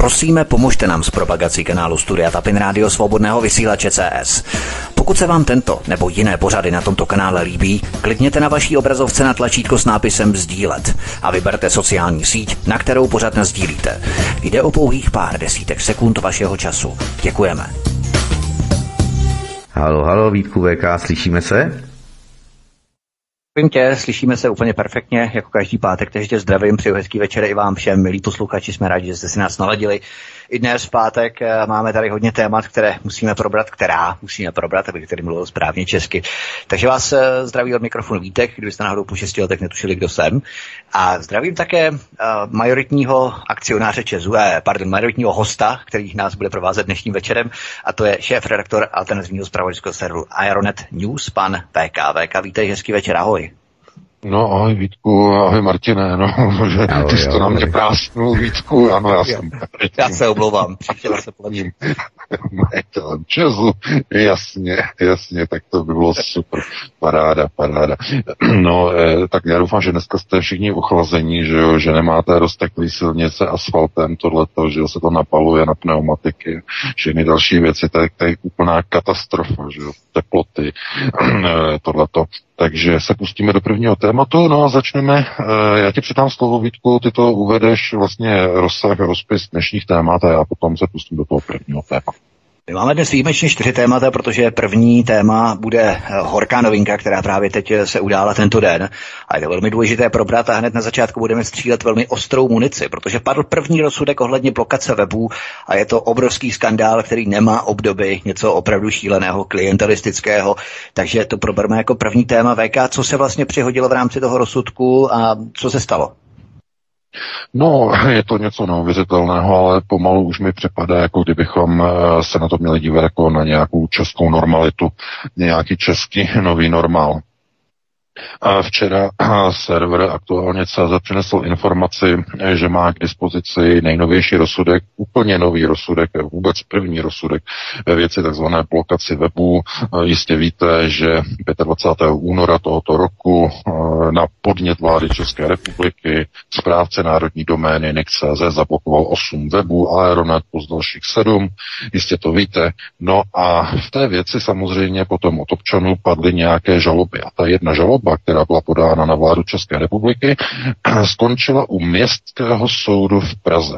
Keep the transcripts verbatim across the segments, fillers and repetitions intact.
Prosíme, pomožte nám s propagací kanálu Studia Tapin Rádio Svobodného vysílače C S. Pokud se vám tento nebo jiné pořady na tomto kanále líbí, klikněte na vaší obrazovce na tlačítko s nápisem sdílet a vyberte sociální síť, na kterou pořad nasdílíte. Jde o pouhých pár desítek sekund vašeho času. Děkujeme. Halo, halo, Vítku V K, slyšíme se? Zdravím tě, slyšíme se úplně perfektně, jako každý pátek, takže tě zdravím, přeju hezký večer i vám všem, milí posluchači, jsme rádi, že jste si nás naladili. I dnes v pátek máme tady hodně témat, které musíme probrat, která musíme probrat, abych tady mluvil správně česky. Takže vás zdraví od mikrofonu Vítek, kdybyste náhodou po šesti letech netušili, kdo jsem. A zdravím také uh, majoritního akcionáře Česu, eh, pardon, majoritního hosta, který nás bude provázet dnešním večerem, a to je šéf-redaktor alternativního zpravodajského serveru Aeronet News, pan V K. V K, vítej, hezký večer, ahoj. No, ahoj Vítku, ahoj Martine, no, že ahoj, ty jsi to na mě prásnul, Vítku, ano, já jsem... Já se omlouvám, příště se polepším. Majitelem Česu, jasně, jasně, tak to by bylo super, paráda, paráda. No, eh, tak já doufám, že dneska jste všichni ochlazení, že jo, že nemáte rozteklý silnice asfaltem, tohleto, že jo, se to napaluje na pneumatiky, všechny další věci, to je, to je úplná katastrofa, že jo, teploty, tohleto. Takže se pustíme do prvního tématu, no a začneme. Já ti předám slovo, Vítku, ty to uvedeš vlastně rozsah, rozpis dnešních témat a já potom se pustím do toho prvního tématu. My máme dnes výjimečně čtyři témata, protože první téma bude horká novinka, která právě teď se udála tento den. A je to velmi důležité probrat a hned na začátku budeme střílet velmi ostrou munici, protože padl první rozsudek ohledně blokace webů a je to obrovský skandál, který nemá obdoby, něco opravdu šíleného, klientelistického. Takže to probereme jako první téma. V K, co se vlastně přihodilo v rámci toho rozsudku a co se stalo? No, je to něco neuvěřitelného, ale pomalu už mi připadá, jako kdybychom se na to měli dívat jako na nějakou českou normalitu, nějaký český nový normál. A včera server Aktuálně C Z přinesl informaci, že má k dispozici nejnovější rozsudek, úplně nový rozsudek, vůbec první rozsudek ve věci tzv. Blokaci webů. Jistě víte, že dvacátého pátého února tohoto roku na podnět vlády České republiky správce národní domény N I C tečka cé zet zablokoval osm webů, Aeronet plus dalších sedm. Jistě to víte. No a v té věci samozřejmě potom od občanů padly nějaké žaloby. A ta jedna žaloba, která byla podána na vládu České republiky, skončila u Městského soudu v Praze.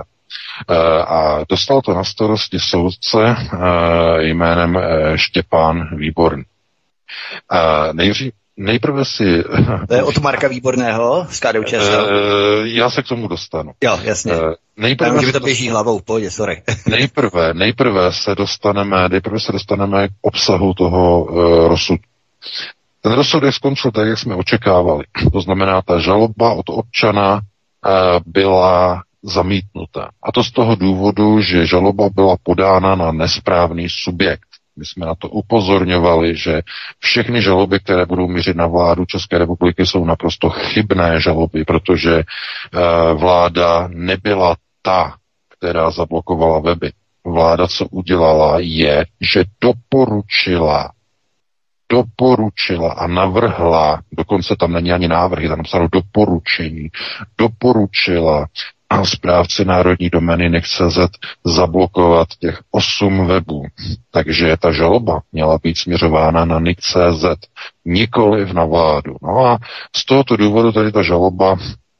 A dostal to na starosti soudce jménem Štěpán Výborný. Nejdřív, nejprve si... To je od Marka Výborného z K D U Č S L. Já se k tomu dostanu. Jo, jasně. Nejprve Tam, to běží hlavou, pojď, sorry. nejprve, nejprve se dostaneme, nejprve se dostaneme k obsahu toho uh, rozsudku. Ten rozsudek skončil tak, jak jsme očekávali. To znamená, ta žaloba od občana uh, byla zamítnuta. A to z toho důvodu, že žaloba byla podána na nesprávný subjekt. My jsme na to upozorňovali, že všechny žaloby, které budou mířit na vládu České republiky, jsou naprosto chybné žaloby, protože uh, vláda nebyla ta, která zablokovala weby. Vláda, co udělala, je, že doporučila doporučila a navrhla, dokonce tam není ani návrhy, tam napsáno doporučení, doporučila a správci národní domény N I C tečka cé zet zablokovat těch osm webů. Takže ta žaloba měla být směřována na N I C tečka cé zet, nikoliv na vládu. No a z tohoto důvodu tady ta žaloba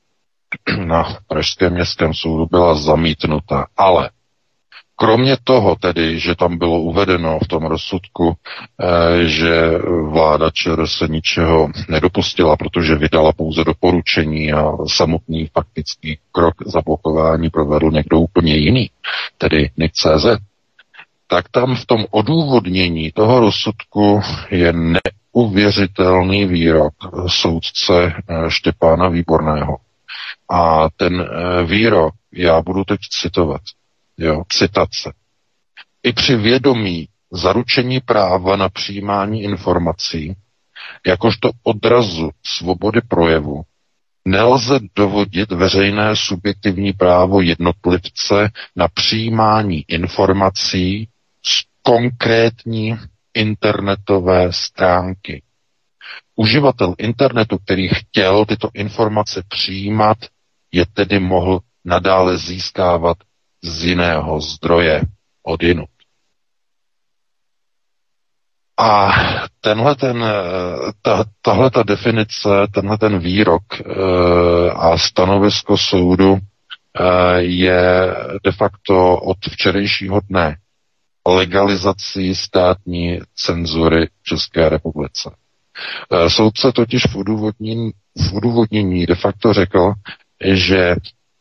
na Pražském městském soudu byla zamítnuta. Ale kromě toho tedy, že tam bylo uvedeno v tom rozsudku, eh, že vláda ČR se ničeho nedopustila, protože vydala pouze doporučení a samotný faktický krok zablokování provedl někdo úplně jiný, tedy N I C tečka cé zet, tak tam v tom odůvodnění toho rozsudku je neuvěřitelný výrok soudce Štěpána Výborného. A ten výrok já budu teď citovat. Jo, citace. I při vědomí zaručení práva na přijímání informací, jakožto odrazu svobody projevu, nelze dovodit veřejné subjektivní právo jednotlivce na přijímání informací z konkrétní internetové stránky. Uživatel internetu, který chtěl tyto informace přijímat, je tedy mohl nadále získávat z jiného zdroje, odjinud. A tenhle ten, ta, tahle ta definice, tenhle ten výrok e, a stanovisko soudu e, je de facto od včerejšího dne legalizací státní cenzury v České republice. E, soudce totiž v odůvodnění, v odůvodnění de facto řekl, že e,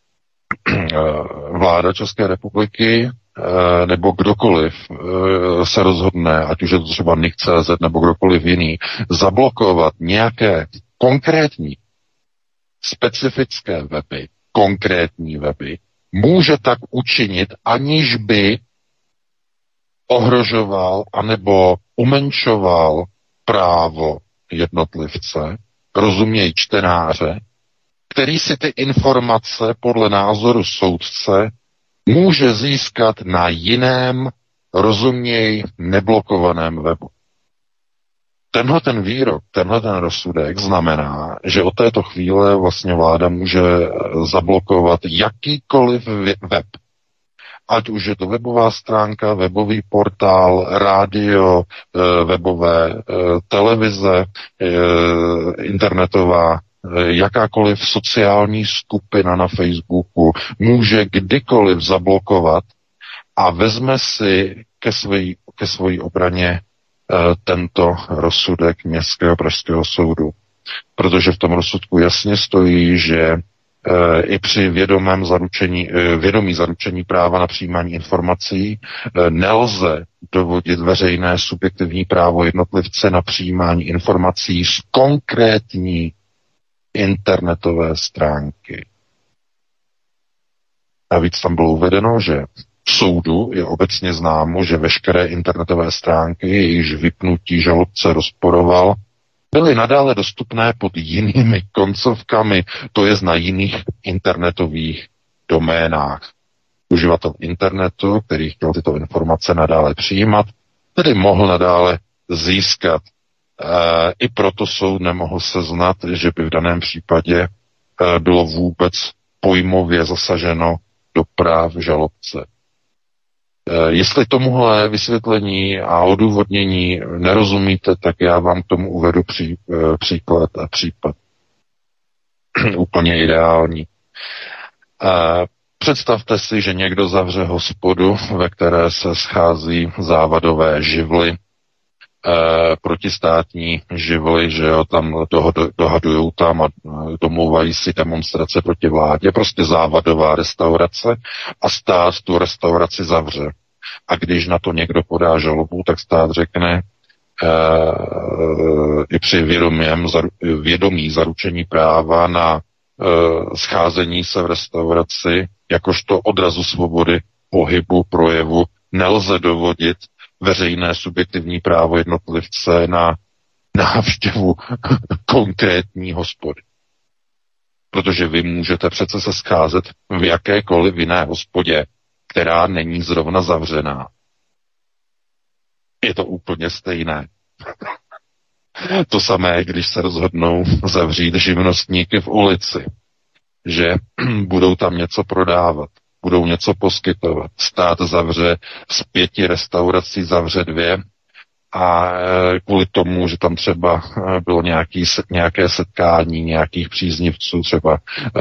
vláda České republiky nebo kdokoliv se rozhodne, ať už je to třeba N I K tečka cé zet nebo kdokoliv jiný, zablokovat nějaké konkrétní specifické weby, konkrétní weby, může tak učinit, aniž by ohrožoval anebo umenšoval právo jednotlivce, rozuměj čtenáře, který si ty informace podle názoru soudce může získat na jiném, rozuměj, neblokovaném webu. Tenhle ten výrok, tenhle ten rozsudek znamená, že od této chvíle vlastně vláda může zablokovat jakýkoliv web. Ať už je to webová stránka, webový portál, rádio, webové, televize, internetová, jakákoliv sociální skupina na Facebooku může kdykoliv zablokovat a vezme si ke svojí, ke svojí obraně e, tento rozsudek Městského pražského soudu. Protože v tom rozsudku jasně stojí, že e, i při vědomém zaručení, e, vědomí zaručení práva na přijímání informací e, nelze dovodit veřejné subjektivní právo jednotlivce na přijímání informací z konkrétní internetové stránky. Navíc tam bylo uvedeno, že v soudu je obecně známo, že veškeré internetové stránky, jejichž vypnutí žalobce rozporoval, byly nadále dostupné pod jinými koncovkami, to je na jiných internetových doménách. Uživatel internetu, který chtěl tyto informace nadále přijímat, tedy mohl nadále získat. E, I proto soud nemohl seznat, že by v daném případě e, bylo vůbec pojmově zasaženo do práv žalobce. E, jestli tomuhle vysvětlení a odůvodnění nerozumíte, tak já vám k tomu uvedu pří, e, příklad a případ. Úplně ideální. E, představte si, že někdo zavře hospodu, ve které se schází závadové živly, Eh, protistátní živly, že jo, tam dohadujou tam a domlouvají si demonstrace proti vládě, prostě závadová restaurace a stát tu restauraci zavře. A když na to někdo podá žalobu, tak stát řekne eh, i při vědomém, vědomí zaručení práva na eh, scházení se v restauraci, jakožto odrazu svobody pohybu, projevu, nelze dovodit veřejné subjektivní právo jednotlivce na návštěvu konkrétní hospody. Protože vy můžete přece se scházet v jakékoliv jiné hospodě, která není zrovna zavřená. Je to úplně stejné. To samé, když se rozhodnou zavřít živnostníky v ulici, že budou tam něco prodávat, budou něco poskytovat. Stát zavře z pěti restaurací, zavře dvě a kvůli tomu, že tam třeba bylo nějaký, nějaké setkání nějakých příznivců, třeba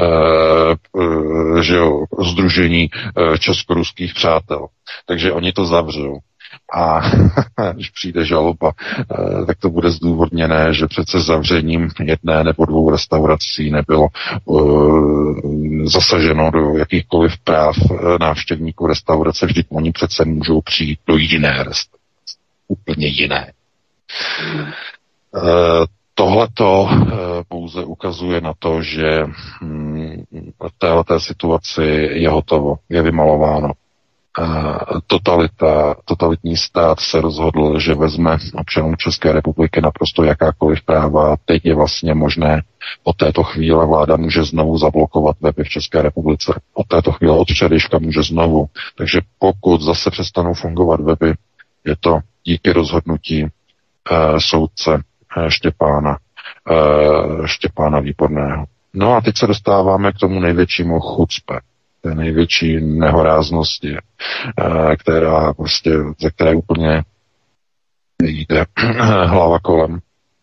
že jo, sdružení česko-ruských přátel. Takže oni to zavřou. A když přijde žaloba, tak to bude zdůvodněné, že přece zavřením jedné nebo dvou restaurací nebylo uh, zasaženo do jakýchkoliv práv návštěvníků restaurace. Vždyť oni přece můžou přijít do jiné restaurace. Úplně jiné. Uh, tohleto uh, pouze ukazuje na to, že hm, v této situaci je hotovo, je vymalováno. Totalita, totalitní stát se rozhodl, že vezme občanům České republiky naprosto jakákoliv práva. Teď je vlastně možné, od této chvíle vláda může znovu zablokovat weby v České republice. Od této chvíle, od včerejška může znovu. Takže pokud zase přestanou fungovat weby, je to díky rozhodnutí eh, soudce eh, Štěpána, eh, Štěpána Výborného. No a teď se dostáváme k tomu největšímu chucpe té největší nehoráznosti, která prostě, ze které úplně jde hlava kolem.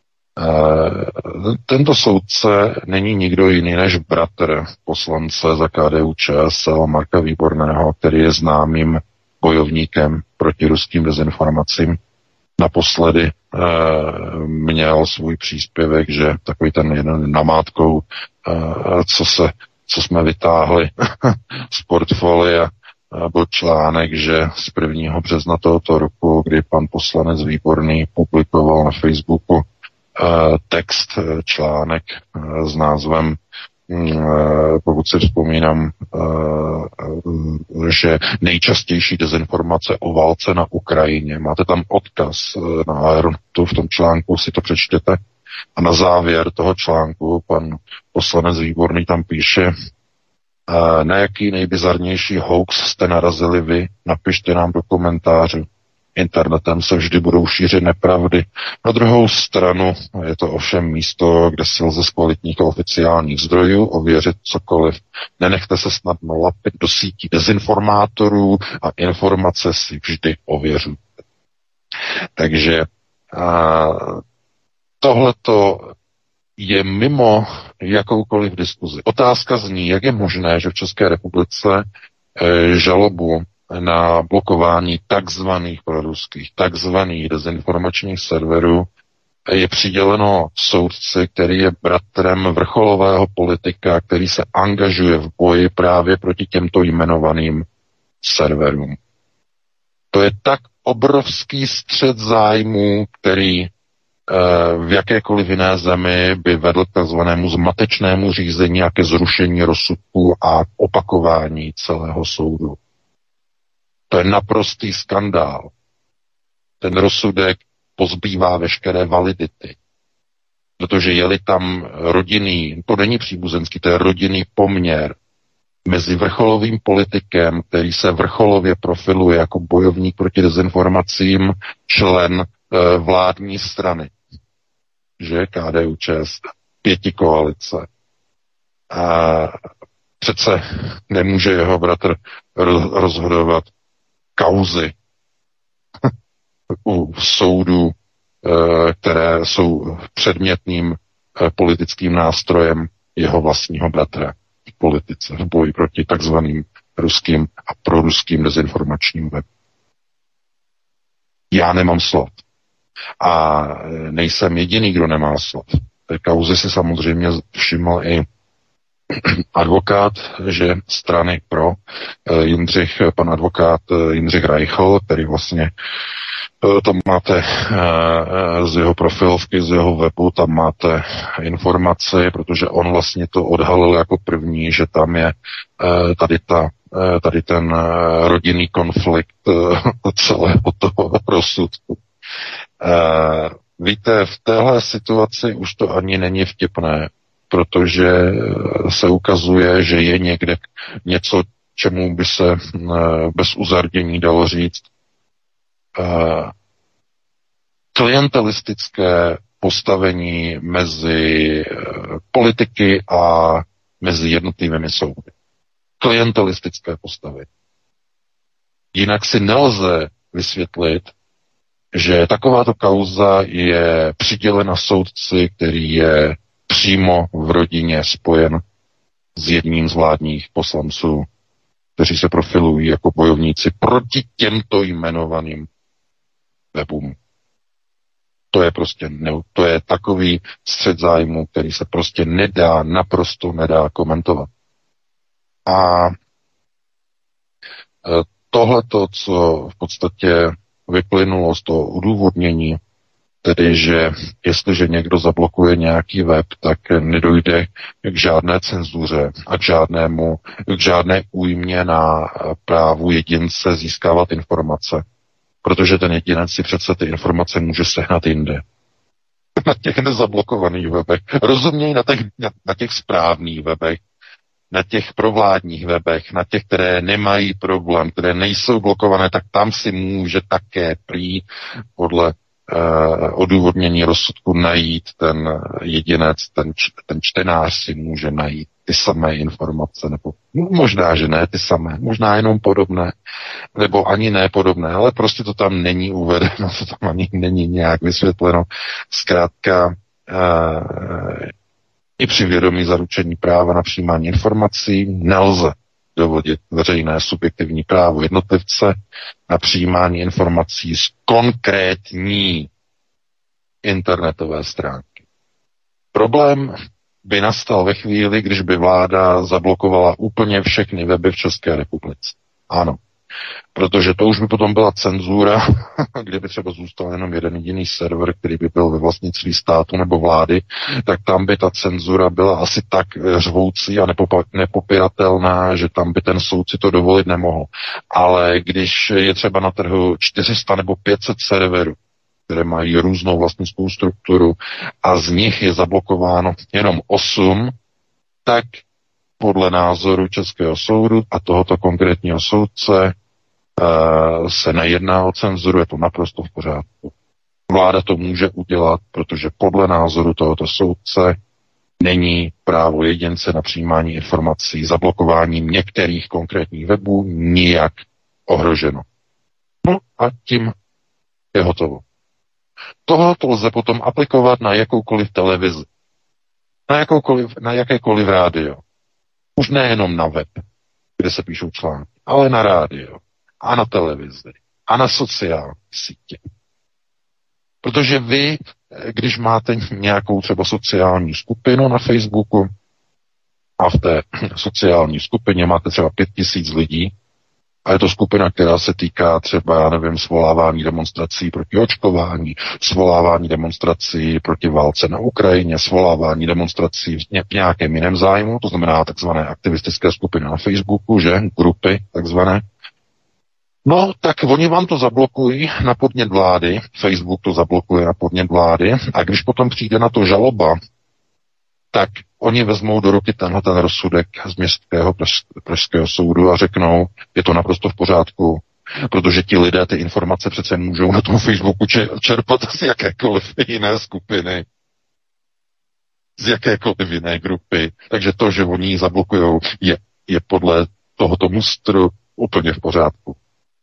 Tento soudce není nikdo jiný než bratr poslance za K D U Č S L Marka Výborného, který je známým bojovníkem proti ruským dezinformacím. Naposledy e, měl svůj příspěvek, že takový ten jeden namátkou, e, co, se, co jsme vytáhli z portfolia, byl článek, že z prvního března tohoto roku, kdy pan poslanec Výborný publikoval na Facebooku e, text, článek e, s názvem, pokud si vzpomínám, že nejčastější dezinformace o válce na Ukrajině. Máte tam odkaz na Aeronetu, v tom článku si to přečtěte. A na závěr toho článku pan poslanec Výborný tam píše, na jaký nejbizarnější hoax jste narazili vy, napište nám do komentářů. Internetem se vždy budou šířit nepravdy. Na druhou stranu je to ovšem místo, kde si lze z kvalitních a oficiálních zdrojů ověřit cokoliv. Nenechte se snadno lapit do sítí dezinformátorů a informace si vždy ověřujte. Takže tohleto je mimo jakoukoliv diskuzi. Otázka zní, jak je možné, že v České republice e, žalobu na blokování takzvaných proruských, takzvaných dezinformačních serverů je přiděleno soudci, který je bratrem vrcholového politika, který se angažuje v boji právě proti těmto jmenovaným serverům. To je tak obrovský střet zájmů, který v jakékoliv jiné zemi by vedl k takzvanému zmatečnému řízení a ke zrušení rozsudku a opakování celého soudu. To je naprostý skandál. Ten rozsudek pozbývá veškeré validity. Protože je-li tam rodinný, to není příbuzenský, to je rodinný poměr mezi vrcholovým politikem, který se vrcholově profiluje jako bojovník proti dezinformacím, člen e, vládní strany, že K D U Č S, pěti koalice. A přece nemůže jeho bratr rozhodovat kauzy u soudů, které jsou předmětným politickým nástrojem jeho vlastního bratra v politice, v boji proti takzvaným ruským a proruským dezinformačním webům. Já nemám slov. A nejsem jediný, kdo nemá slov. Té kauzy si samozřejmě všiml i advokát, že strany pro Jindřich, pan advokát Jindřich Reichl, který vlastně tam máte z jeho profilovky, z jeho webu, tam máte informaci, protože on vlastně to odhalil jako první, že tam je tady ta tady ten rodinný konflikt celého toho rozsudku. Víte, v téhle situaci už to ani není vtipné, protože se ukazuje, že je někde něco, čemu by se bez uzardění dalo říct klientelistické postavení mezi politiky a mezi jednotlivými soudy. Klientelistické postavení. Jinak si nelze vysvětlit, že takováto kauza je přidělena soudci, který je přímo v rodině spojen s jedním z vládních poslanců, kteří se profilují jako bojovníci proti těmto jmenovaným webům. To je prostě ne, to je takový střet zájmu, který se prostě nedá, naprosto nedá komentovat. A tohleto, co v podstatě vyplynulo z toho udůvodnění, tedy, že jestliže někdo zablokuje nějaký web, tak nedojde k žádné cenzuře a k žádnému, k žádné újmě na právu jedince získávat informace. Protože ten jedinec si přece ty informace může sehnat jinde. Na těch nezablokovaných webech. Rozumějí na těch, na, na těch správných webech, na těch provládních webech, na těch, které nemají problém, které nejsou blokované, tak tam si může také prý podle eh, odůvodnění rozsudku najít ten jedinec, ten, ten čtenář si může najít ty samé informace, nebo no, možná, že ne ty samé, možná jenom podobné, nebo ani ne podobné, ale prostě to tam není uvedeno, to tam ani není nějak vysvětleno. Zkrátka e, i při vědomí zaručení práva na přijímání informací nelze dovodit veřejné subjektivní právo jednotlivce na přijímání informací z konkrétní internetové stránky. Problém by nastal ve chvíli, když by vláda zablokovala úplně všechny weby v České republice. Ano. Protože to už by potom byla cenzura, kde by třeba zůstal jenom jeden jediný server, který by byl ve vlastnictví státu nebo vlády, tak tam by ta cenzura byla asi tak řvoucí a nepopa- nepopiratelná, že tam by ten soud si to dovolit nemohl. Ale když je třeba na trhu čtyři sta nebo pět set serverů, které mají různou vlastnickou strukturu a z nich je zablokováno jenom osm, tak podle názoru Českého soudu a tohoto konkrétního soudce se nejedná o cenzuru, je to naprosto v pořádku. Vláda to může udělat, protože podle názoru tohoto soudce není právo jedince na přijímání informací zablokováním některých konkrétních webů nijak ohroženo. No a tím je hotovo. Tohoto lze potom aplikovat na jakoukoliv televizi, na, jakoukoliv, na jakékoliv rádio. Už nejenom na web, kde se píšou články, ale na rádio a na televizi a na sociální sítě. Protože vy, když máte nějakou třeba sociální skupinu na Facebooku a v té sociální skupině máte třeba pět tisíc lidí, a je to skupina, která se týká třeba, já nevím, svolávání demonstrací proti očkování, svolávání demonstrací proti válce na Ukrajině, svolávání demonstrací v nějakém jiném zájmu, to znamená takzvané aktivistické skupiny na Facebooku, že, grupy takzvané. No, tak oni vám to zablokují na podnět vlády, Facebook to zablokuje na podnět vlády a když potom přijde na to žaloba, tak oni vezmou do ruky tenhle ten rozsudek z městského pražského soudu a řeknou, je to naprosto v pořádku, protože ti lidé ty informace přece můžou na tom Facebooku čerpat z jakékoliv jiné skupiny, z jakékoliv jiné grupy. Takže to, že oni ji zablokujou, je, je podle tohoto mustru úplně v pořádku.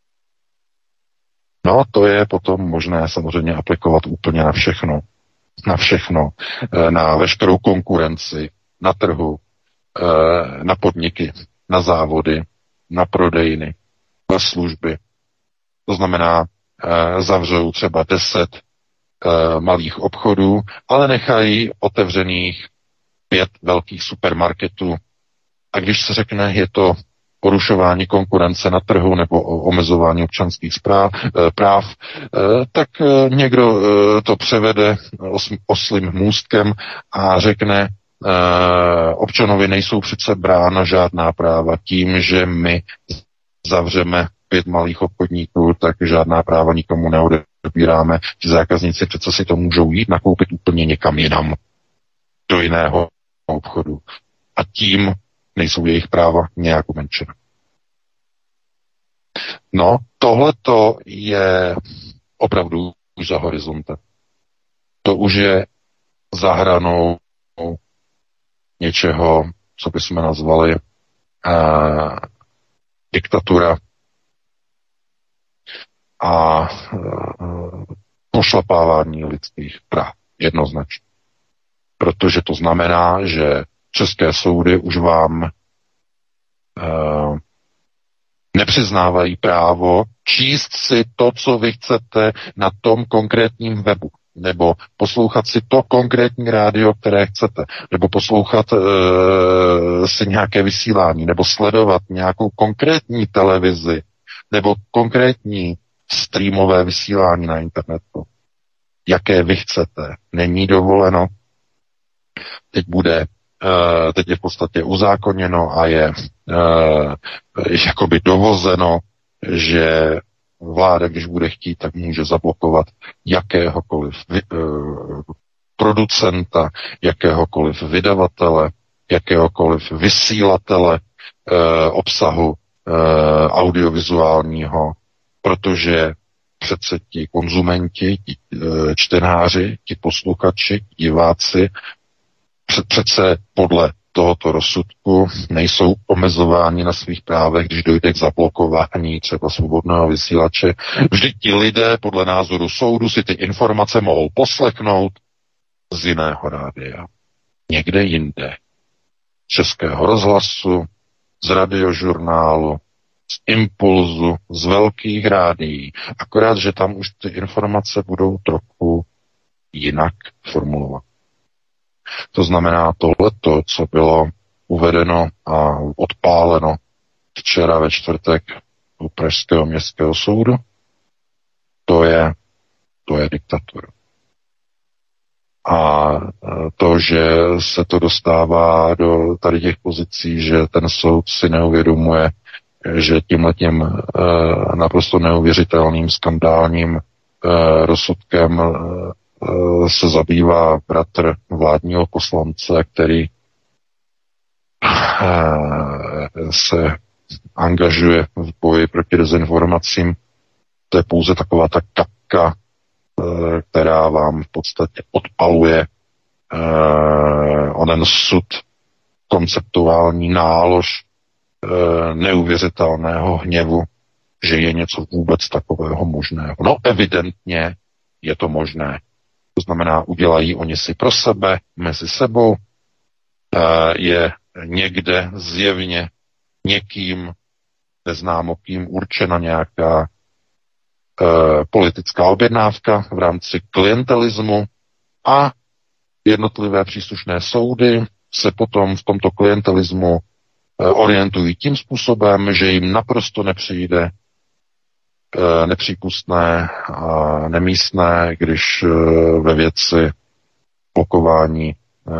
No, to je potom možné samozřejmě aplikovat úplně na všechno. Na všechno, na veškerou konkurenci, na trhu, na podniky, na závody, na prodejny, na služby. To znamená, zavřou třeba deset malých obchodů, ale nechají otevřených pět velkých supermarketů. A když se řekne, je to porušování konkurence na trhu nebo omezování občanských správ, práv, tak někdo to převede oslím můstkem a řekne, občanovi nejsou přece brána žádná práva tím, že my zavřeme pět malých obchodníků, tak žádná práva nikomu neodebíráme. Ti zákazníci přece si to můžou jít nakoupit úplně někam jinam, do jiného obchodu. A tím nejsou jejich práva nějak umenšena. No, tohleto je opravdu už za horizontem. To už je za hranou něčeho, co bychom nazvali uh, diktatura a uh, pošlapávání lidských práv. Jednoznačně. Protože to znamená, že české soudy už vám uh, nepřiznávají právo číst si to, co vy chcete na tom konkrétním webu, nebo poslouchat si to konkrétní rádio, které chcete, nebo poslouchat uh, si nějaké vysílání, nebo sledovat nějakou konkrétní televizi, nebo konkrétní streamové vysílání na internetu. Jaké vy chcete. Není dovoleno. Teď bude Uh, teď je v podstatě uzákoněno a je uh, jakoby dovozeno, že vláda, když bude chtít, tak může zablokovat jakéhokoliv uh, producenta, jakéhokoliv vydavatele, jakéhokoliv vysílatele uh, obsahu uh, audiovizuálního, protože přece ti konzumenti, ti uh, čtenáři, ti posluchači, diváci přece podle tohoto rozsudku nejsou omezováni na svých právech, když dojde k zablokování třeba svobodného vysílače. Vždyť ti lidé podle názoru soudu si ty informace mohou poslechnout z jiného rádia. Někde jinde. Z Českého rozhlasu, z radiožurnálu, z Impulzu, z velkých rádií. Akorát, že tam už ty informace budou trochu jinak formulovat. To znamená tohleto, co bylo uvedeno a odpáleno včera ve čtvrtek u Pražského městského soudu, to je, to je diktatura. A to, že se to dostává do tady těch pozicí, že ten soud si neuvědomuje, že tímhletím e, naprosto neuvěřitelným skandálním e, rozsudkem e, se zabývá bratr vládního poslance, který e, se angažuje v boji proti dezinformacím. To je pouze taková ta kapka, e, která vám v podstatě odpaluje e, onen sud, konceptuální nálož e, neuvěřitelného hněvu, že je něco vůbec takového možného. No evidentně je to možné. To znamená, udělají oni si pro sebe, mezi sebou, je někde zjevně někým neznámo kým určena nějaká politická objednávka v rámci klientelismu a jednotlivé příslušné soudy se potom v tomto klientelismu orientují tím způsobem, že jim naprosto nepřijde nepřípustné a nemístné, když ve věci blokování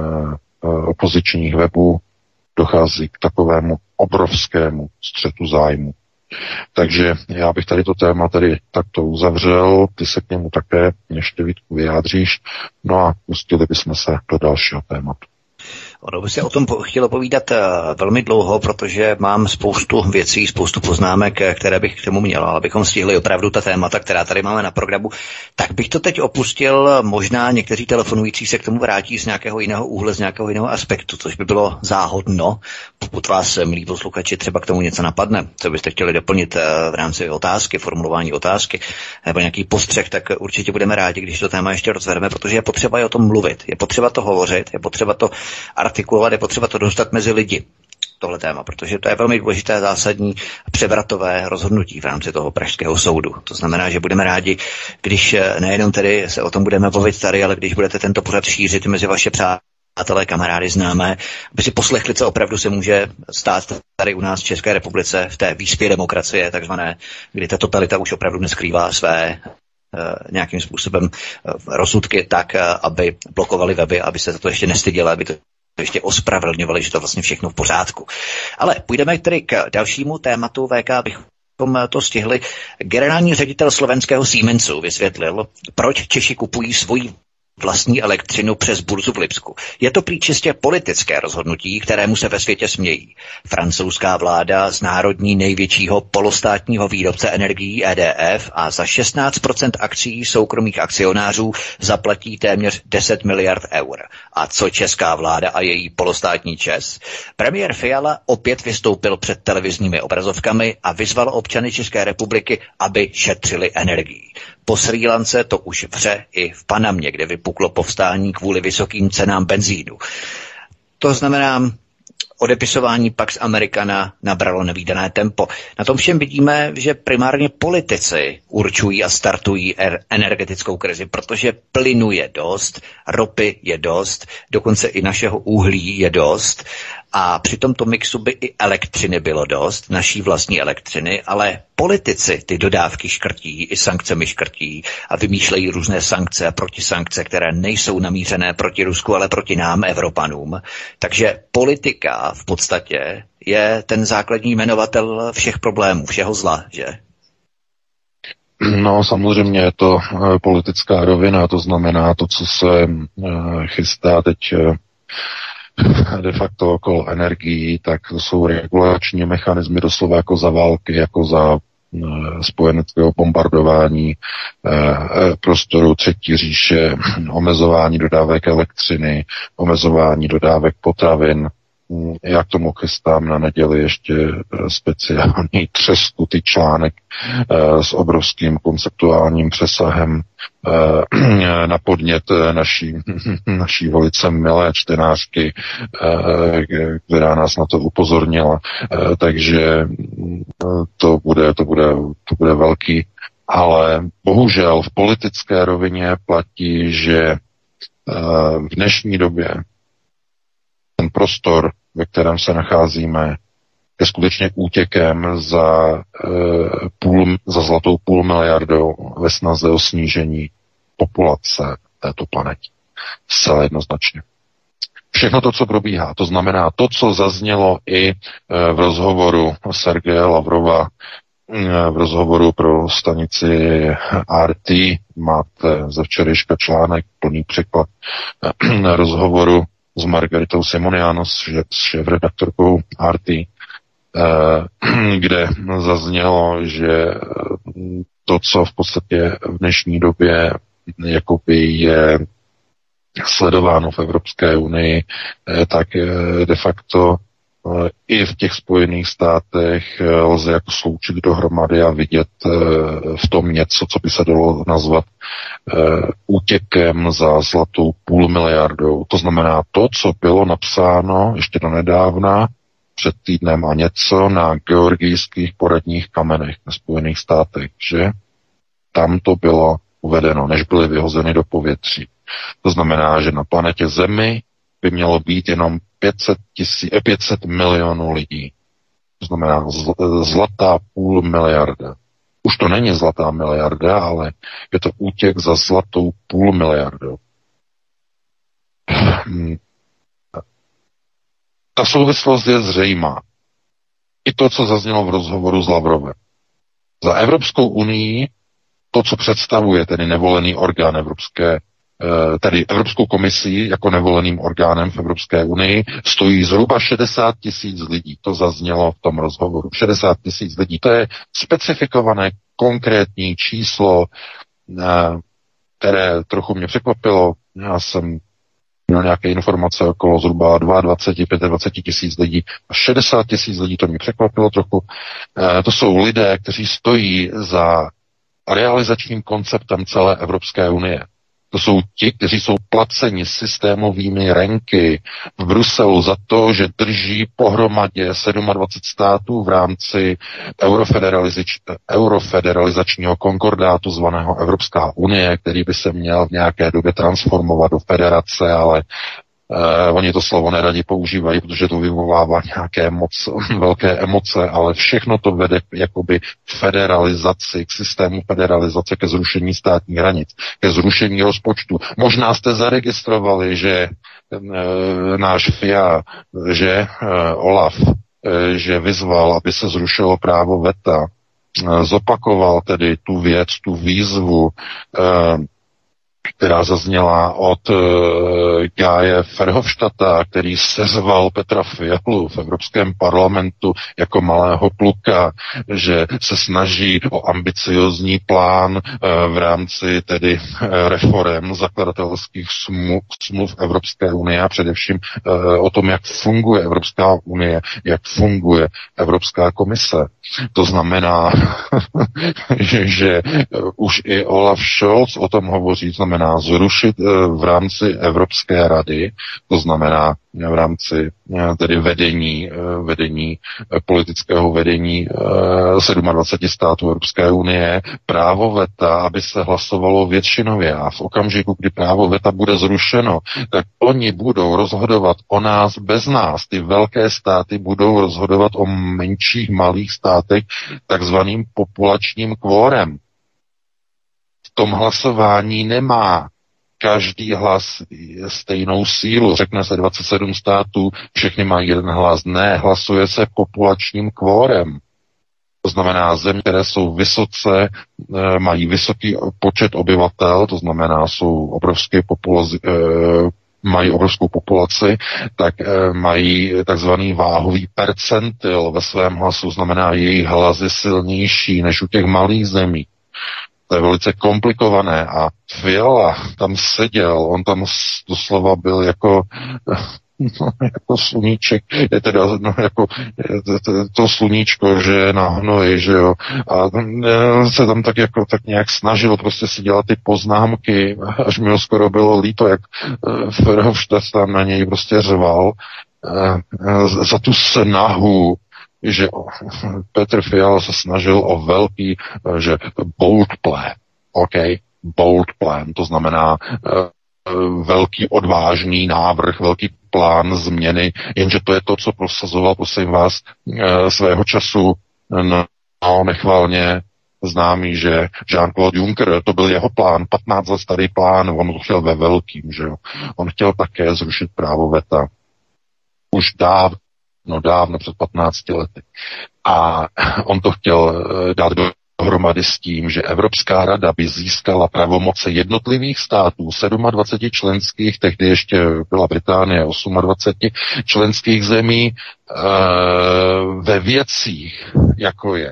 opozičních webů dochází k takovému obrovskému střetu zájmu. Takže já bych tady to téma tady takto uzavřel, ty se k němu také ještě Vítku vyjádříš, no a pustili bychom se do dalšího tématu. Ono by se o tom chtělo povídat velmi dlouho, protože mám spoustu věcí, spoustu poznámek, které bych k tomu měl, abychom stihli opravdu ta témata, která tady máme na programu. Tak bych to teď opustil, možná někteří telefonující se k tomu vrátí z nějakého jiného úhle, z nějakého jiného aspektu, což by bylo záhodno, pokud vás, milí posluchači, třeba k tomu něco napadne, co byste chtěli doplnit v rámci otázky, formulování otázky, nebo nějaký postřeh, tak určitě budeme rádi, když to téma ještě rozvedeme, protože je potřeba i o tom mluvit, je potřeba to hovořit, je potřeba to artikulovat, je potřeba to dostat mezi lidi, tohle téma, protože to je velmi důležité zásadní převratové rozhodnutí v rámci toho Pražského soudu. To znamená, že budeme rádi, když nejenom tedy se o tom budeme bavit tady, ale když budete tento pořad šířit mezi vaše přátelé, kamarády, známé, aby si poslechli, co opravdu se může stát tady u nás v České republice, v té výspě demokracie takzvané, kdy ta totalita už opravdu neskrývá své nějakým způsobem rozsudky tak, aby blokovali weby, aby se za to ještě nestyděli, aby to ještě ospravedlňovali, že to vlastně všechno v pořádku. Ale půjdeme tedy k dalšímu tématu V K, abychom to stihli. Generální ředitel slovenského Siemensu vysvětlil, proč Češi kupují svoji vlastní elektřinu přes burzu v Lipsku. Je to prý čistě politické rozhodnutí, kterému se ve světě smějí. Francouzská vláda znárodní největšího polostátního výrobce energií E D F a za šestnáct procent akcií soukromých akcionářů zaplatí téměř deset miliard eur. A co česká vláda a její polostátní ČEZ? Premiér Fiala opět vystoupil před televizními obrazovkami a vyzval občany České republiky, aby šetřili energii. Po Srí Lance to už vře i v Panamě, kde vypuklo povstání kvůli vysokým cenám benzínu. To znamená, odepisování Pax Americana nabralo nevídané tempo. Na tom všem vidíme, že primárně politici určují a startují er- energetickou krizi, protože plynu je dost, ropy je dost, dokonce i našeho uhlí je dost a při tomto mixu by i elektřiny bylo dost, naší vlastní elektřiny, ale politici ty dodávky škrtí, i sankcemi škrtí a vymýšlejí různé sankce a protisankce, které nejsou namířené proti Rusku, ale proti nám, Evropanům. Takže politika v podstatě je ten základní jmenovatel všech problémů, všeho zla, že? No samozřejmě je to politická rovina, to znamená to, co se chystá teď de facto okolo energií, tak to jsou regulační mechanismy doslova jako za války, jako za spojeneckého bombardování prostoru třetí říše, omezování dodávek elektřiny, omezování dodávek potravin, já k tomu chystám na neděli ještě speciální třeskutý článek s obrovským konceptuálním přesahem na podnět naší, naší velice milé čtenářky, která nás na to upozornila. Takže to bude, to bude, to bude velký. Ale bohužel v politické rovině platí, že v dnešní době ten prostor, ve kterém se nacházíme, je skutečně útěkem za, půl, za zlatou půl miliardou ve snaze o snížení populace této planety. Zcela jednoznačně. Všechno to, co probíhá, to znamená to, co zaznělo i v rozhovoru Sergeje Lavrova, v rozhovoru pro stanici R T, máte ze včerejška článek, plný překlad rozhovoru s Margaritou Simoniano, s šéfredaktorkou R T, kde zaznělo, že to, co v podstatě v dnešní době jakoby je sledováno v Evropské unii, tak de facto i v těch Spojených státech lze jako sloučit dohromady a vidět v tom něco, co by se dalo nazvat útěkem za zlatou půl miliardou. To znamená to, co bylo napsáno ještě do nedávna, před týdnem a něco, na georgijských poradních kamenech ve Spojených státech, že tam to bylo uvedeno, než byly vyhozeny do povětří. To znamená, že na planetě Zemi by mělo být jenom pět set, tisíc, pět set milionů lidí. To znamená zl- zlatá půl miliarda. Už to není zlatá miliarda, ale je to útěk za zlatou půl miliardu. Ta souvislost je zřejmá. I to, co zaznělo v rozhovoru s Lavrovem. Za Evropskou unii to, co představuje tedy nevolený orgán Evropské, tedy Evropskou komisí jako nevoleným orgánem v Evropské unii, stojí zhruba šedesát tisíc lidí. To zaznělo v tom rozhovoru. šedesát tisíc lidí. To je specifikované konkrétní číslo, které trochu mě překvapilo. Já jsem měl nějaké informace okolo zhruba dvacet dva, dvacet pět tisíc lidí. A šedesát tisíc lidí, to mě překvapilo trochu. To jsou lidé, kteří stojí za realizačním konceptem celé Evropské unie. To jsou ti, kteří jsou placeni systémovými ranky v Bruselu za to, že drží pohromadě dvacet sedm států v rámci eurofederalizač, eurofederalizačního konkordátu zvaného Evropská unie, který by se měl v nějaké době transformovat do federace, ale Uh, oni to slovo neradi používají, protože to vyvolává nějaké moc, velké emoce, ale všechno to vede jakoby k federalizaci, k systému federalizace, ke zrušení státních hranic, ke zrušení rozpočtu. Možná jste zaregistrovali, že uh, náš F I A, že uh, Olaf, uh, že vyzval, aby se zrušilo právo veta, uh, zopakoval tedy tu věc, tu výzvu, uh, která zazněla od uh, Gáje Verhofstadta, který sezval Petra Fialu v Evropském parlamentu jako malého kluka, že se snaží o ambiciozní plán uh, v rámci tedy uh, reforem zakladatelských smluv, smluv Evropské unie a především uh, o tom, jak funguje Evropská unie, jak funguje Evropská komise. To znamená, že, že už i Olaf Scholz o tom hovoří, znamená zrušit v rámci Evropské rady, to znamená v rámci tedy vedení, vedení politického vedení dvacet sedm států Evropské unie právo veta, aby se hlasovalo většinově. A v okamžiku, kdy právo veta bude zrušeno, tak oni budou rozhodovat o nás bez nás. Ty velké státy budou rozhodovat o menších malých státech takzvaným populačním kvórem. V tom hlasování nemá každý hlas stejnou sílu. Řekne se dvacet sedm států, všechny mají jeden hlas. Ne, hlasuje se populačním kvórem. To znamená země, které jsou vysoce, mají vysoký počet obyvatel, to znamená, jsou obrovské populaci, mají obrovskou populaci, tak mají takzvaný váhový percentil ve svém hlasu, znamená, jejich hlas je silnější než u těch malých zemí. To je velice komplikované a Fiala tam seděl, on tam doslova byl jako no, jako sluníček, je teda no, jako to, to sluníčko, že je na hnoji, že jo, a se tam tak jako tak nějak snažil prostě si dělat ty poznámky, až mi ho skoro bylo líto, jak Verhofstadt tam na něj prostě řval za tu snahu, že Petr Fiala se snažil o velký, že bold plan, OK, bold plan, to znamená velký odvážný návrh, velký plán změny, jenže to je to, co prosazoval, prosím vás, svého času no, nechválně známý, že Jean-Claude Juncker, to byl jeho plán, patnáct let starý plán, on to chtěl ve velkým, že jo. On chtěl také zrušit právo veta. Už dávno, dávno před patnácti lety. A on to chtěl dát do dohromady s tím, že Evropská rada by získala pravomoce jednotlivých států, dvacet sedm členských, tehdy ještě byla Británie, dvacet osm členských zemí, e, ve věcích, jako je e,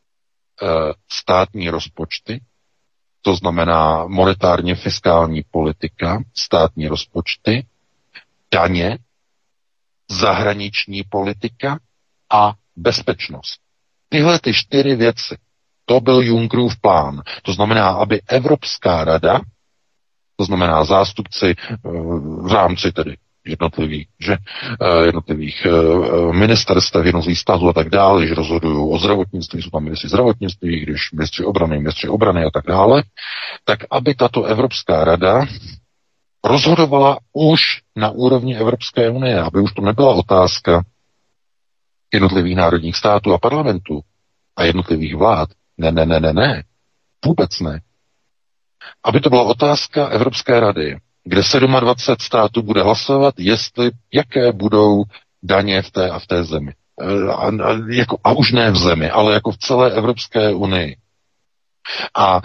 státní rozpočty, to znamená monetárně fiskální politika, státní rozpočty, daně, zahraniční politika a bezpečnost. Tyhle ty čtyři věci, to byl Junckerův plán. To znamená, aby Evropská rada, to znamená zástupci v rámci tedy jednotlivých, že, jednotlivých ministerstev, jednotlivých států a tak dále, když rozhodují o zdravotnictví, jsou tam ministři zdravotnictví, když ministři obrany, ministři obrany a tak dále, tak aby tato Evropská rada rozhodovala už na úrovni Evropské unie, aby už to nebyla otázka jednotlivých národních států a parlamentů a jednotlivých vlád. Ne, ne, ne, ne, ne. Vůbec ne. Aby to byla otázka Evropské rady, kde dvacet sedm států bude hlasovat, jestli, jaké budou daně v té a v té zemi. A, a, jako, a už ne v zemi, ale jako v celé Evropské unii. A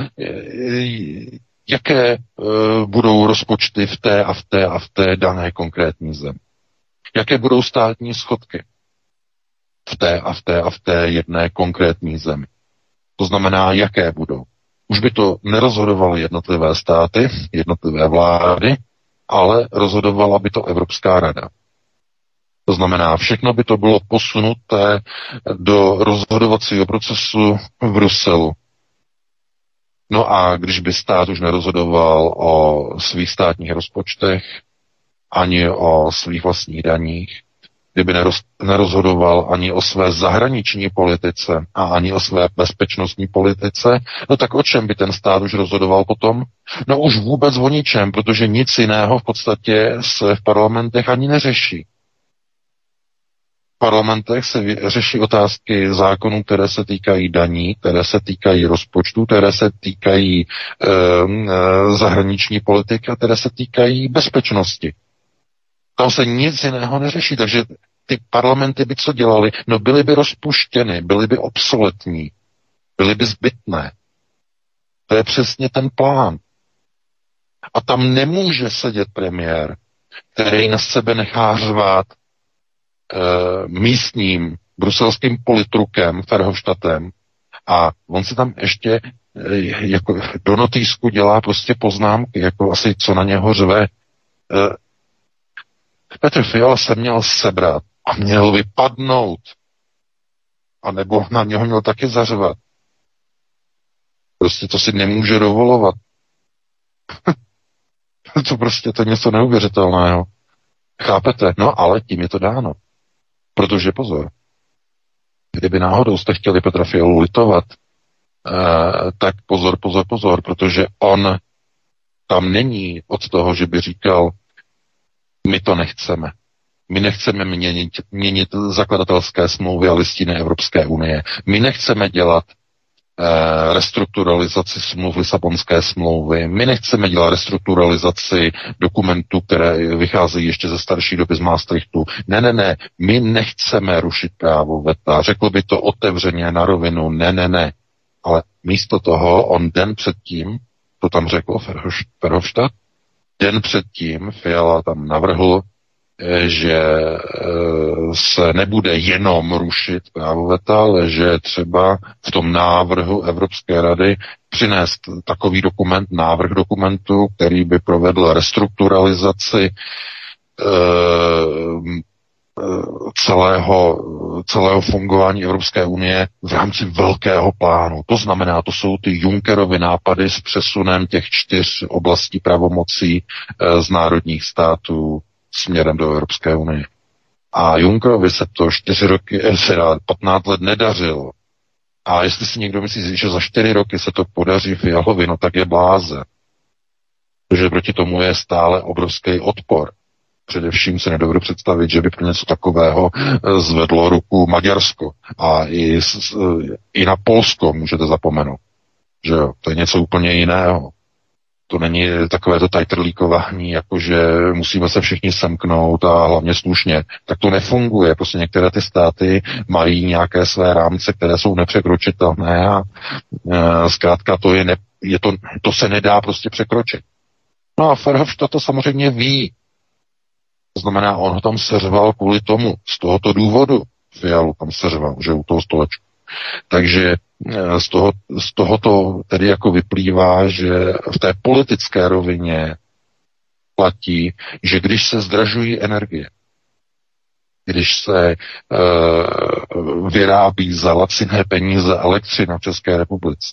jaké uh, budou rozpočty v té a v té a v té dané konkrétní zemi. Jaké budou státní schodky v té a v té a v té jedné konkrétní zemi. To znamená, jaké budou. Už by to nerozhodovaly jednotlivé státy, jednotlivé vlády, ale rozhodovala by to Evropská rada. To znamená, všechno by to bylo posunuté do rozhodovacího procesu v Bruselu. No a když by stát už nerozhodoval o svých státních rozpočtech, ani o svých vlastních daních, kdyby neroz, nerozhodoval ani o své zahraniční politice a ani o své bezpečnostní politice, no tak o čem by ten stát už rozhodoval potom? No už vůbec o ničem, protože nic jiného v podstatě se v parlamentech ani neřeší. V parlamentech se řeší otázky zákonů, které se týkají daní, které se týkají rozpočtu, které se týkají e, e, zahraniční politiky a které se týkají bezpečnosti. Tam se nic jiného neřeší, takže ty parlamenty by co dělali? No byly by rozpuštěny, byly by obsoletní, byly by zbytné. To je přesně ten plán. A tam nemůže sedět premiér, který na sebe nechá řvát e, místním bruselským politrukem, Verhofstadtem, a on si tam ještě e, jako do notýsku dělá prostě poznámky, jako asi co na něho řve. E, Petr Fiala se měl sebrat a měl vypadnout. A nebo na něho měl taky zařvat. Prostě to si nemůže dovolovat. To prostě to je něco neuvěřitelného. Chápete? No ale tím je to dáno. Protože pozor, kdyby náhodou jste chtěli Petra Fialu litovat, eh, tak pozor, pozor, pozor, protože on tam není od toho, že by říkal, my to nechceme. My nechceme měnit, měnit zakladatelské smlouvy a listiny Evropské unie. My nechceme dělat eh, restrukturalizaci smluv Lisabonské smlouvy. My nechceme dělat restrukturalizaci dokumentů, které vycházejí ještě ze starší doby z Maastrichtu. Ne, ne, ne. My nechceme rušit právo veta. Řekl by to otevřeně na rovinu. Ne, ne, ne. Ale místo toho on den předtím, to tam řekl Verhofstadt, den předtím Fiala tam navrhl, že se nebude jenom rušit právo veta, ale že třeba v tom návrhu Evropské rady přinést takový dokument, návrh dokumentu, který by provedl restrukturalizaci celého, celého fungování Evropské unie v rámci velkého plánu. To znamená, to jsou ty Junckerovy nápady s přesunem těch čtyř oblastí pravomocí z národních států směrem do Evropské unie. A Junckerovi se to čtyři roky, patnáct let nedařilo. A jestli si někdo myslí, že za čtyři roky se to podaří Fialovi, no tak je bláze. Protože proti tomu je stále obrovský odpor. Především se nedovedu představit, že by pro něco takového zvedlo ruku Maďarsko. A i, i na Polsko můžete zapomenout. Že jo, to je něco úplně jiného. To není takové to tajtrlíkování, jakože musíme se všichni semknout a hlavně slušně. Tak to nefunguje. Prostě některé ty státy mají nějaké své rámce, které jsou nepřekročitelné a e, zkrátka to, je ne, je to, to se nedá prostě překročit. No a Verhofstadt to samozřejmě ví. To znamená, on ho tam seřval kvůli tomu, z tohoto důvodu Fialu tam seřval, že u toho stolečku. Takže z, toho, z tohoto tedy jako vyplývá, že v té politické rovině platí, že když se zdražují energie, když se uh, vyrábí za laciné peníze elektřina v České republice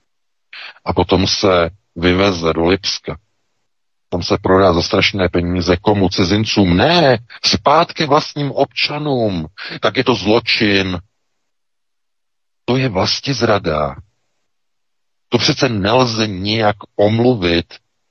a potom se vyveze do Lipska, tam se prodá za strašné peníze komu? Cizincům? Ne, zpátky vlastním občanům. Tak je to zločin. To je vlastně zrada. To přece nelze nijak omluvit.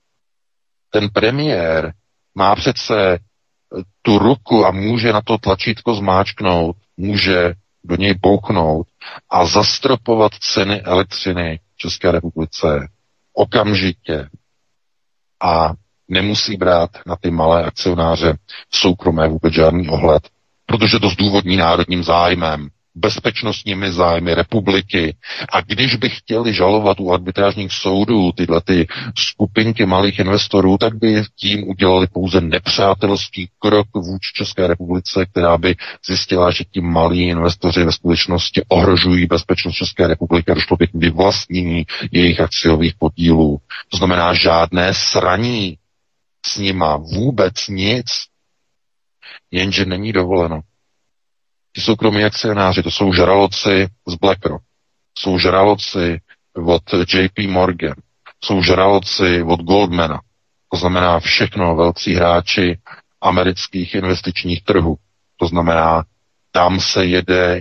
Ten premiér má přece tu ruku a může na to tlačítko zmáčknout, může do něj bouchnout a zastropovat ceny elektřiny v České republice okamžitě. A nemusí brát na ty malé akcionáře soukromé vůbec žádný ohled, protože to zdůvodní národním zájmem, bezpečnostními zájmy republiky. A když by chtěli žalovat u arbitrážních soudů tyhle ty skupinky malých investorů, tak by tím udělali pouze nepřátelský krok vůči České republice, která by zjistila, že ti malí investoři ve skutečnosti ohrožují bezpečnost České republiky a došlo by k vyvlastnění jejich akciových podílů. To znamená žádné sraní s nima, vůbec nic. Jenže není dovoleno. Ti soukromí akcionáři, to jsou žraloci z BlackRock, jsou žraloci od J P Morgan, jsou žraloci od Goldmana, to znamená všechno velcí hráči amerických investičních trhů. To znamená, tam se jede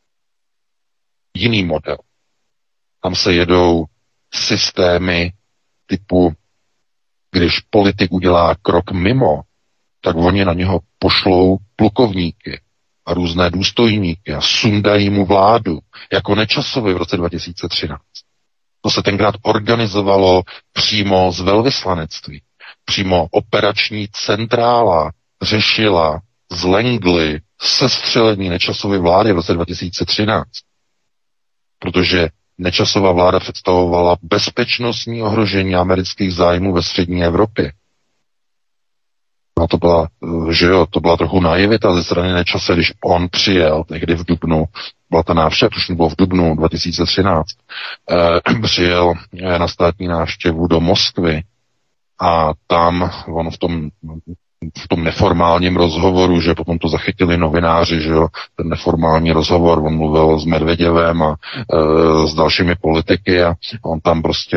jiný model. Tam se jedou systémy typu, když politik udělá krok mimo, tak oni na něho pošlou plukovníky a různé důstojníky a sundají mu vládu, jako Nečasovi v roce dva tisíce třináct. To se tenkrát organizovalo přímo z velvyslanectví. Přímo operační centrála řešila z Langley sestřelení Nečasovy vlády v roce dva tisíce třináct. Protože Nečasova vláda představovala bezpečnostní ohrožení amerických zájmů ve střední Evropě. No to byla, že jo, to byla trochu naivita ze strany Nečase, když on přijel, tehdy v dubnu, byla ta návštěva, už bylo v dubnu dva tisíce třináct, eh, přijel na státní návštěvu do Moskvy a tam on v tom, v tom neformálním rozhovoru, že potom to zachytili novináři, že jo, ten neformální rozhovor, on mluvil s Medveděvem a e, s dalšími politiky a on tam prostě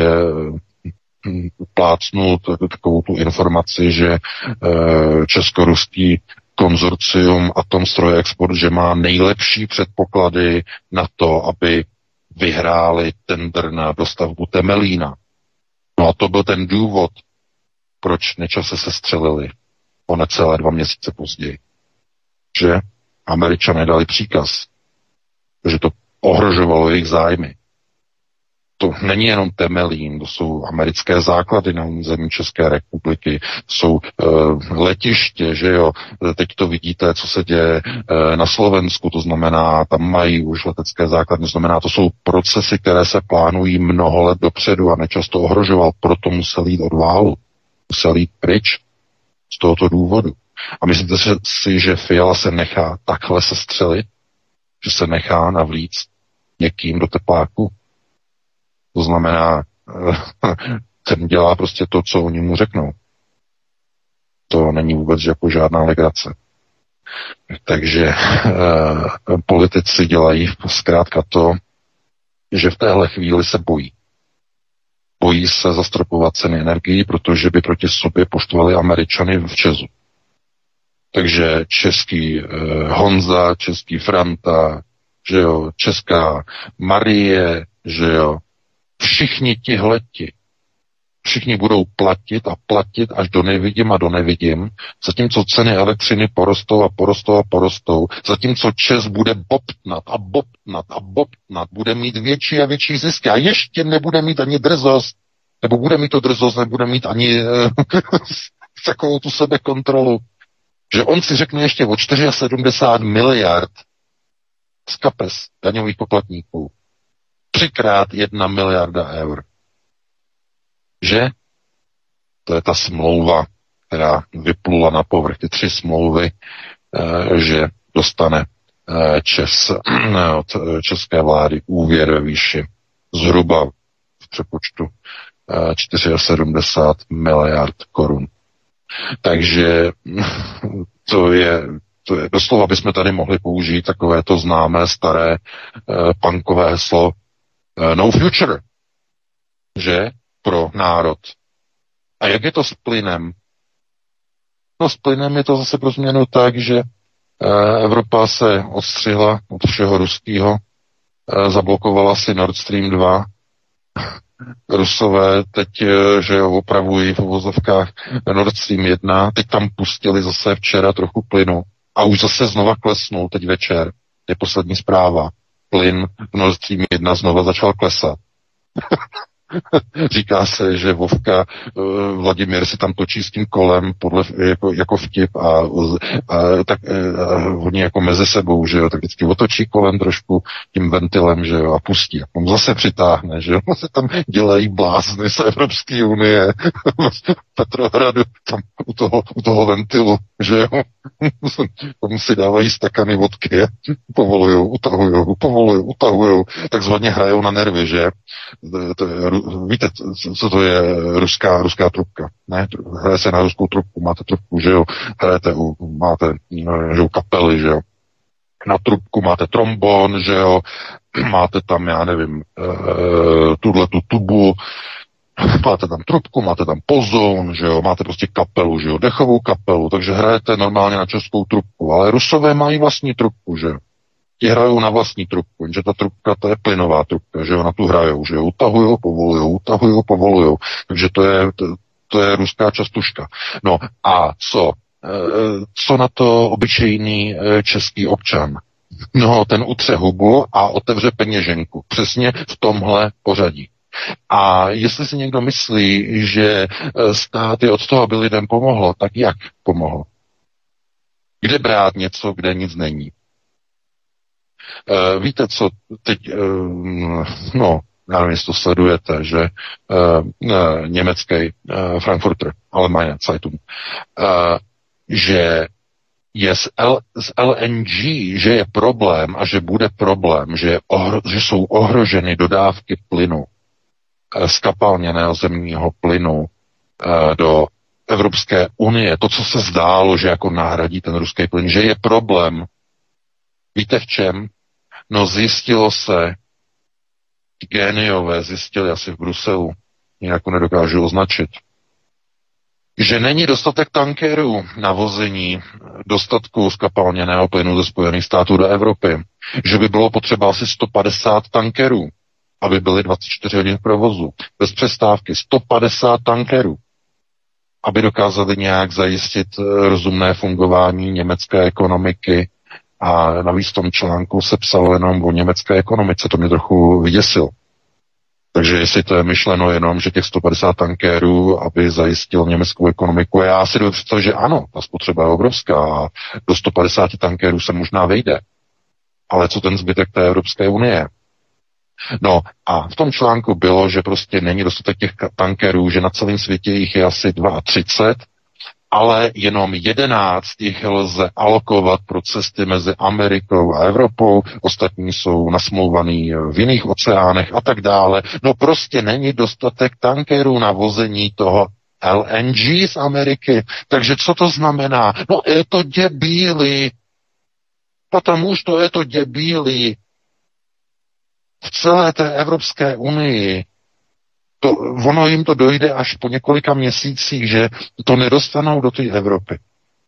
plácnul takovou tu informaci, že e, česko-ruský konzorcium Atomstroje Export, že má nejlepší předpoklady na to, aby vyhráli tender na dostavbu Temelína. No a to byl ten důvod, proč Nečase se střelili o necelé dva měsíce později. Že Američané dali příkaz, že to ohrožovalo jejich zájmy. To není jenom Temelín, to jsou americké základy na území České republiky, jsou e, letiště, že jo, teď to vidíte, co se děje e, na Slovensku, to znamená, tam mají už letecké základy, to znamená, to jsou procesy, které se plánují mnoho let dopředu a nečasto ohrožoval, proto musel jít od válu, musel jít pryč z tohoto důvodu. A myslíte si, že Fiala se nechá takhle sestřelit? Že se nechá navlíct někým do tepláku? To znamená, ten dělá prostě to, co oni mu řeknou. to není vůbec jako žádná legrace. Takže e, politici dělají zkrátka to, že v téhle chvíli se bojí. Bojí se zastropovat ceny energií, protože by proti sobě poštvali Američany v Česu. Takže český eh, Honza, český Franta, že jo, česká Marie, že jo, všichni tihleti, všichni budou platit a platit až do nevidím a do nevidím, zatímco ceny elektřiny porostou a porostou a porostou, zatímco Čes bude bobtnat a bobtnat a bobtnat, bude mít větší a větší zisky a ještě nebude mít ani drzost, nebo bude mít to drzost, nebude mít ani eh, takovou tu sebekontrolu, že on si řekne ještě o sedmdesát čtyři miliard z kapes daňových poplatníků. Třikrát jedna miliarda eur. Že? To je ta smlouva, která vyplula na povrch. Ty tři smlouvy, že dostane Čes, od české vlády úvěr ve výši zhruba v přepočtu sedmdesát čtyři miliard korun. Takže to je, to je doslova bychom tady mohli použít takové to známé staré uh, punkové heslo uh, no future, že? Pro národ. A jak je to s plynem? No s plynem je to zase pro změnu tak, že uh, Evropa se odstřihla od všeho ruského, uh, zablokovala si Nord Stream dva. Rusové teď, že jo, opravují v uvozovkách Nord Stream jedna, teď tam pustili zase včera trochu plynu a už zase znova klesnul teď večer. Je poslední zpráva. Plyn v Nord Stream jedna znova začal klesat. Říká se, že Vovka Vladimír si tam točí s tím kolem podle, jako, jako vtip a, a tak a, oni jako mezi sebou, že jo, tak vždycky otočí kolem trošku tím ventilem, že jo, a pustí. A on zase přitáhne, že jo, se tam dělají blázny z Evropské unie Petrohradu, tam u toho, u toho ventilu, že jo, tam si dávají stakany vodky, povolujou, utahujou, povolujou, utahujou, takzvaně hrajou na nervy, že to je, víte, co to je ruská, ruská trubka, ne? Hraje se na ruskou trubku, máte trubku, že jo, hrajete u, máte, že jo, kapely, že jo, na trubku máte trombon, že jo, máte tam, já nevím, e, tuhle tu tubu, máte tam trubku, máte tam pozoun, že jo, máte prostě kapelu, že jo, dechovou kapelu, takže hrajete normálně na českou trubku, ale Rusové mají vlastní trubku, že jo. Ti hrajou na vlastní trubku, jenže ta trubka, to je plynová trubka, že jo, na tu hrajou, že jo, utahujou, povolujou, utahujou, povolujou, takže to je, to, to je ruská častuška. No a co? Co na to obyčejný český občan? No, ten utře hubu a otevře peněženku. Přesně v tomhle pořadí. A jestli si někdo myslí, že stát je od toho, aby lidem pomohlo, tak jak pomohlo? Kde brát něco, kde nic není? Uh, víte, co teď, uh, no, já nevím, jestli to sledujete, že uh, uh, německý uh, Frankfurter Allgemeine Zeitung, uh, že je z, L, z L N G, že je problém a že bude problém, že, ohro, že jsou ohroženy dodávky plynu, uh, skapalněného zemního plynu uh, do Evropské unie, to, co se zdálo, že jako nahradí ten ruský plyn, že je problém. Víte v čem? No zjistilo se, géniové zjistili asi v Bruselu, nějak nedokážu označit, že není dostatek tankerů na vození dostatku skapalněného plynu ze Spojených států do Evropy. Že by bylo potřeba asi sto padesát tankerů, aby byly dvacet čtyři hodin v provozu. Bez přestávky sto padesát tankerů, aby dokázali nějak zajistit rozumné fungování německé ekonomiky. A navíc v tom článku se psalo jenom o německé ekonomice, to mě trochu vyděsilo. Takže jestli to je myšleno jenom, že těch sto padesát tankérů, aby zajistil německou ekonomiku, já si dovedu představit, že ano, ta spotřeba je obrovská a do sto padesát tankérů se možná vejde. Ale co ten zbytek té Evropské unie? No a v tom článku bylo, že prostě není dostatek těch tankérů, že na celém světě jich je asi třicet dva, ale jenom jedenáct jich lze alokovat pro cesty mezi Amerikou a Evropou, ostatní jsou nasmlouvaný v jiných oceánech a tak dále. No prostě není dostatek tankerů na vození toho L N G z Ameriky. Takže co to znamená? No je to děbíli. Потому что je to děbíli. V celé té Evropské unii to, ono jim to dojde až po několika měsících, že to nedostanou do té Evropy.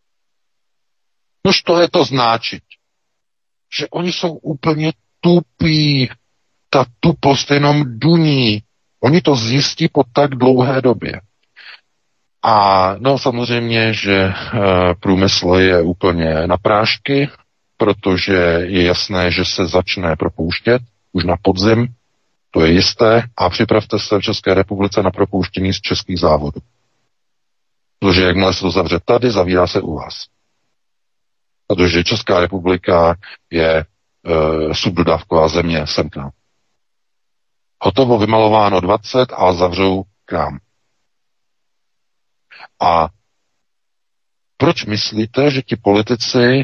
No što je to značit? Že oni jsou úplně tupí. Ta tupost jenom duní. Oni to zjistí po tak dlouhé době. A no samozřejmě, že e, průmysl je úplně na prášky, protože je jasné, že se začne propouštět už na podzim, to je jisté, a připravte se v České republice na propouštění z českých závodů. Protože jakmile se to zavře tady, zavírá se u vás. Protože Česká republika je e, subdodávková země sem k nám. Hotovo, vymalováno dvacet a zavřou k nám. A proč myslíte, že ti politici e,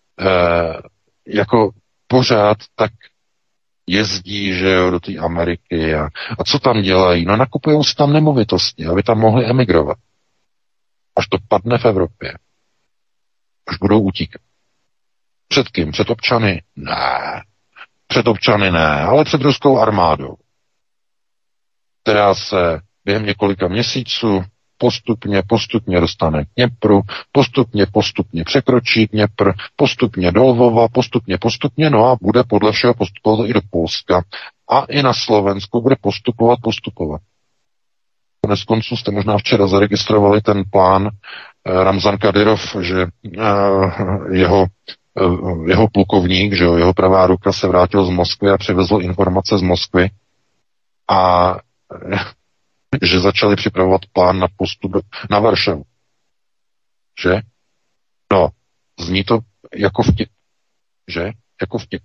jako pořád tak jezdí, že jo, do té Ameriky a, a co tam dělají? No nakupují si tam nemovitosti, aby tam mohli emigrovat. Až to padne v Evropě. Až budou utíkat. Před kým? Před občany? Ne. Před občany ne, ale před ruskou armádou, která se během několika měsíců postupně, postupně dostane k Dněpru, postupně, postupně překročí Dněpr, postupně do Lvova, postupně, postupně, no a bude podle všeho postupovat i do Polska a i na Slovensku bude postupovat, postupovat. Konec konců jste možná včera zaregistrovali ten plán eh, Ramzan Kadyrov, že eh, jeho, eh, jeho plukovník, že jo, jeho pravá ruka se vrátil z Moskvy a přivezl informace z Moskvy a eh, že začali připravovat plán na postup na Varšavu. Že? No, zní to jako vtip. Že? Jako vtip.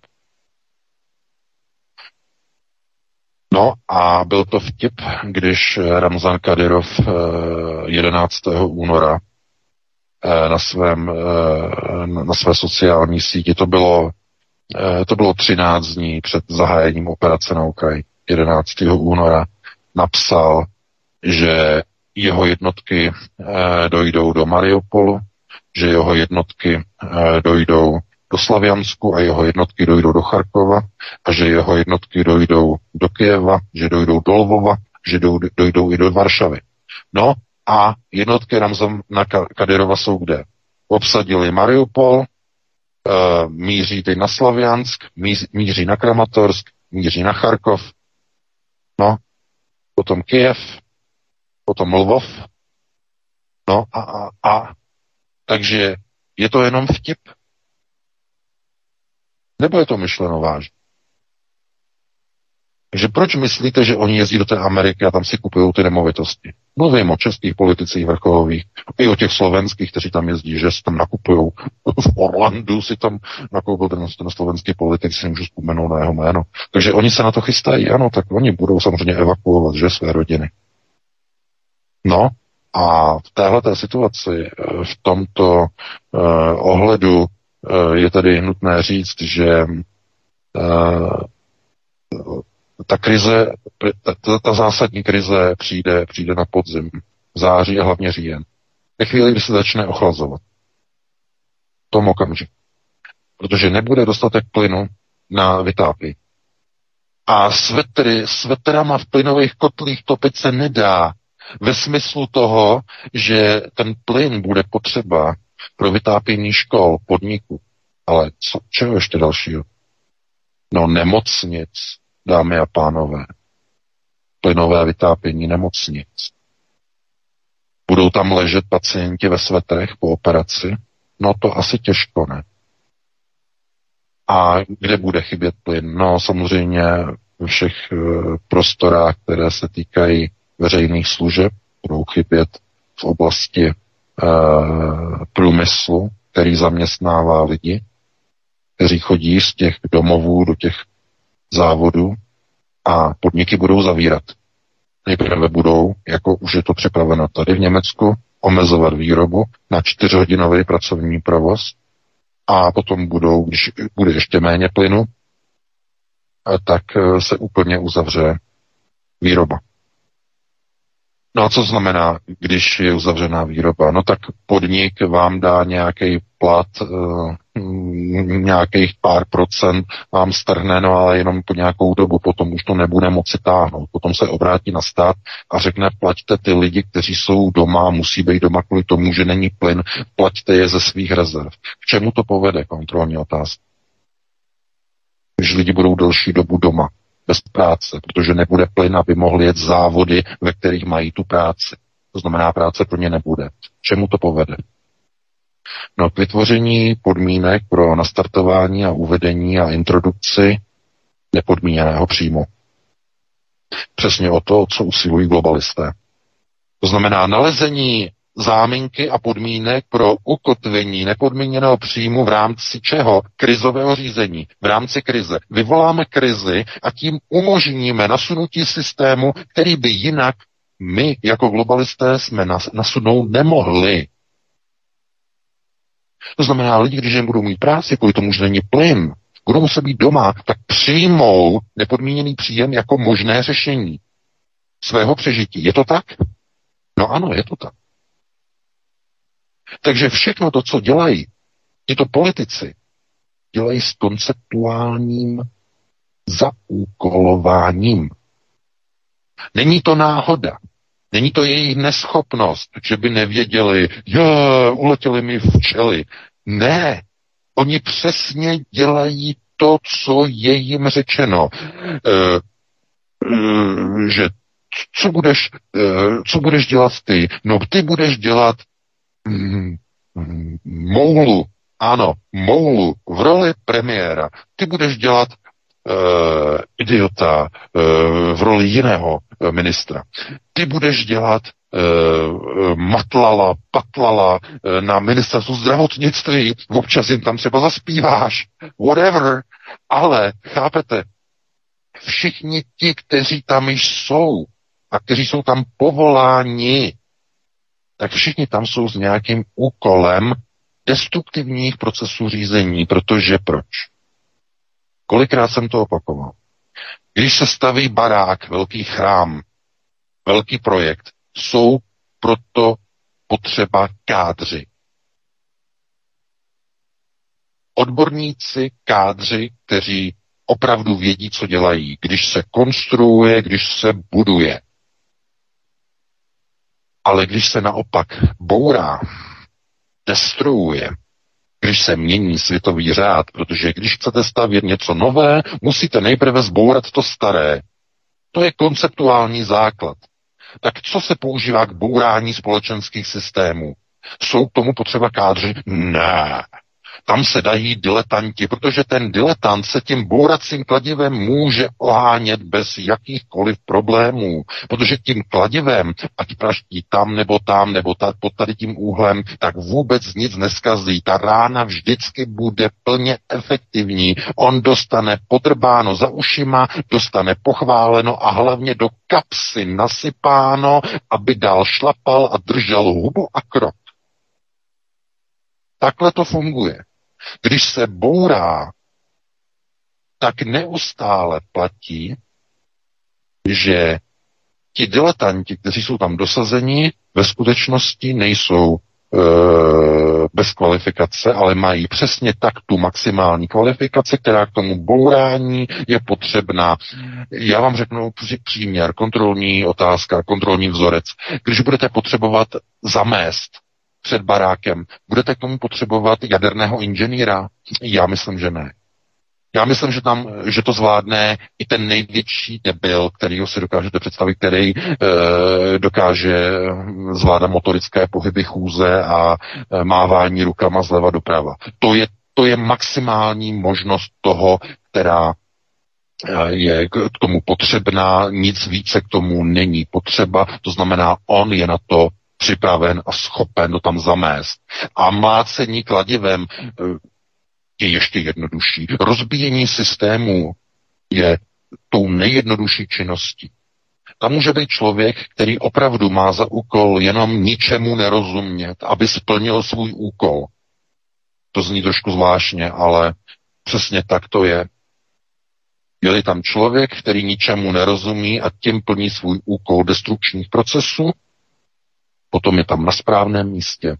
No a byl to vtip, když Ramzan Kadyrov jedenáctého února na svém, na své sociální síti, to bylo, to bylo třináct dní před zahájením operace na Ukrajině, jedenáctého února, napsal, že jeho jednotky eh, dojdou do Mariupolu, že jeho jednotky eh, dojdou do Slaviansku a jeho jednotky dojdou do Charkova a že jeho jednotky dojdou do Kyjeva, že dojdou do Lvova, že dojdou, dojdou i do Varšavy. No a jednotky Ramzana Kadyrova jsou kde? Obsadili Mariupol, eh, míří teď na Slaviansk, míří, míří na Kramatorsk, míří na Charkov, no, potom Kyjev, potom Lvov, no a, a, a takže je to jenom vtip? Nebo je to myšleno vážně? Takže proč myslíte, že oni jezdí do té Ameriky a tam si kupují ty nemovitosti? Mluvím o českých politicích vrcholových, i o těch slovenských, kteří tam jezdí, že si tam nakupují. V Orlandu si tam nakoupil ten, ten slovenský politik, si nemůžu vzpomenout na jeho jméno. Takže oni se na to chystají, ano, tak oni budou samozřejmě evakuovat, že, své rodiny. No a v téhleté situaci, v tomto uh, ohledu uh, je tedy nutné říct, že uh, ta krize, ta, ta zásadní krize přijde, přijde na podzim, září a hlavně říjen. Ve chvíli, kdy se začne ochlazovat. V tom okamžiku. Protože nebude dostatek plynu na vytápění. A svetry, svetrama v plynových kotlích topit se nedá. Ve smyslu toho, že ten plyn bude potřeba pro vytápění škol, podniků. Ale co, čeho ještě dalšího? No nemocnic, dámy a pánové. Plynové vytápění nemocnic. Budou tam ležet pacienti ve svetrech po operaci? No to asi těžko, ne? A kde bude chybět plyn? No samozřejmě ve všech uh, prostorách, které se týkají veřejných služeb, budou chybět v oblasti uh, průmyslu, který zaměstnává lidi, kteří chodí z těch domovů do těch závodů a podniky budou zavírat. Nejprve budou, jako už je to připraveno tady v Německu, omezovat výrobu na čtyřhodinový pracovní provoz a potom budou, když bude ještě méně plynu, tak se úplně uzavře výroba. No a co znamená, když je uzavřená výroba? No tak podnik vám dá nějaký plat, e, nějakých pár procent vám strhne, no ale jenom po nějakou dobu, potom už to nebude moci táhnout. Potom se obrátí na stát a řekne, plaťte ty lidi, kteří jsou doma, musí být doma kvůli tomu, že není plyn, plaťte je ze svých rezerv. K čemu to povede, kontrolní otázka? Když lidi budou delší dobu doma, bez práce, protože nebude plyn, aby mohli jet závody, ve kterých mají tu práci. To znamená, práce pro ně nebude. Čemu to povede? No, k vytvoření podmínek pro nastartování a uvedení a introdukci nepodmíněného příjmu. Přesně o to, co usilují globalisté. To znamená nalezení záminky a podmínek pro ukotvení nepodmíněného příjmu v rámci čeho? Krizového řízení. V rámci krize. Vyvoláme krizi a tím umožníme nasunutí systému, který by jinak my jako globalisté jsme nasunout nemohli. To znamená, lidi, když jim budou mít práci, kvůli tomu, že není plyn, budou muset být doma, tak přijmou nepodmíněný příjem jako možné řešení svého přežití. Je to tak? No ano, je to tak. Takže všechno to, co dělají tyto politici, dělají s konceptuálním zaúkolováním. Není to náhoda. Není to jejich neschopnost, že by nevěděli, jo, uletěli mi včely. Ne, oni přesně dělají to, co je jim řečeno. E, e, že co budeš, e, co budeš dělat ty? No ty budeš dělat mm, mm, moulu, ano, moulu v roli premiéra. Ty budeš dělat Uh, idiota uh, v roli jiného uh, ministra. Ty budeš dělat uh, matlala, patlala uh, na ministerstvu zdravotnictví, občas jim tam třeba zaspíváš, whatever, ale chápete, všichni ti, kteří tam jsou a kteří jsou tam povoláni, tak všichni tam jsou s nějakým úkolem destruktivních procesů řízení, protože proč? Kolikrát jsem to opakoval. Když se staví barák, velký chrám, velký projekt, jsou proto potřeba kádři. Odborníci, kádři, kteří opravdu vědí, co dělají, když se konstruuje, když se buduje. Ale když se naopak bourá, destruuje, když se mění světový řád, protože když chcete stavět něco nové, musíte nejprve zbourat to staré. To je konceptuální základ. Tak co se používá k bourání společenských systémů? Jsou k tomu potřeba kádři? Ne. Tam se dají diletanti, protože ten diletant se tím bouracím kladivem může ohánět bez jakýchkoliv problémů, protože tím kladivem, ať praští tam nebo tam, nebo ta, pod tady tím úhlem, tak vůbec nic neskazí. Ta rána vždycky bude plně efektivní. On dostane podrbáno za ušima, dostane pochváleno a hlavně do kapsy nasypáno, aby dál šlapal a držel hubu a krok. Takhle to funguje. Když se bourá, tak neustále platí, že ti diletanti, kteří jsou tam dosazeni, ve skutečnosti nejsou e, bez kvalifikace, ale mají přesně tak tu maximální kvalifikaci, která k tomu bourání je potřebná. Já vám řeknu příměr, kontrolní otázka, kontrolní vzorec. Když budete potřebovat zamést před barákem, budete k tomu potřebovat jaderného inženýra? Já myslím, že ne. Já myslím, že tam, že to zvládne i ten největší debil, kterýho si dokážete představit, který e, dokáže zvládat motorické pohyby chůze a e, mávání rukama zleva doprava. To je, to je maximální možnost toho, která je k tomu potřebná, nic více k tomu není potřeba, to znamená, on je na to připraven a schopen to tam zamést. A mlácení kladivem je ještě jednodušší. Rozbíjení systému je tou nejjednodušší činností. Tam může být člověk, který opravdu má za úkol jenom ničemu nerozumět, aby splnil svůj úkol. To zní trošku zvláštně, ale přesně tak to je. Je-li tam člověk, který ničemu nerozumí a tím plní svůj úkol destrukčních procesů, potom je tam na správném místě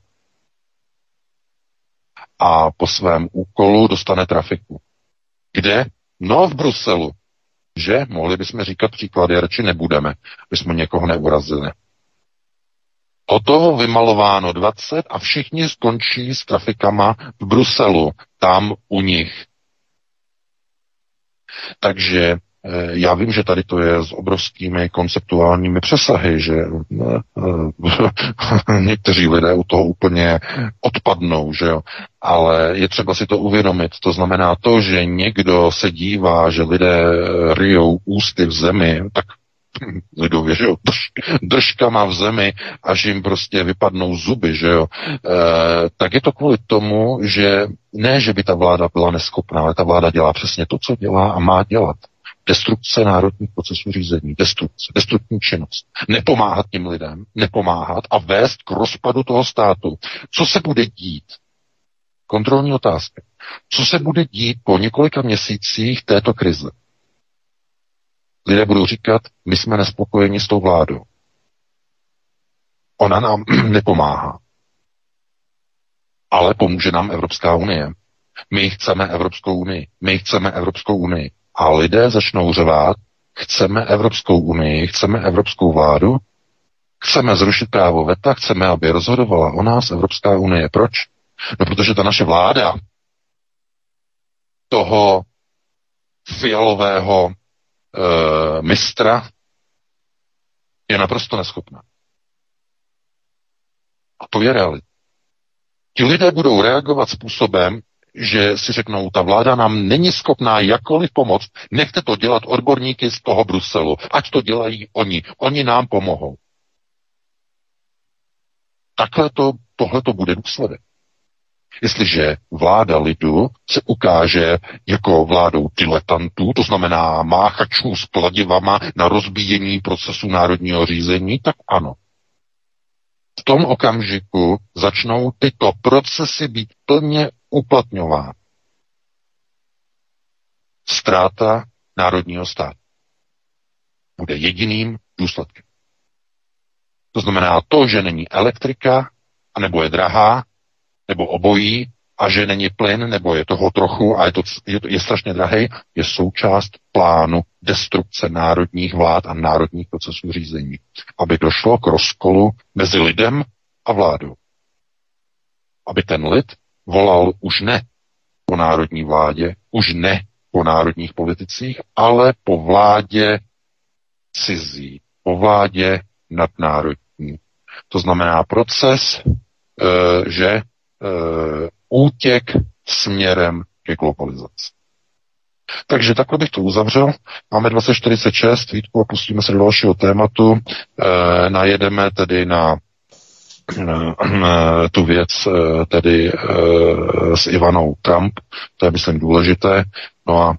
a po svém úkolu dostane trafiku. Kde? No v Bruselu. Že? Mohli bychom říkat příklady, radši nebudeme, bychom někoho neurazili. Od toho vymalováno dvacet a všichni skončí s trafikama v Bruselu, tam u nich. Takže já vím, že tady to je s obrovskými konceptuálními přesahy, že někteří lidé u toho úplně odpadnou, že jo. Ale je třeba si to uvědomit. To znamená to, že někdo se dívá, že lidé ryjou ústy v zemi, tak lidově, že jo, drž, držkama v zemi, až jim prostě vypadnou zuby, že jo, e, tak je to kvůli tomu, že ne, že by ta vláda byla neschopná, ale ta vláda dělá přesně to, co dělá a má dělat. Destrukce národních procesů řízení, destrukce, destrukční činnost. Nepomáhat těm lidem, nepomáhat a vést k rozpadu toho státu. Co se bude dít? Kontrolní otázka. Co se bude dít po několika měsících této krize? Lidé budou říkat, my jsme nespokojeni s tou vládou. Ona nám nepomáhá. Ale pomůže nám Evropská unie. My chceme Evropskou unii. My chceme Evropskou unii. A lidé začnou řvát, chceme Evropskou unii, chceme Evropskou vládu, chceme zrušit právo veta, chceme, aby rozhodovala o nás Evropská unie. Proč? No, protože ta naše vláda toho fialového e, mistra je naprosto neschopná. A to je realita. Ti lidé budou reagovat způsobem, že si řeknou, ta vláda nám není schopná jakkoliv pomoct, nechte to dělat odborníky z toho Bruselu, ať to dělají oni, oni nám pomohou. Takhle to, tohle to bude důsledek. Jestliže vláda lidu se ukáže jako vládou diletantů, to znamená máchačů s kladivama na rozbíjení procesu národního řízení, tak ano. V tom okamžiku začnou tyto procesy být plně uplatňovány. Ztráta národního státu bude jediným důsledkem. To znamená to, že není elektrika, anebo je drahá, nebo obojí, a že není plyn, nebo je toho trochu a je, to, je, je strašně drahý, je součást plánu destrukce národních vlád a národních procesů řízení, aby došlo k rozkolu mezi lidem a vládou. Aby ten lid volal už ne po národní vládě, už ne po národních politicích, ale po vládě cizí, po vládě nadnárodní. To znamená proces, e, že e, útěk směrem ke globalizaci. Takže takhle bych to uzavřel. Máme dvacet čtyřicet šest, Vítku, a pustíme se do dalšího tématu. E, najedeme tedy na e, tu věc e, tedy e, s Ivanou Trump. To je, myslím, důležité. No a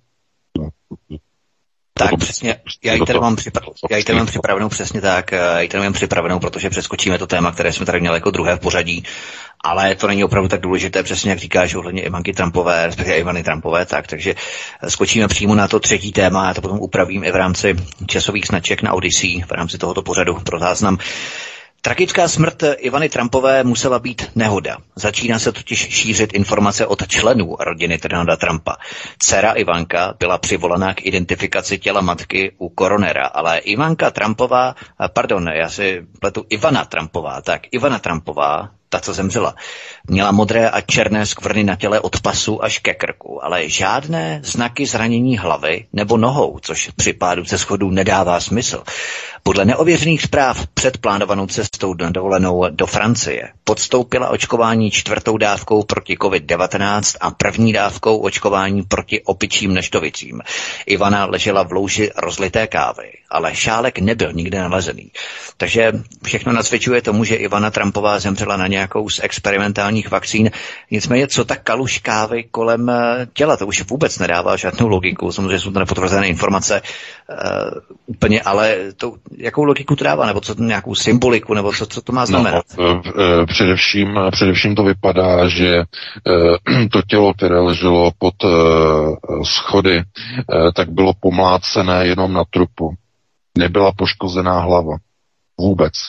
tak přesně, já ji tady mám, připra- já ji tady mám připravenou přesně tak, já ji tady mám připravenou, protože přeskočíme to téma, které jsme tady měli jako druhé v pořadí, ale to není opravdu tak důležité, přesně jak říkáš, ohledně Ivanky Trumpové, respektive Ivany Trumpové, tak, takže skočíme přímo na to třetí téma, já to potom upravím i v rámci časových značek na Odyssey, v rámci tohoto pořadu pro záznam. Tragická smrt Ivany Trumpové musela být nehoda. Začíná se totiž šířit informace od členů rodiny Donalda Trumpa. Dcera Ivanka byla přivolaná k identifikaci těla matky u koronera, ale Ivanka Trumpová, pardon, já si pletu, Ivana Trumpová, tak Ivana Trumpová, ta, co zemřela, měla modré a černé skvrny na těle od pasu až ke krku, ale žádné znaky zranění hlavy nebo nohou, což při pádu ze schodů nedává smysl. Podle neověřených zpráv před plánovanou cestou na dovolenou do Francie podstoupila očkování čtvrtou dávkou proti covid devatenáct a první dávkou očkování proti opičím neštovicím. Ivana ležela v louži rozlité kávy, ale šálek nebyl nikde nalezený. Takže všechno nasvědčuje tomu, že Ivana Trumpová zemřela na nějakou z experimentálních vakcín. Nicméně, co ta kaluž kávy kolem těla, to už vůbec nedává žádnou logiku. Samozřejmě jsou to nepotvrzené informace uh, úplně, ale to, jakou logiku to dává, nebo co, nějakou symboliku, nebo co, co to má znamenat? No, především, především to vypadá, že to tělo, které leželo pod schody, tak bylo pomlácené jenom na trupu. Nebyla poškozená hlava. Vůbec.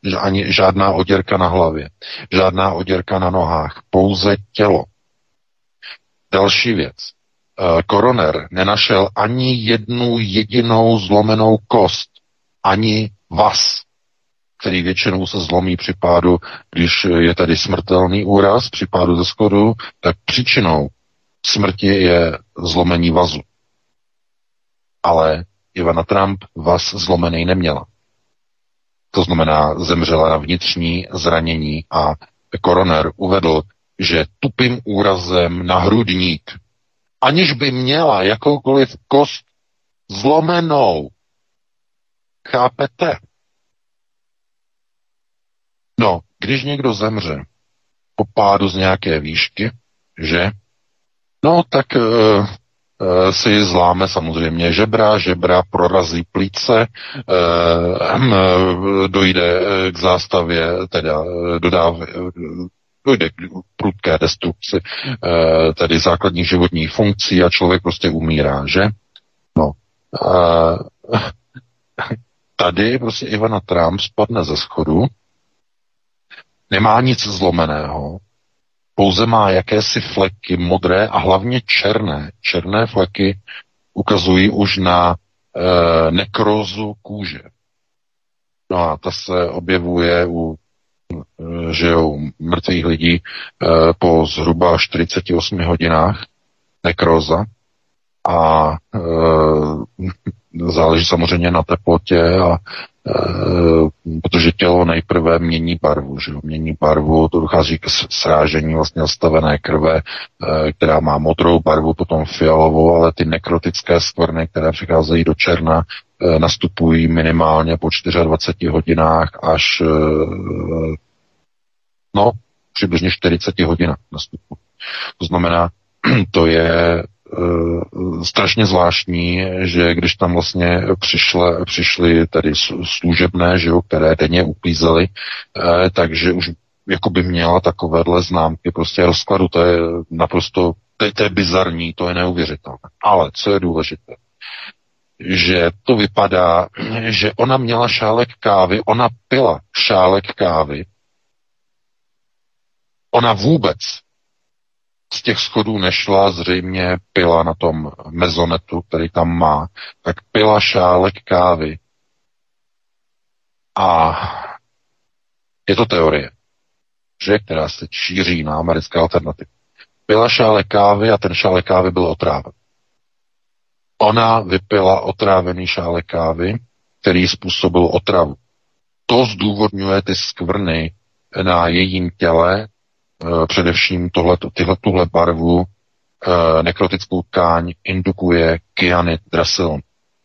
ani žádná oděrka na hlavě, žádná oděrka na nohách, pouze tělo. Další věc. Koroner nenašel ani jednu jedinou zlomenou kost, ani vaz, který většinou se zlomí při pádu, když je tady smrtelný úraz při pádu ze schodu, tak příčinou smrti je zlomení vazu. Ale Ivana Trump vaz zlomený neměla. To znamená, zemřela na vnitřní zranění a koroner uvedl, že tupým úrazem na hrudník, aniž by měla jakoukoliv kost zlomenou. Chápete? No, když někdo zemře po pádu z nějaké výšky, že? No, tak e, e, si zláme samozřejmě žebra, žebra prorazí plíce, e, e, dojde k zástavě, teda dodáv, dojde k prudké destrukci, e, tedy základních životních funkcí a člověk prostě umírá, že? No, e, tady prostě Ivana Trump spadne ze schodu, nemá nic zlomeného, pouze má jakési fleky modré a hlavně černé. Černé fleky ukazují už na e, nekrózu kůže. No a ta se objevuje u e, že jo, mrtvých lidí e, po zhruba čtyřiceti osmi hodinách nekróza a e, záleží samozřejmě na teplotě a e, protože tělo nejprve mění barvu, že jo? Mění barvu, to dochází k srážení vlastně zastavené krve, e, která má modrou barvu, potom fialovou, ale ty nekrotické skvrny, které přicházejí do černa, e, nastupují minimálně po dvaceti čtyřech hodinách až e, no, přibližně čtyřiceti hodinách nastupují. To znamená, to je strašně zvláštní, že když tam vlastně přišle, přišly tady služebné, že jo, které denně uklízely, eh, takže už jako by měla takovéhle známky prostě rozkladu, to je naprosto, to je, to je bizarní, to je neuvěřitelné. Ale co je důležité, že to vypadá, že ona měla šálek kávy, ona pila šálek kávy, ona vůbec z těch schodů nešla, zřejmě pila na tom mezonetu, který tam má, tak pila šálek kávy. A je to teorie, že, která se šíří na americké alternativy. Pila šálek kávy a ten šálek kávy byl otráven. Ona vypila otrávený šálek kávy, který způsobil otravu. To zdůvodňuje ty skvrny na jejím těle, především tohleto, tyhle, tuhle barvu e, nekrotickou tkáň indukuje kyanid draselný.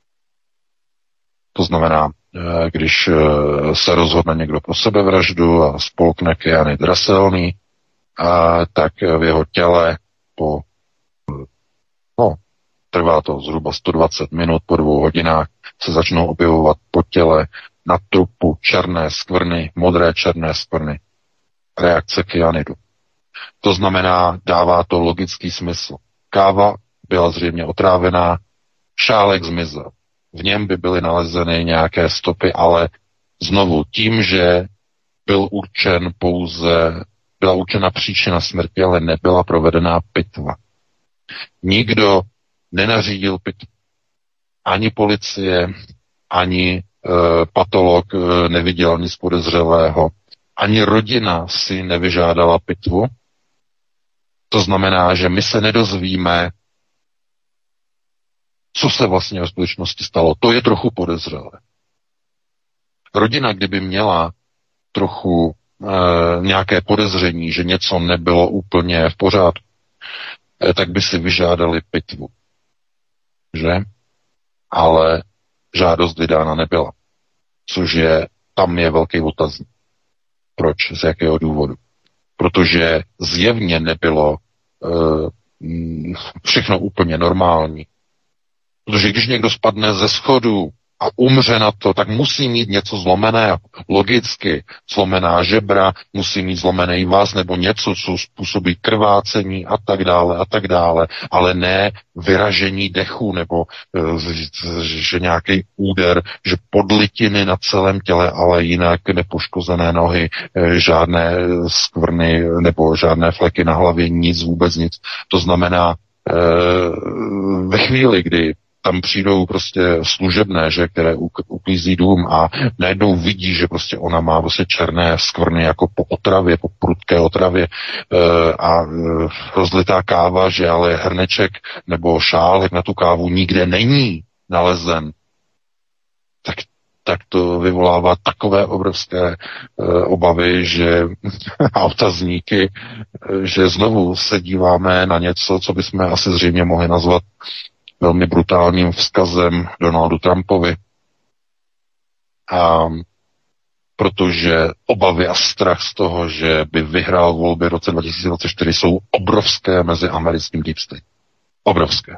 To znamená, e, když e, se rozhodne někdo pro sebevraždu a spolkne kyanid draselný, e, tak v jeho těle po no, trvá to zhruba sto dvacet minut, po dvou hodinách se začnou objevovat po těle na trupu černé skvrny, modré černé skvrny. Reakce kyanidu. To znamená, dává to logický smysl. Káva byla zřejmě otrávená, šálek zmizel. V něm by byly nalezeny nějaké stopy, ale znovu tím, že byl určen pouze, byla určena příčina smrti, ale nebyla provedená pitva. Nikdo nenařídil pitvu. Ani policie, ani e, patolog e, neviděl nic podezřelého. Ani rodina si nevyžádala pitvu. To znamená, že my se nedozvíme, co se vlastně ve skutečnosti stalo. To je trochu podezřelé. Rodina, kdyby měla trochu e, nějaké podezření, že něco nebylo úplně v pořádku, e, tak by si vyžádali pitvu. Že? Ale žádost vydána nebyla. Což je, tam je velký otazník. Proč? Z jakého důvodu? Protože zjevně nebylo uh, všechno úplně normální. Protože když někdo spadne ze schodu a umře na to, tak musí mít něco zlomeného. Logicky zlomená žebra, musí mít zlomený vaz nebo něco, co způsobí krvácení a tak dále a tak dále, ale ne vyražení dechu nebo že nějaký úder, že podlitiny na celém těle, ale jinak nepoškozené nohy, žádné skvrny nebo žádné fleky na hlavě, nic, vůbec nic. To znamená, ve chvíli, kdy tam přijdou prostě služebné, že, které uklízí dům a najednou vidí, že prostě ona má prostě černé skvrny jako po otravě, po prudké otravě e, a e, rozlitá káva, že ale hrneček nebo šálek na tu kávu nikde není nalezen, tak, tak to vyvolává takové obrovské e, obavy, že a otazníky, e, že znovu se díváme na něco, co bychom asi zřejmě mohli nazvat velmi brutálním vzkazem Donaldu Trumpovi. A protože obavy a strach z toho, že by vyhrál volby v roce dva tisíce dvacet čtyři, jsou obrovské mezi americkým deep state. Obrovské.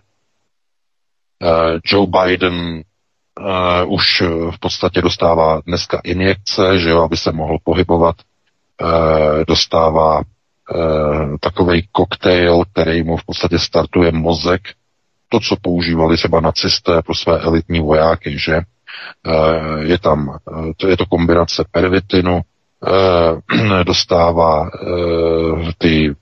Uh, Joe Biden uh, už v podstatě dostává dneska injekce, že jo, aby se mohl pohybovat. Uh, dostává uh, takovej koktejl, který mu v podstatě startuje mozek. To, co používali třeba nacisté pro své elitní vojáky, že je tam, to je to kombinace pervitinu, dostává ty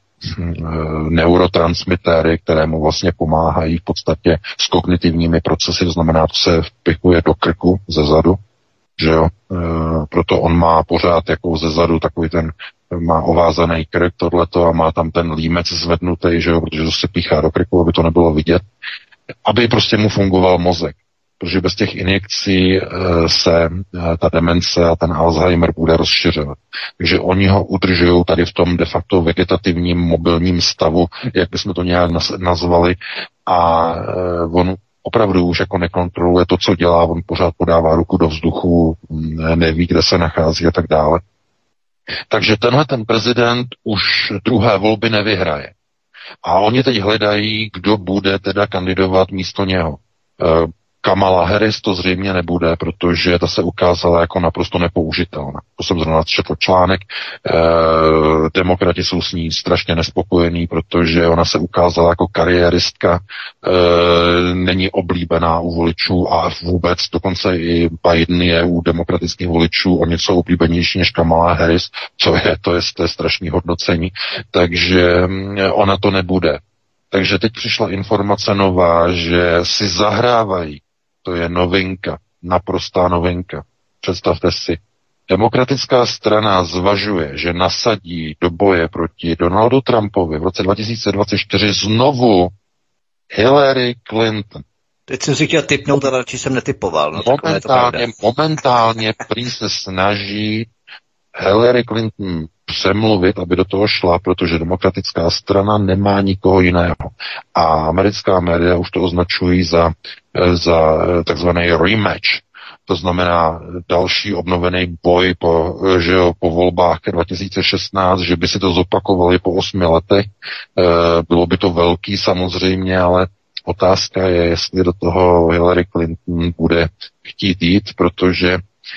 neurotransmitéry, které mu vlastně pomáhají v podstatě s kognitivními procesy, to znamená, to se vpikuje do krku ze zadu, že jo, proto on má pořád jako ze zadu takový ten, má ovázaný krk tohleto a má tam ten límec zvednutý, že jo, protože to se píchá do krku, aby to nebylo vidět, aby prostě mu fungoval mozek, protože bez těch injekcí e, se e, ta demence a ten Alzheimer bude rozšiřovat. Takže oni ho udržují tady v tom de facto vegetativním mobilním stavu, jak bychom to nějak nazvali, a e, on opravdu už jako nekontroluje to, co dělá, on pořád podává ruku do vzduchu, neví, kde se nachází a tak dále. Takže tenhle ten prezident už druhé volby nevyhraje. A oni teď hledají, kdo bude teda kandidovat místo něho. Kamala Harris to zřejmě nebude, protože ta se ukázala jako naprosto nepoužitelná. To jsem zrovna četl článek. E, demokrati jsou s ní strašně nespokojení, protože ona se ukázala jako kariéristka, e, není oblíbená u voličů a vůbec dokonce i Biden je u demokratických voličů o něco oblíbenější než Kamala Harris, co je, to je, to je strašný hodnocení. Takže ona to nebude. Takže teď přišla informace nová, že si zahrávají. To je novinka, naprostá novinka. Představte si, demokratická strana zvažuje, že nasadí do boje proti Donaldu Trumpovi v roce dva tisíce dvacet čtyři znovu Hillary Clinton. Teď jsem si chtěl tipnout, ale radši jsem netipoval. No, momentálně, momentálně prý se snaží Hillary Clinton přemluvit, aby do toho šla, protože demokratická strana nemá nikoho jiného. A americká média už to označují za, za takzvaný rematch. To znamená další obnovený boj po, že jo, po volbách dva tisíce šestnáct, že by si to zopakovali po osmi letech. Bylo by to velký samozřejmě, ale otázka je, jestli do toho Hillary Clinton bude chtít jít, protože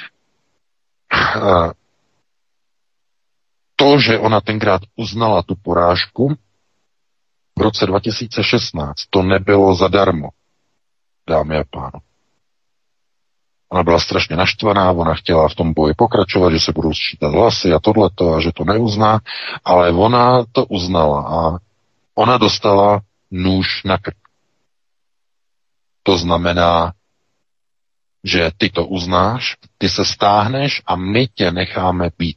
to, že ona tenkrát uznala tu porážku v roce dva tisíce šestnáct, to nebylo zadarmo, dámy a pánové. Ona byla strašně naštvaná, ona chtěla v tom boji pokračovat, že se budou sčítat hlasy a tohleto a že to neuzná, ale ona to uznala a ona dostala nůž na krk. To znamená, že ty to uznáš, ty se stáhneš a my tě necháme být.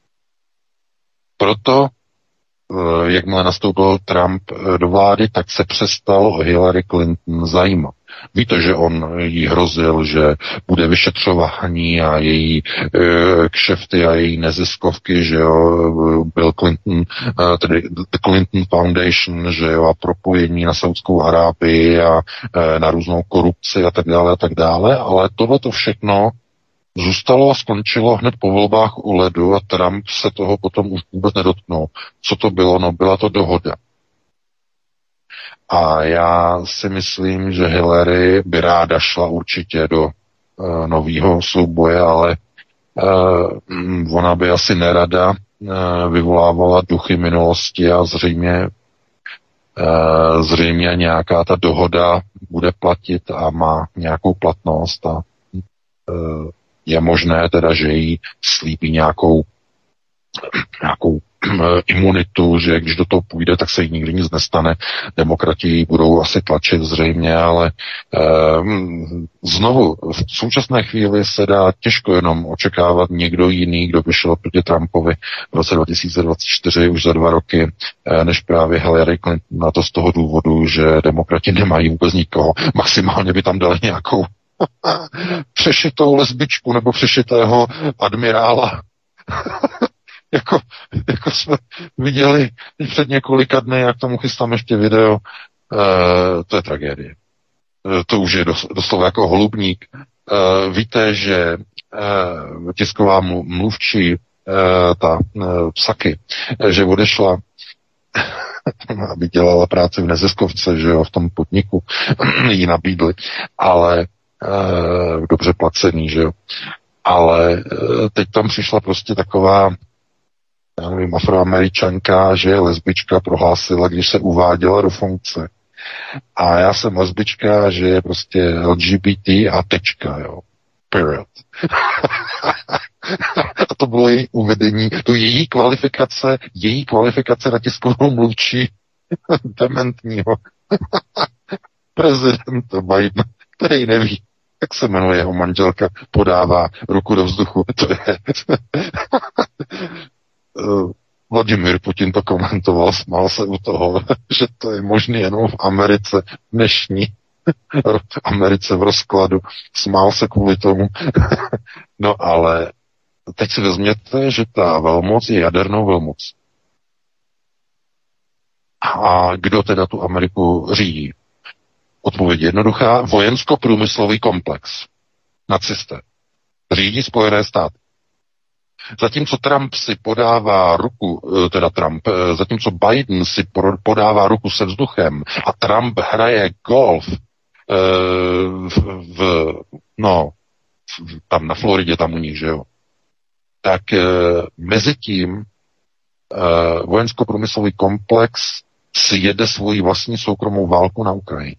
Proto, jakmile nastoupil Trump do vlády, tak se přestal o Hillary Clinton zajímat. Víte, že on jí hrozil, že bude vyšetřování a její e, kšefty a její neziskovky, že jo, Bill Clinton, e, tedy The Clinton Foundation, že jo, a propojení na Saudskou Arábii a e, na různou korupci a tak dále a tak dále, ale tohle to všechno zůstalo a skončilo hned po volbách u ledu a Trump se toho potom už vůbec nedotknul. Co to bylo? No, byla to dohoda. A já si myslím, že Hillary by ráda šla určitě do uh, nového souboje, ale uh, ona by asi nerada uh, vyvolávala duchy minulosti a zřejmě uh, zřejmě nějaká ta dohoda bude platit a má nějakou platnost a uh, je možné teda, že jí slíbí nějakou nějakou imunitu, že když do toho půjde, tak se jí nikdy nic nestane. Demokrati budou asi tlačit zřejmě, ale eh, znovu, v současné chvíli se dá těžko jenom očekávat někdo jiný, kdo by šel proti Trumpovi v roce dva tisíce dvacet čtyři už za dva roky, eh, než právě Hillary Clinton, na to z toho důvodu, že demokrati nemají vůbec nikoho. Maximálně by tam dali nějakou přešitou lesbičku nebo přešitého admirála. Jako, jako jsme viděli před několika dny, jak tomu chystám ještě video, e, to je tragédie. E, to už je dos, doslova jako holubník. E, víte, že e, tisková mluvčí, e, ta e, Psaki, e, že odešla, aby dělala práci v neziskovce, že jo, v tom podniku, jí nabídli, ale e, dobře placený, že jo. Ale e, teď tam přišla prostě taková já nevím, afroameričanka, že je lesbička, prohlásila, když se uváděla do funkce. A já jsem lesbička, že je prostě L G B T a tečka, jo. Period. A to bylo její uvedení, to její kvalifikace, její kvalifikace na tiskovou mluvčí dementního prezidenta Bidena, který neví, jak se jmenuje jeho manželka, podává ruku do vzduchu. To je Vladimír Putin to komentoval, smál se u toho, že to je možné jenom v Americe dnešní, v Americe v rozkladu, smál se kvůli tomu. No ale teď si vezměte, že ta velmoc je jadernou velmoc. A kdo teda tu Ameriku řídí? Odpověď jednoduchá, vojensko-průmyslový komplex. Nacisté. Řídí Spojené státy. Zatímco Trump si podává ruku, teda Trump, zatímco Biden si podává ruku se vzduchem a Trump hraje golf v, v no, tam na Floridě, tam u nich, že jo, tak mezi tím vojensko-průmyslový komplex si jede svoji vlastní soukromou válku na Ukrajině.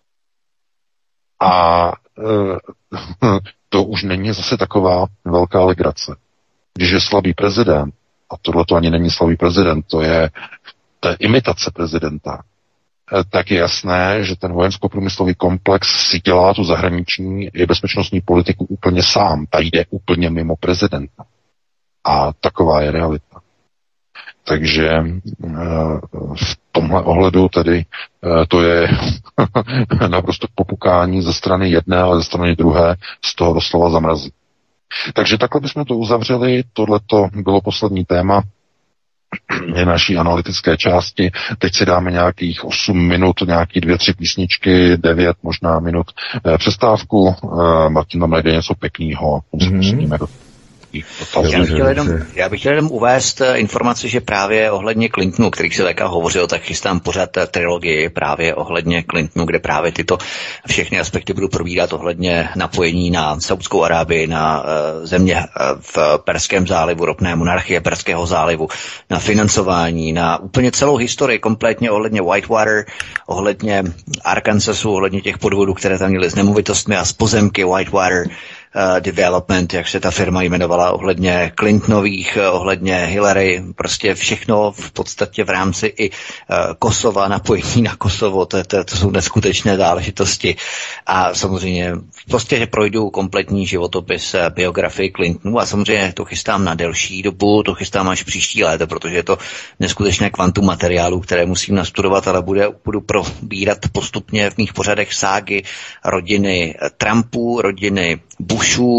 A to už není zase taková velká legrace. Když je slabý prezident, a tohle to ani není slabý prezident, to je, to je imitace prezidenta, tak je jasné, že ten vojensko-průmyslový komplex si dělá tu zahraniční i bezpečnostní politiku úplně sám. Ta jde úplně mimo prezidenta. A taková je realita. Takže v tomhle ohledu tedy to je naprosto popukání ze strany jedné, ale ze strany druhé z toho doslova zamrazí. Takže takhle bychom to uzavřeli. Tohleto bylo poslední téma naší analytické části. Teď si dáme nějakých osm minut, nějaký dvě, tři písničky, devět možná minut přestávku. Martin tam najde něco pěkného. Mm-hmm. Já bych, chtěl jenom, já bych chtěl jenom uvést informaci, že právě ohledně Clintonu, o kterých se také hovořil, tak chystám pořád trilogii právě ohledně Clintonu, kde právě tyto všechny aspekty budu probírat ohledně napojení na Saudskou Arábii, na uh, země uh, v Perském zálivu, ropné monarchie Perského zálivu, na financování, na úplně celou historii, kompletně ohledně Whitewater, ohledně Arkansasu, ohledně těch podvodů, které tam měly s nemovitostmi a s pozemky Whitewater Uh, Development, jak se ta firma jmenovala, ohledně Clintonových, uh, ohledně Hillary, prostě všechno v podstatě v rámci i uh, Kosova, napojení na Kosovo, to, to, to jsou neskutečné záležitosti. A samozřejmě prostě projdu kompletní životopis uh, biografii Clintonu a samozřejmě to chystám na delší dobu, to chystám až příští léto, protože je to neskutečné kvantum materiálu, které musím nastudovat, ale bude, budu probírat postupně v mých pořadech ságy rodiny Trumpů, rodiny Bushů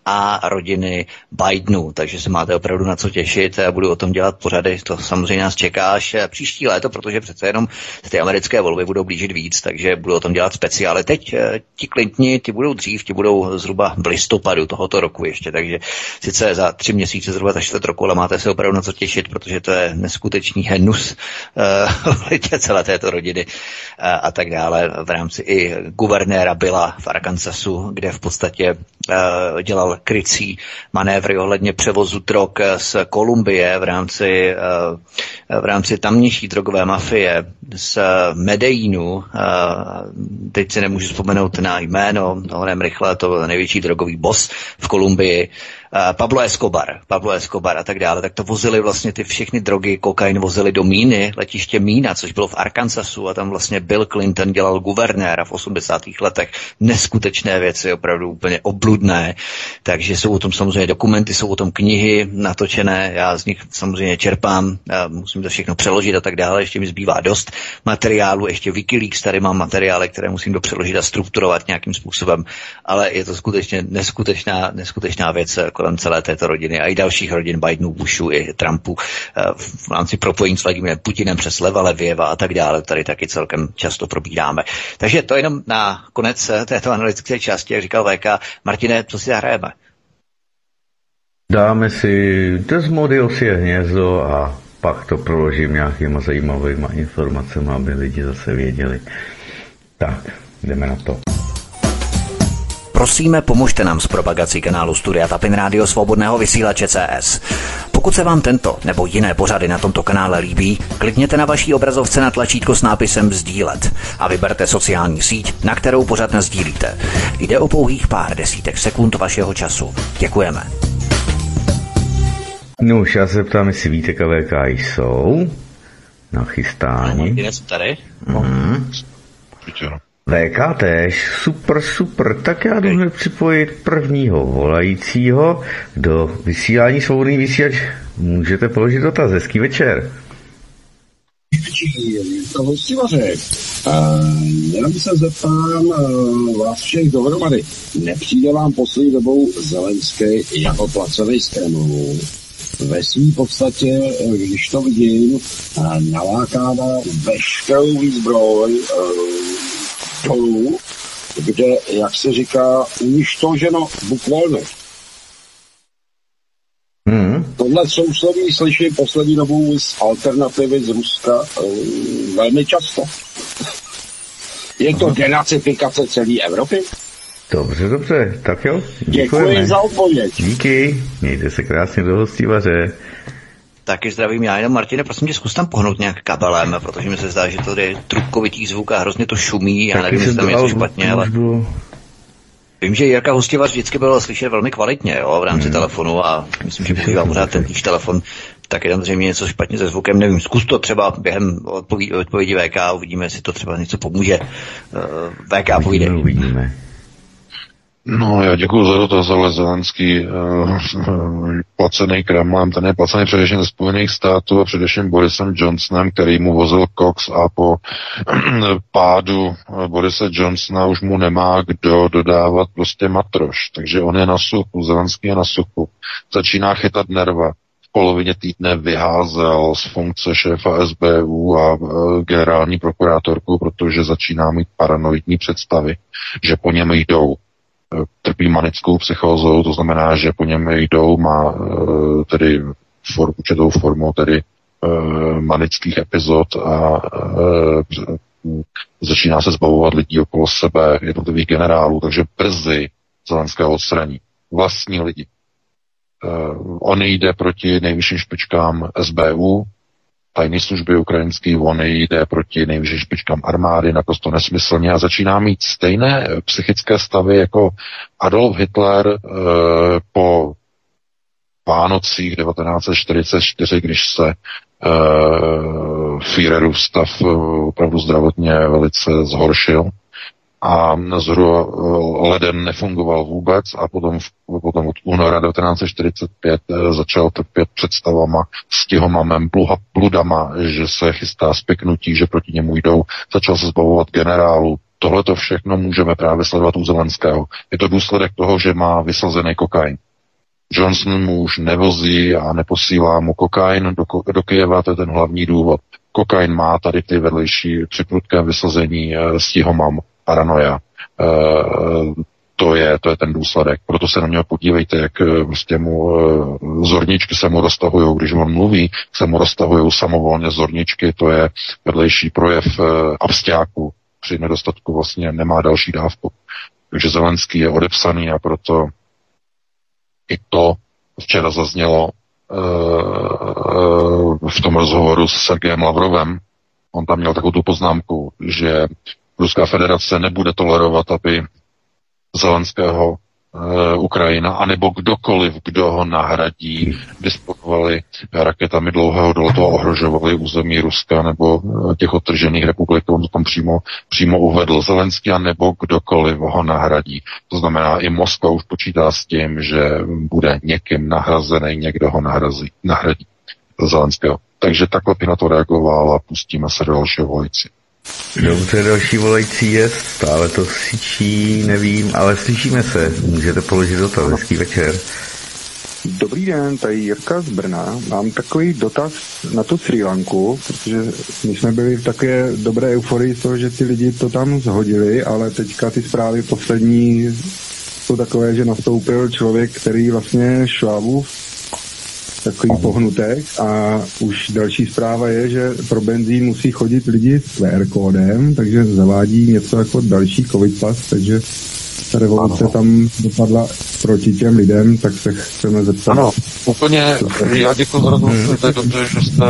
a rodiny Bidenů, takže se máte opravdu na co těšit. Budu o tom dělat pořady, to samozřejmě nás čeká až příští léto, protože přece jenom ty americké volby budou blížit víc, takže budu o tom dělat speciály. Teď ti Clintoni, ty budou dřív, ti budou zhruba v listopadu tohoto roku ještě, takže sice za tři měsíce zhruba ta čtvrt roku, ale máte se opravdu na co těšit, protože to je neskutečný hnus uh, celé této rodiny uh, a tak dále. V rámci i guvernéra Billa v Arkansasu, kde v podstatě uh, dělal krycí manévry ohledně převozu drog z Kolumbie v rámci, uh, v rámci tamnější drogové mafie z Medellínu. Uh, teď si nemůžu vzpomenout na jméno, honem rychle, to byl největší drogový boss v Kolumbii. Pablo Escobar, Pablo Escobar a tak dále, tak to vozili vlastně ty všechny drogy, kokain vozili do Míny, letiště Mína, což bylo v Arkansasu a tam vlastně Bill Clinton dělal guvernéra v osmdesátých letech. Neskutečné věci, opravdu úplně obludné, takže jsou o tom samozřejmě dokumenty, jsou o tom knihy natočené, já z nich samozřejmě čerpám, musím to všechno přeložit a tak dále, ještě mi zbývá dost materiálu, ještě Wikileaks, tady mám materiály, které musím dopřeložit a strukturovat nějakým způsobem, ale je to skutečně neskutečná, neskutečná věc kolem celé této rodiny a i dalších rodin Bidenů, Bushů i Trumpu v rámci propojení s Vladimirem Putinem přes Leva Levěva a tak dále. Tady taky celkem často probíráme. Takže to jenom na konec této analytické části, jak říkal V K. Martine, co si zahrajeme? Dáme si Desmody Ossie hnězdo a pak to proložím nějakýma zajímavýma informacemi, aby lidi zase věděli. Tak, jdeme na to. Prosíme, pomožte nám s propagací kanálu Studia Tapin Rádio Svobodného vysílače C S. Pokud se vám tento nebo jiné pořady na tomto kanále líbí, klikněte na vaší obrazovce na tlačítko s nápisem sdílet a vyberte sociální síť, na kterou pořad nasdílíte. Jde o pouhých pár desítek sekund vašeho času. Děkujeme. No už já se ptám, jestli víte, a V K jsou na chystání. No, tady. Mhm. V K též, super, super, tak já jdu hned připojit prvního volajícího do vysílání Svobodný vysílač. Můžete položit dotaz, hezký večer. To hostivaře. Jenom se zeptám uh, vás všech dohromady. Nepřijde vám poslední dobou Zelenský jako placený z Kremlu? Ve svým podstatě, když to vidím, nalákává veškerou výzbroj dolů, kde, jak se říká, uništoženo bukvalně. Hmm. Tohle sousloví slyším poslední dobou z alternativy z Ruska uh, velmi často. Je to denacifikace celé Evropy? Dobře, dobře, tak jo. Děkujeme. Děkuji za odpověď. Díky, mějte se krásně do hostivaře. Taky zdravím já, jenom Martine, prosím tě, zkus tam pohnout nějak kabelem, protože mi se zdá, že to je trubkovitý zvuk a hrozně to šumí, já nevím, jestli tam něco špatně, ale... Vím, že Jirka Hostivař vždycky byl slyšet velmi kvalitně, jo, v rámci hmm. telefonu a myslím, že používá pořád ten týž telefon, tak je tam zřejmě něco špatně se zvukem, nevím, zkus to třeba během odpovědi, odpovědi V K, uvidíme, jestli to třeba něco pomůže. V K, povídej. Uvidíme. No, já děkuji za dotaz, ale Zelenský uh, placený Kremlem, ten je placený především ze Spojených států a především Borisem Johnsonem, který mu vozil koks a po uh, pádu Borise Johnsona už mu nemá kdo dodávat prostě matroš. Takže on je na suchu, Zelenský je na suchu. Začíná chytat nerva. V polovině týdne vyházel z funkce šéfa S B U a uh, generální prokurátorku, protože začíná mít paranoidní představy, že po něm jdou. Trpí manickou psychózou, to znamená, že po něm jdou, má uh, tedy for, určitou formu tedy uh, manických epizod a uh, začíná se zbavovat lidí okolo sebe, jednotlivých generálů, takže brzy Zelenského odstraní. Vlastní lidi. Uh, on jde proti nejvyšším špičkám S B U, tajné služby ukrajinský, on jde proti nejvyšším špičkám armády, naprosto nesmyslně a začíná mít stejné psychické stavy jako Adolf Hitler e, po Vánocích devatenáct set čtyřicet čtyři, když se e, Führerův stav opravdu zdravotně velice zhoršil a zhruba leden nefungoval vůbec a potom, potom od února devatenáct set čtyřicet pět začal trpět představama, stihomamem, bludama, že se chystá spiknutí, že proti němu jdou. Začal se zbavovat generálů, Tohle to všechno můžeme právě sledovat u Zelenského. Je to důsledek toho, že má vysazený kokain. Johnson mu už nevozí a neposílá mu kokain do, do Kyjeva, to je ten hlavní důvod. Kokain má tady ty vedlejší při prudkém vysazení, z toho mám paranoja. E, to je, to je ten důsledek. Proto se na něho podívejte, jak prostě mu e, zorničky se mu roztahují, když on mluví, se mu roztahují samovolně zorničky, to je vedlejší projev e, absťáku. Při nedostatku vlastně nemá další dávku. Takže Zelenský je odepsaný a proto i to včera zaznělo uh, v tom rozhovoru s Sergejem Lavrovem. On tam měl takovou tu poznámku, že Ruská federace nebude tolerovat, aby Zelenského uh, Ukrajina, anebo kdokoliv, kdo ho nahradí, disponovali raketami dlouhého doletu a ohrožovali území Ruska nebo těch odtržených republik, on tam přímo, přímo uvedl Zelenský, anebo kdokoliv ho nahradí. To znamená, i Moskva už počítá s tím, že bude někým nahrazený, někdo ho nahrazí, nahradí Zelenského. Takže takhle by na to reagoval a pustíme se do dalšího volající. Dobře, další volající je, stále to syčí, nevím, ale slyšíme se. Můžete položit dotaz, hezký večer. Dobrý den, tady Jirka z Brna. Mám takový dotaz na tu Srí Lanku, protože my jsme byli v takové dobré euforii z toho, že ty lidi to tam zhodili, ale teďka ty zprávy poslední jsou takové, že nastoupil člověk, který vlastně Švábův takový pohnutek a už další zpráva je, že pro benzín musí chodit lidi s vé er kódem, takže zavádí něco jako další covid pas, takže ta revoluce ano. tam dopadla proti těm lidem, tak se chceme zeptat. Ano, úplně, já děkuji za rozhovor, to je dobře, že jste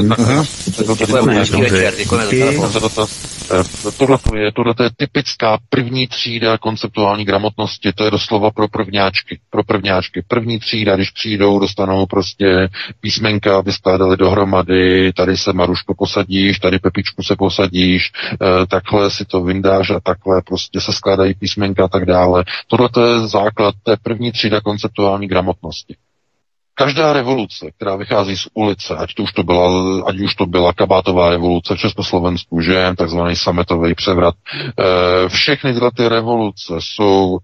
Tohle je, tohle je typická první třída konceptuální gramotnosti, to je doslova pro prvňáčky. Pro prvňáčky. První třída, když přijdou, dostanou prostě písmenka, aby skládali dohromady, tady se Maruško posadíš, tady Pepičku se posadíš, takhle si to vyndáš a takhle prostě se skládají písmenka a tak dále. Tohle je základ té první třída konceptuální gramotnosti. Každá revoluce, která vychází z ulice, ať to už to byla, ať už to byla kabátová revoluce v Československu, že takzvaný sametový převrat, e, všechny tyhle ty revoluce jsou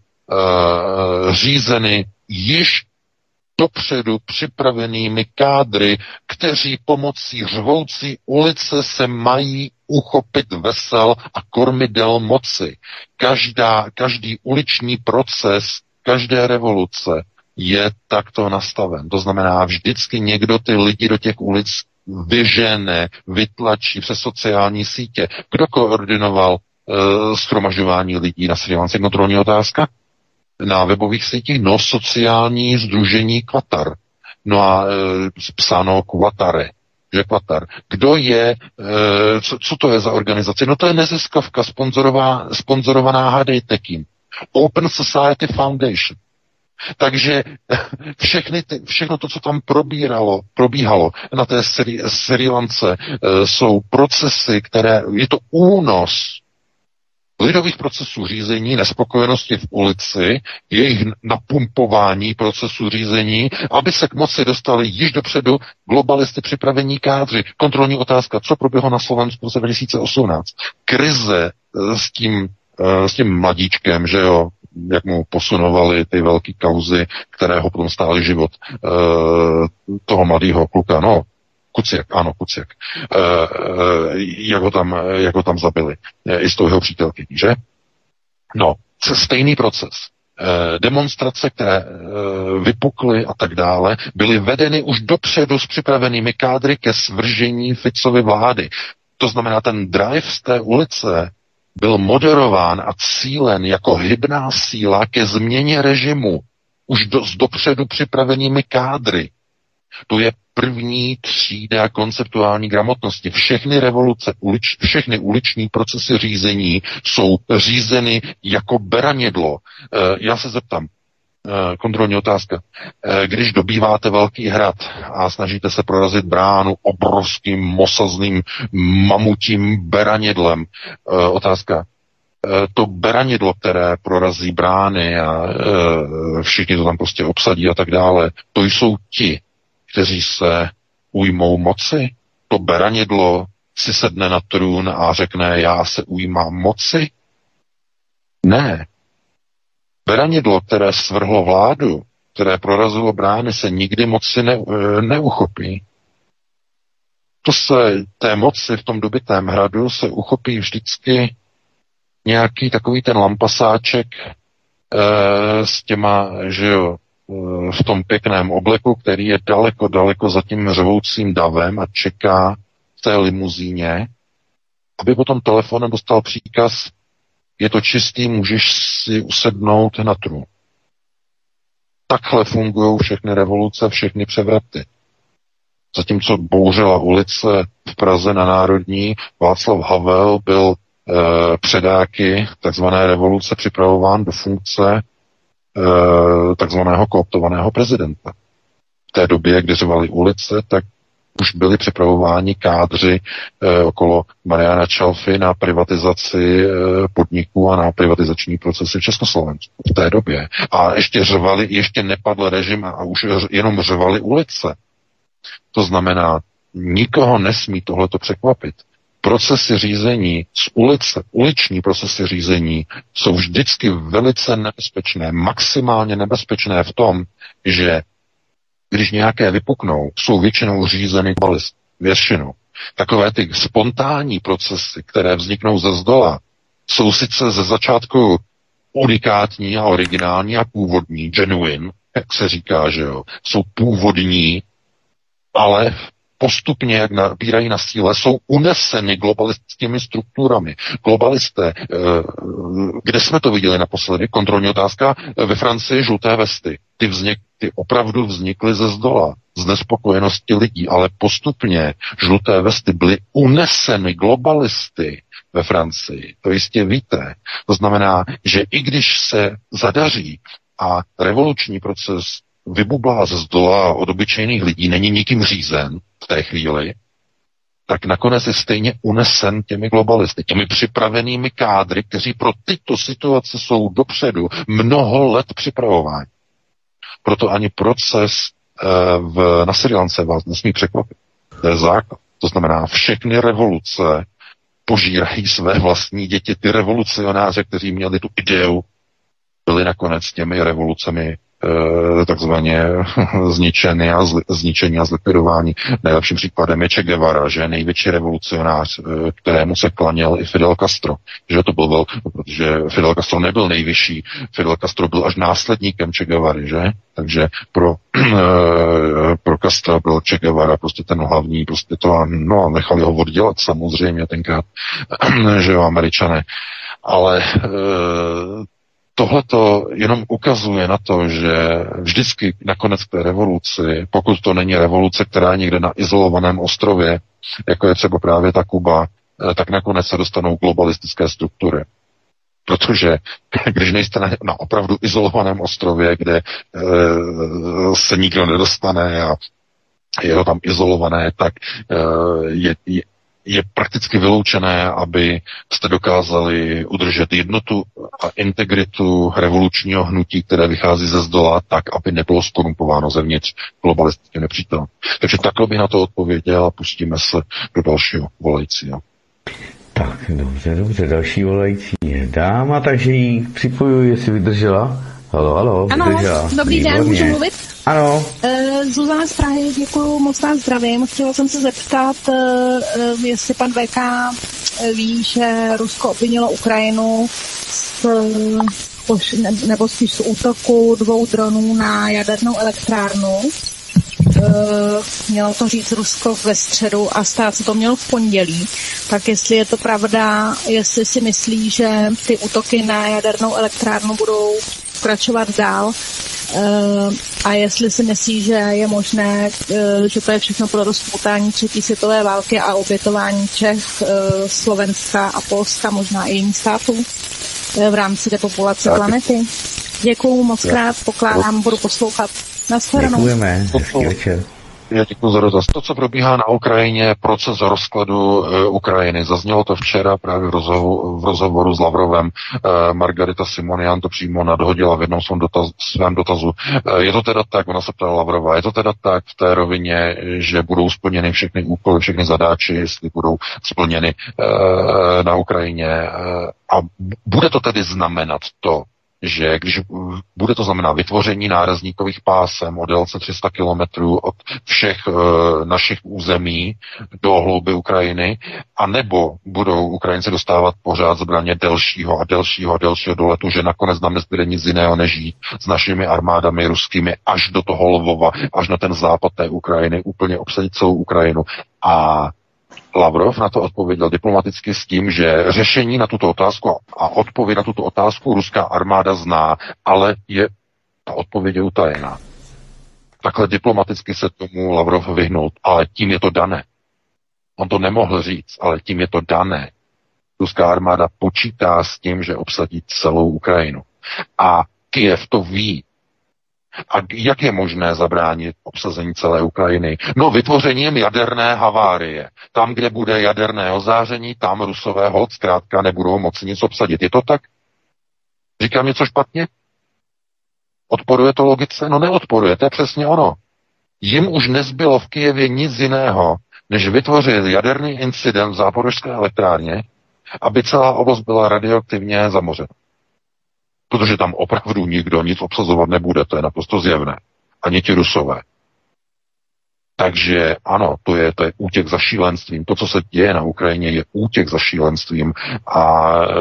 e, řízeny již dopředu připravenými kádry, kteří pomocí řvoucí ulice se mají uchopit vesel a kormidel moci. Každá, každý uliční proces, každé revoluce je takto nastaven. To znamená, vždycky někdo ty lidi do těch ulic vyžene, vytlačí přes sociální sítě. Kdo koordinoval uh, shromažďování lidí na Srí Lance? Kontrolní otázka? Na webových sítích? No, sociální sdružení Kvatar. No a uh, psáno Kvatare. Že Kvatar. Kdo je, uh, co, co to je za organizace? No to je neziskovka sponzorovaná Hadejtekin. Open Society Foundation. Takže všechny ty, všechno to, co tam probíralo, probíhalo na té Sri, Sri Lance, e, jsou procesy, které, je to únos lidových procesů řízení, nespokojenosti v ulici, jejich napumpování procesů řízení, aby se k moci dostali již dopředu globalisty připravení kádři. Kontrolní otázka, co proběhlo na Slovensku v roce dva tisíce osmnáct. Krize s tím, s tím mladíčkem, že jo, jak mu posunovali ty velké kauzy, které ho potom stály život, e, toho mladého kluka, no, Kuciak, ano, Kuciak, e, jak, ho tam, jak ho tam zabili, e, i s tou jeho přítelkyní, že? No, stejný proces. E, demonstrace, které e, vypukly a tak dále, byly vedeny už dopředu s připravenými kádry ke svržení Ficovy vlády. To znamená, ten drive z té ulice byl moderován a cílen jako hybná síla ke změně režimu už do, s dopředu připravenými kádry. To je první třída konceptuální gramotnosti. Všechny revoluce, ulič, všechny uliční procesy řízení jsou řízeny jako beranidlo. E, já se zeptám, e, kontrolní otázka. E, když dobýváte velký hrad a snažíte se prorazit bránu obrovským mosazným mamutím beranidlem, e, otázka. To beranidlo, které prorazí brány a e, všichni to tam prostě obsadí a tak dále, to jsou ti, kteří se ujmou moci. To beranidlo si sedne na trůn a řekne, já se ujímám moci. Ne. Beranidlo, které svrhlo vládu, které prorazilo brány, se nikdy moci ne, neuchopí. To se té moci v tom dobytém hradu se uchopí vždycky nějaký takový ten lampasáček e, s těma, že jo, e, v tom pěkném obleku, který je daleko, daleko za tím řvoucím davem a čeká v té limuzíně, aby potom telefonem dostal příkaz, je to čistý, můžeš si usednout na trůn. Takhle fungují všechny revoluce, všechny převraty. Zatímco bouřila ulice v Praze na Národní, Václav Havel byl e, předáky takzvané revoluce připravován do funkce e, takzvaného kooptovaného prezidenta. V té době, kdy řvali ulice, tak už byli připravováni kádři e, okolo Mariana Čalfy na privatizaci e, podniků a na privatizační procesy v Československu v té době. A ještě řvali, ještě nepadl režim a už jenom řvali ulice. To znamená, nikoho nesmí tohleto překvapit. Procesy řízení z ulice, uliční procesy řízení jsou vždycky velice nebezpečné, maximálně nebezpečné v tom, že když nějaké vypuknou, jsou většinou řízeny globalist, většinou. Takové ty spontánní procesy, které vzniknou ze zdola, jsou sice ze začátku unikátní a originální a původní, genuine, jak se říká, že jo, jsou původní, ale postupně, jak nabírají na síle, jsou uneseny globalistickými strukturami. Globalisté, kde jsme to viděli naposledy? Kontrolní otázka, ve Francii žluté vesty. Ty, vznik, ty opravdu vznikly ze zdola, z nespokojenosti lidí, ale postupně žluté vesty byly uneseny globalisty ve Francii. To jistě víte. To znamená, že i když se zadaří a revoluční proces vybublá ze zdola od obyčejných lidí, není nikým řízen v té chvíli, tak nakonec je stejně unesen těmi globalisty, těmi připravenými kádry, kteří pro tyto situace jsou dopředu mnoho let připravováni. Proto ani proces e, v, na Srí Lance vás nesmí překvapit. To je základ. To znamená, všechny revoluce požírají své vlastní děti. Ty revolucionáře, kteří měli tu ideu, byli nakonec těmi revolucemi takzvaně zničeny a zli, zničení a zlikvidování. Nejlepším příkladem je Che Guevara, že největší revolucionář, kterému se klaněl i Fidel Castro. Že to byl vel, protože Fidel Castro nebyl nejvyšší, Fidel Castro byl až následníkem Che Guevary, že? Takže pro, pro Castra byl Che Guevara prostě ten hlavní, prostě to, no a nechali ho oddělat samozřejmě tenkrát, že jo, Američané. Ale tohle to jenom ukazuje na to, že vždycky nakonec k té revoluci, pokud to není revoluce, která je někde na izolovaném ostrově, jako je třeba právě ta Kuba, tak nakonec se dostanou globalistické struktury. Protože když nejste na, na opravdu izolovaném ostrově, kde e, se nikdo nedostane a je to tam izolované, tak e, je, je je prakticky vyloučené, aby jste dokázali udržet jednotu a integritu revolučního hnutí, které vychází ze zdola, tak, aby nebylo skorumpováno zevnitř globalistickým nepřítelem. Takže takhle bych na to odpověděl a pustíme se do dalšího volajícího. Tak, dobře, dobře, další volající je dáma, takže ji připojuji, jestli vydržela. Halo, halo, vydržela. Ano, dobrý den, můžu mluvit? Ano. Uh, Zuzana z Prahy, děkuju, moc vás zdravím. Chtěla jsem se zeptat, uh, jestli pan V K ví, že Rusko obvinilo Ukrajinu z, ne, nebo spíš z útoku dvou dronů na jadernou elektrárnu. Uh, mělo to říct Rusko ve středu a stát se to mělo v pondělí. Tak jestli je to pravda, jestli si myslí, že ty útoky na jadernou elektrárnu budou pokračovat dál, Uh, a jestli si myslí, že je možné, uh, že to je všechno pro rozpoutání třetí světové války a obětování Čech, uh, Slovenska a Polska, možná i jiných států uh, v rámci depopulace planety. Děkuju moc krát, pokládám, budu poslouchat. Nashledanou. Děkujeme, hezký večer. Já děkuji za dotaz. To, co probíhá na Ukrajině, je proces rozkladu e, Ukrajiny. Zaznělo to včera právě v, rozhovu, v rozhovoru s Lavrovem. E, Margarita Simonian to přímo nadhodila v jednom svém, dotaz, svém dotazu. E, je to teda tak, ona se ptala Lavrova, je to teda tak v té rovině, že budou splněny všechny úkoly, všechny zadáči, jestli budou splněny e, na Ukrajině. E, a bude to tedy znamenat to, že když bude to znamená vytvoření nárazníkových pásem o délce tři sta kilometrů od všech e, našich území do hlouby Ukrajiny, anebo budou Ukrajinci dostávat pořád zbraně delšího a delšího a delšího doletu, že nakonec nám nezbyde nic jiného než jít s našimi armádami ruskými až do toho Lvova, až na ten západ té Ukrajiny, úplně obsadit celou Ukrajinu. A Lavrov na to odpověděl diplomaticky s tím, že řešení na tuto otázku a odpověď na tuto otázku ruská armáda zná, ale je ta odpověď je utajená. Takhle diplomaticky se tomu Lavrov vyhnul, ale tím je to dané. On to nemohl říct, ale tím je to dané. Ruská armáda počítá s tím, že obsadí celou Ukrajinu. A Kyjev to ví. A jak je možné zabránit obsazení celé Ukrajiny? No vytvořením jaderné havárie. Tam, kde bude jaderné ozáření, tam Rusové holt zkrátka nebudou moci nic obsadit. Je to tak? Říkám něco špatně? Odporuje to logice? No neodporuje, to je přesně ono. Jim už nezbylo v Kyjevě nic jiného, než vytvořit jaderný incident v záporožské elektrárně, aby celá oblast byla radioaktivně zamořena. Protože tam opravdu nikdo nic obsazovat nebude, to je naprosto zjevné. Ani ti Rusové. Takže ano, to je, to je útěk za šílenstvím. To, co se děje na Ukrajině, je útěk za šílenstvím. A e,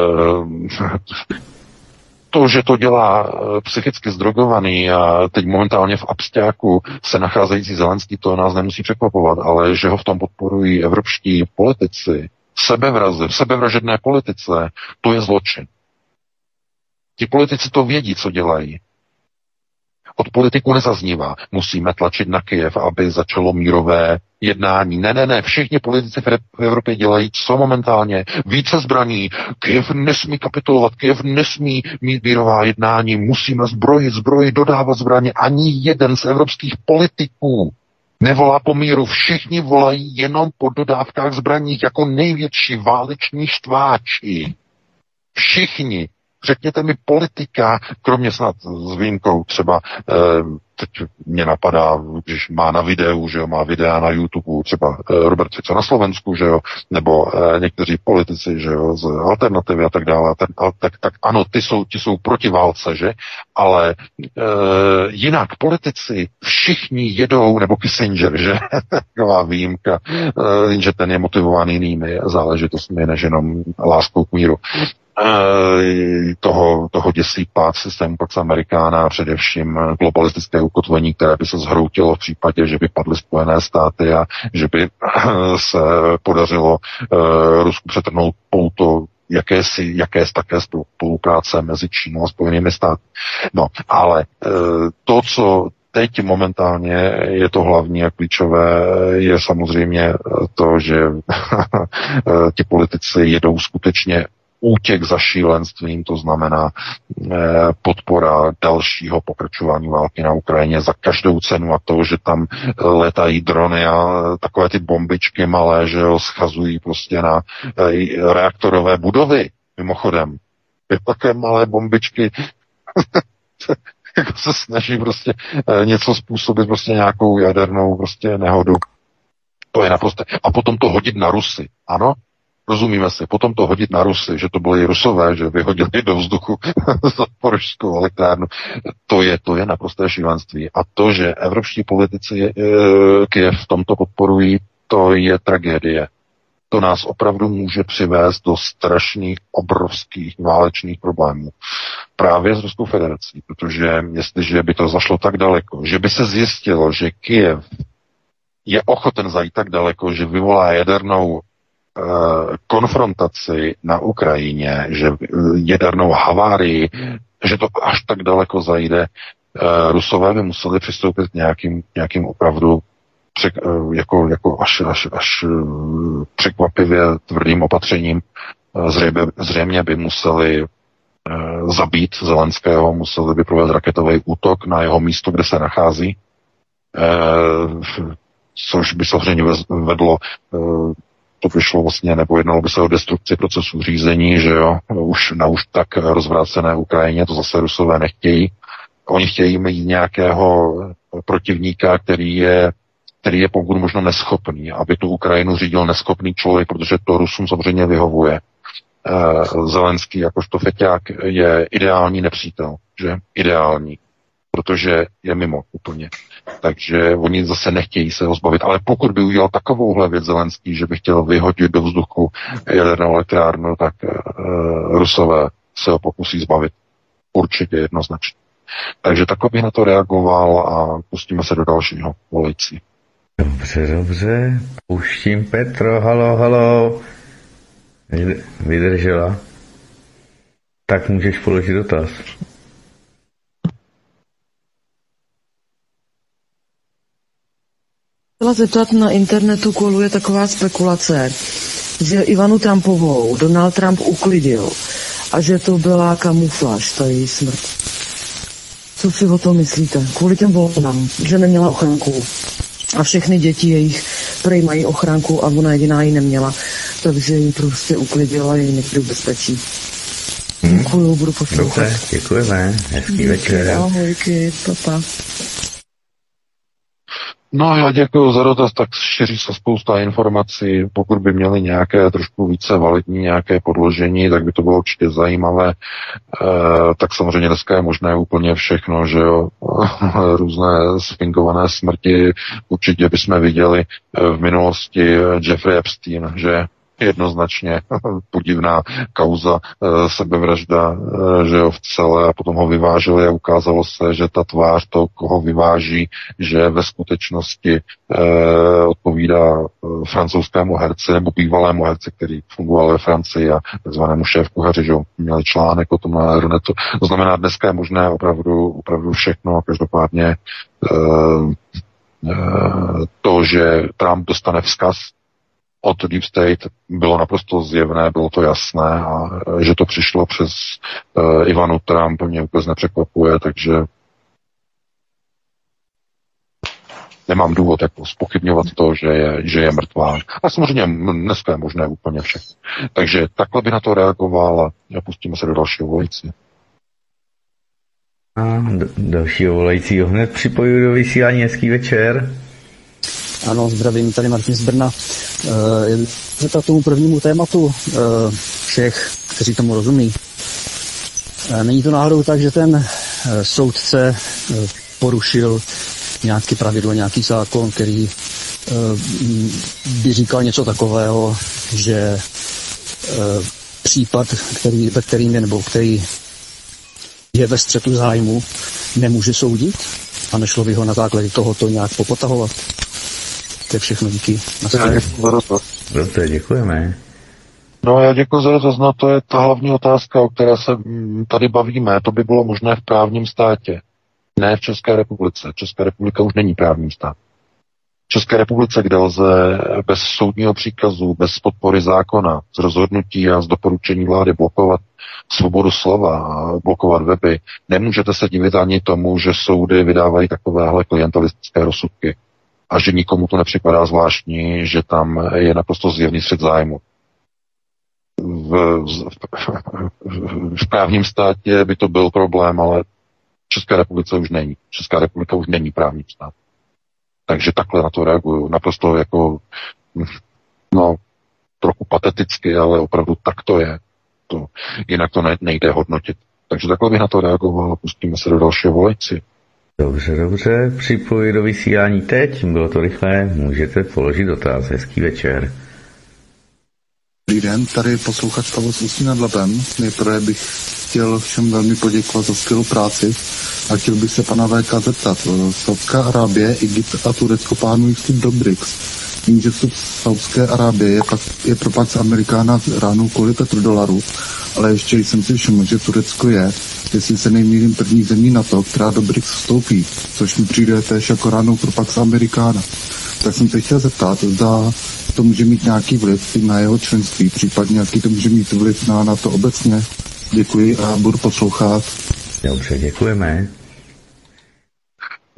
to, že to dělá psychicky zdrogovaný a teď momentálně v absťáku se nacházející Zelenský, to nás nemusí překvapovat, ale že ho v tom podporují evropští politici, sebevrazy, v sebevražedné politice, to je zločin. Ti politici to vědí, co dělají. Od politiků nezaznívá. Musíme tlačit na Kyjev, aby začalo mírové jednání. Ne, ne, ne. Všichni politici v Evropě dělají co momentálně? Více zbraní. Kyjev nesmí kapitulovat. Kyjev nesmí mít mírová jednání. Musíme zbrojit, zbrojit, dodávat zbraně. Ani jeden z evropských politiků nevolá po míru. Všichni volají jenom po dodávkách zbraní jako největší váleční štváči. Všichni. Řekněte mi politika, kromě snad s výjimkou třeba, eh, teď mě napadá, když má na videu, že jo, má videa na YouTube, třeba eh, Robert Fico na Slovensku, že jo, nebo eh, někteří politici, že jo, z Alternativy a tak dále, tak, tak, tak ano, ty jsou, ty jsou proti válce, že, ale eh, jinak politici všichni jedou, nebo Kissinger, že, taková výjimka, eh, jenže ten je motivovaný jinými záležitostmi, než jenom láskou k míru. Toho, toho děsí pád systému Pax Americana a především globalistické ukotvení, které by se zhroutilo v případě, že by padly Spojené státy a že by se podařilo uh, Rusku přetrhnout pouto jakési, jakési také spolupráce mezi Čínou a Spojenými státy. No, ale uh, to, co teď momentálně je to hlavní a klíčové, je samozřejmě to, že ti politici jedou skutečně útěk za šílenstvím, to znamená eh, podpora dalšího pokračování války na Ukrajině za každou cenu a to, že tam letají drony a takové ty bombičky malé, že jo, schazují prostě na eh, reaktorové budovy, mimochodem. Je také malé bombičky jako se snaží prostě eh, něco způsobit, prostě nějakou jadernou prostě nehodu. To je naprosto. A potom to hodit na Rusy, ano? Rozumíme si, potom to hodit na Rusy, že to byli Rusové, že vyhodili do vzduchu Zaporožskou elektrárnu, to je, to je naprosté šílenství. A to, že evropští politici e, Kyjev v tomto podporují, to je tragédie. To nás opravdu může přivést do strašných, obrovských válečných problémů. Právě s Ruskou federací, protože jestliže by to zašlo tak daleko, že by se zjistilo, že Kyjev je ochoten zajít tak daleko, že vyvolá jadernou konfrontaci na Ukrajině, že jadernou havárii, že to až tak daleko zajde, Rusové by museli přistoupit k nějakým, nějakým opravdu přek, jako, jako až, až, až překvapivě tvrdým opatřením. Zřejmě, zřejmě by museli zabít Zelenského, museli by provést raketový útok na jeho místo, kde se nachází. což by samozřejmě vedlo, to by šlo vlastně, nebo jednalo by se o destrukci procesu řízení, že jo, už na už tak rozvrácené Ukrajině, to zase Rusové nechtějí. Oni chtějí mít nějakého protivníka, který je, který je pokud možno neschopný, aby tu Ukrajinu řídil neschopný člověk, protože to Rusům samozřejmě vyhovuje. Zelenský jakožto feťák je ideální nepřítel, že? Ideální, protože je mimo úplně. Takže oni zase nechtějí se ho zbavit. Ale pokud by udělal takovouhle věc Zelenský, že by chtěl vyhodit do vzduchu jadernou elektrárnu, tak uh, Rusové se ho pokusí zbavit. Určitě jednoznačně. Takže takhle bych na to reagoval a pustíme se do dalšího volající. Dobře, dobře. Pouštím Petro, halo, halo. Vydržela. Tak můžeš položit dotaz. Chtěla zeptat, na internetu koluje taková spekulace, že Ivanu Trumpovou Donald Trump uklidil a že to byla kamufláž, ta její smrt. Co si o tom myslíte? Kvůli těm volbám, že neměla ochránku a všechny děti jejich prej mají ochránku a ona jediná ji neměla, takže ji prostě uklidila a ji někdy v bezpečí. Hmm. Děkuju, budu poslouchat. Dobře, děkujeme, hezký večer. Ahojky, papa. No, já děkuji za dotaz, tak šíří se spousta informací, pokud by měli nějaké trošku více validní nějaké podložení, tak by to bylo určitě zajímavé, e, tak samozřejmě dneska je možné úplně všechno, že jo, různé sfingované smrti, určitě bychom viděli v minulosti Jeffrey Epstein, že jednoznačně podivná kauza, sebevražda, že jo, v celé, a potom ho vyváželi a ukázalo se, že ta tvář toho, koho vyváží, že ve skutečnosti eh, odpovídá francouzskému herci nebo bývalému herci, který fungoval ve Francii, a takzvanému šéfkuchaři, že jo, měli článek o tom na Aeronetu. To znamená, dneska je možné opravdu, opravdu všechno, každopádně eh, eh, to, že Trump dostane vzkaz od Deep State, bylo naprosto zjevné, bylo to jasné, a že to přišlo přes uh, Ivanu Trump, mě vůbec nepřekvapuje, takže nemám důvod jako zpochybňovat to, že je, že je mrtvá. A samozřejmě dneska je možné úplně všechno. Takže takhle by na to reagoval a pustíme se do dalšího volající. A do, dalšího volajícího hned připojuji do vysílání. Hezký večer. Ano, zdravím, tady Martin z Brna. Zeptat tomu prvnímu tématu všech, kteří tomu rozumí. Není to náhodou tak, že ten soudce porušil nějaký pravidlo, nějaký zákon, který by říkal něco takového, že případ, který, ve kterým je, nebo který je ve střetu zájmu, nemůže soudit a nešlo by ho na základě tohoto nějak popotahovat? To je všechno, díky. Dobře, děkujeme. No, já děkuji za dotaz. No, to je ta hlavní otázka, o které se tady bavíme. To by bylo možné v právním státě. Ne v České republice. Česká republika už není právním stát. V České republice, kde lze bez soudního příkazu, bez podpory zákona, z rozhodnutí a z doporučení vlády blokovat svobodu slova, blokovat weby, nemůžete se divit ani tomu, že soudy vydávají takovéhle klientelistické rozsudky. A že nikomu to nepřipadá zvláštní, že tam je naprosto zjevný střet zájmu. V, v, v právním státě by to byl problém, ale v České republice už není. Česká republika už není právní stát. Takže takhle na to reaguju. Naprosto jako, no, trochu pateticky, ale opravdu tak to je. To, jinak to nejde hodnotit. Takže takhle bych na to reagoval a pustíme se do dalšího volající. Dobře, dobře, připojuji do vysílání teď, bylo to rychlé, můžete položit dotaz, hezký večer. Dobrý den, tady posluchač Pavel z Ústí nad Labem. Nejprve bych chtěl všem velmi poděkovat za skvělou práci a chtěl bych se pana V K zeptat. Saudská Arábie, Egypt a Turecko plánují vstup do B R I C S. Vím, že vstup Saudské Arábie je, pak, je pro Pax Amerikána ránou kvůli petrodolaru, ale ještě jsem si všiml, že Turecko je, jestli se nejmýlím, první zemí NATO, která do B R I C S vstoupí, což mi přijde též jako ránou pro Pax Amerikána. Tak jsem se chtěl zeptat, zda to může mít nějaký vliv na jeho členství, případně jaký to může mít vliv na NATO obecně. Děkuji a budu poslouchat. Dobře, děkujeme.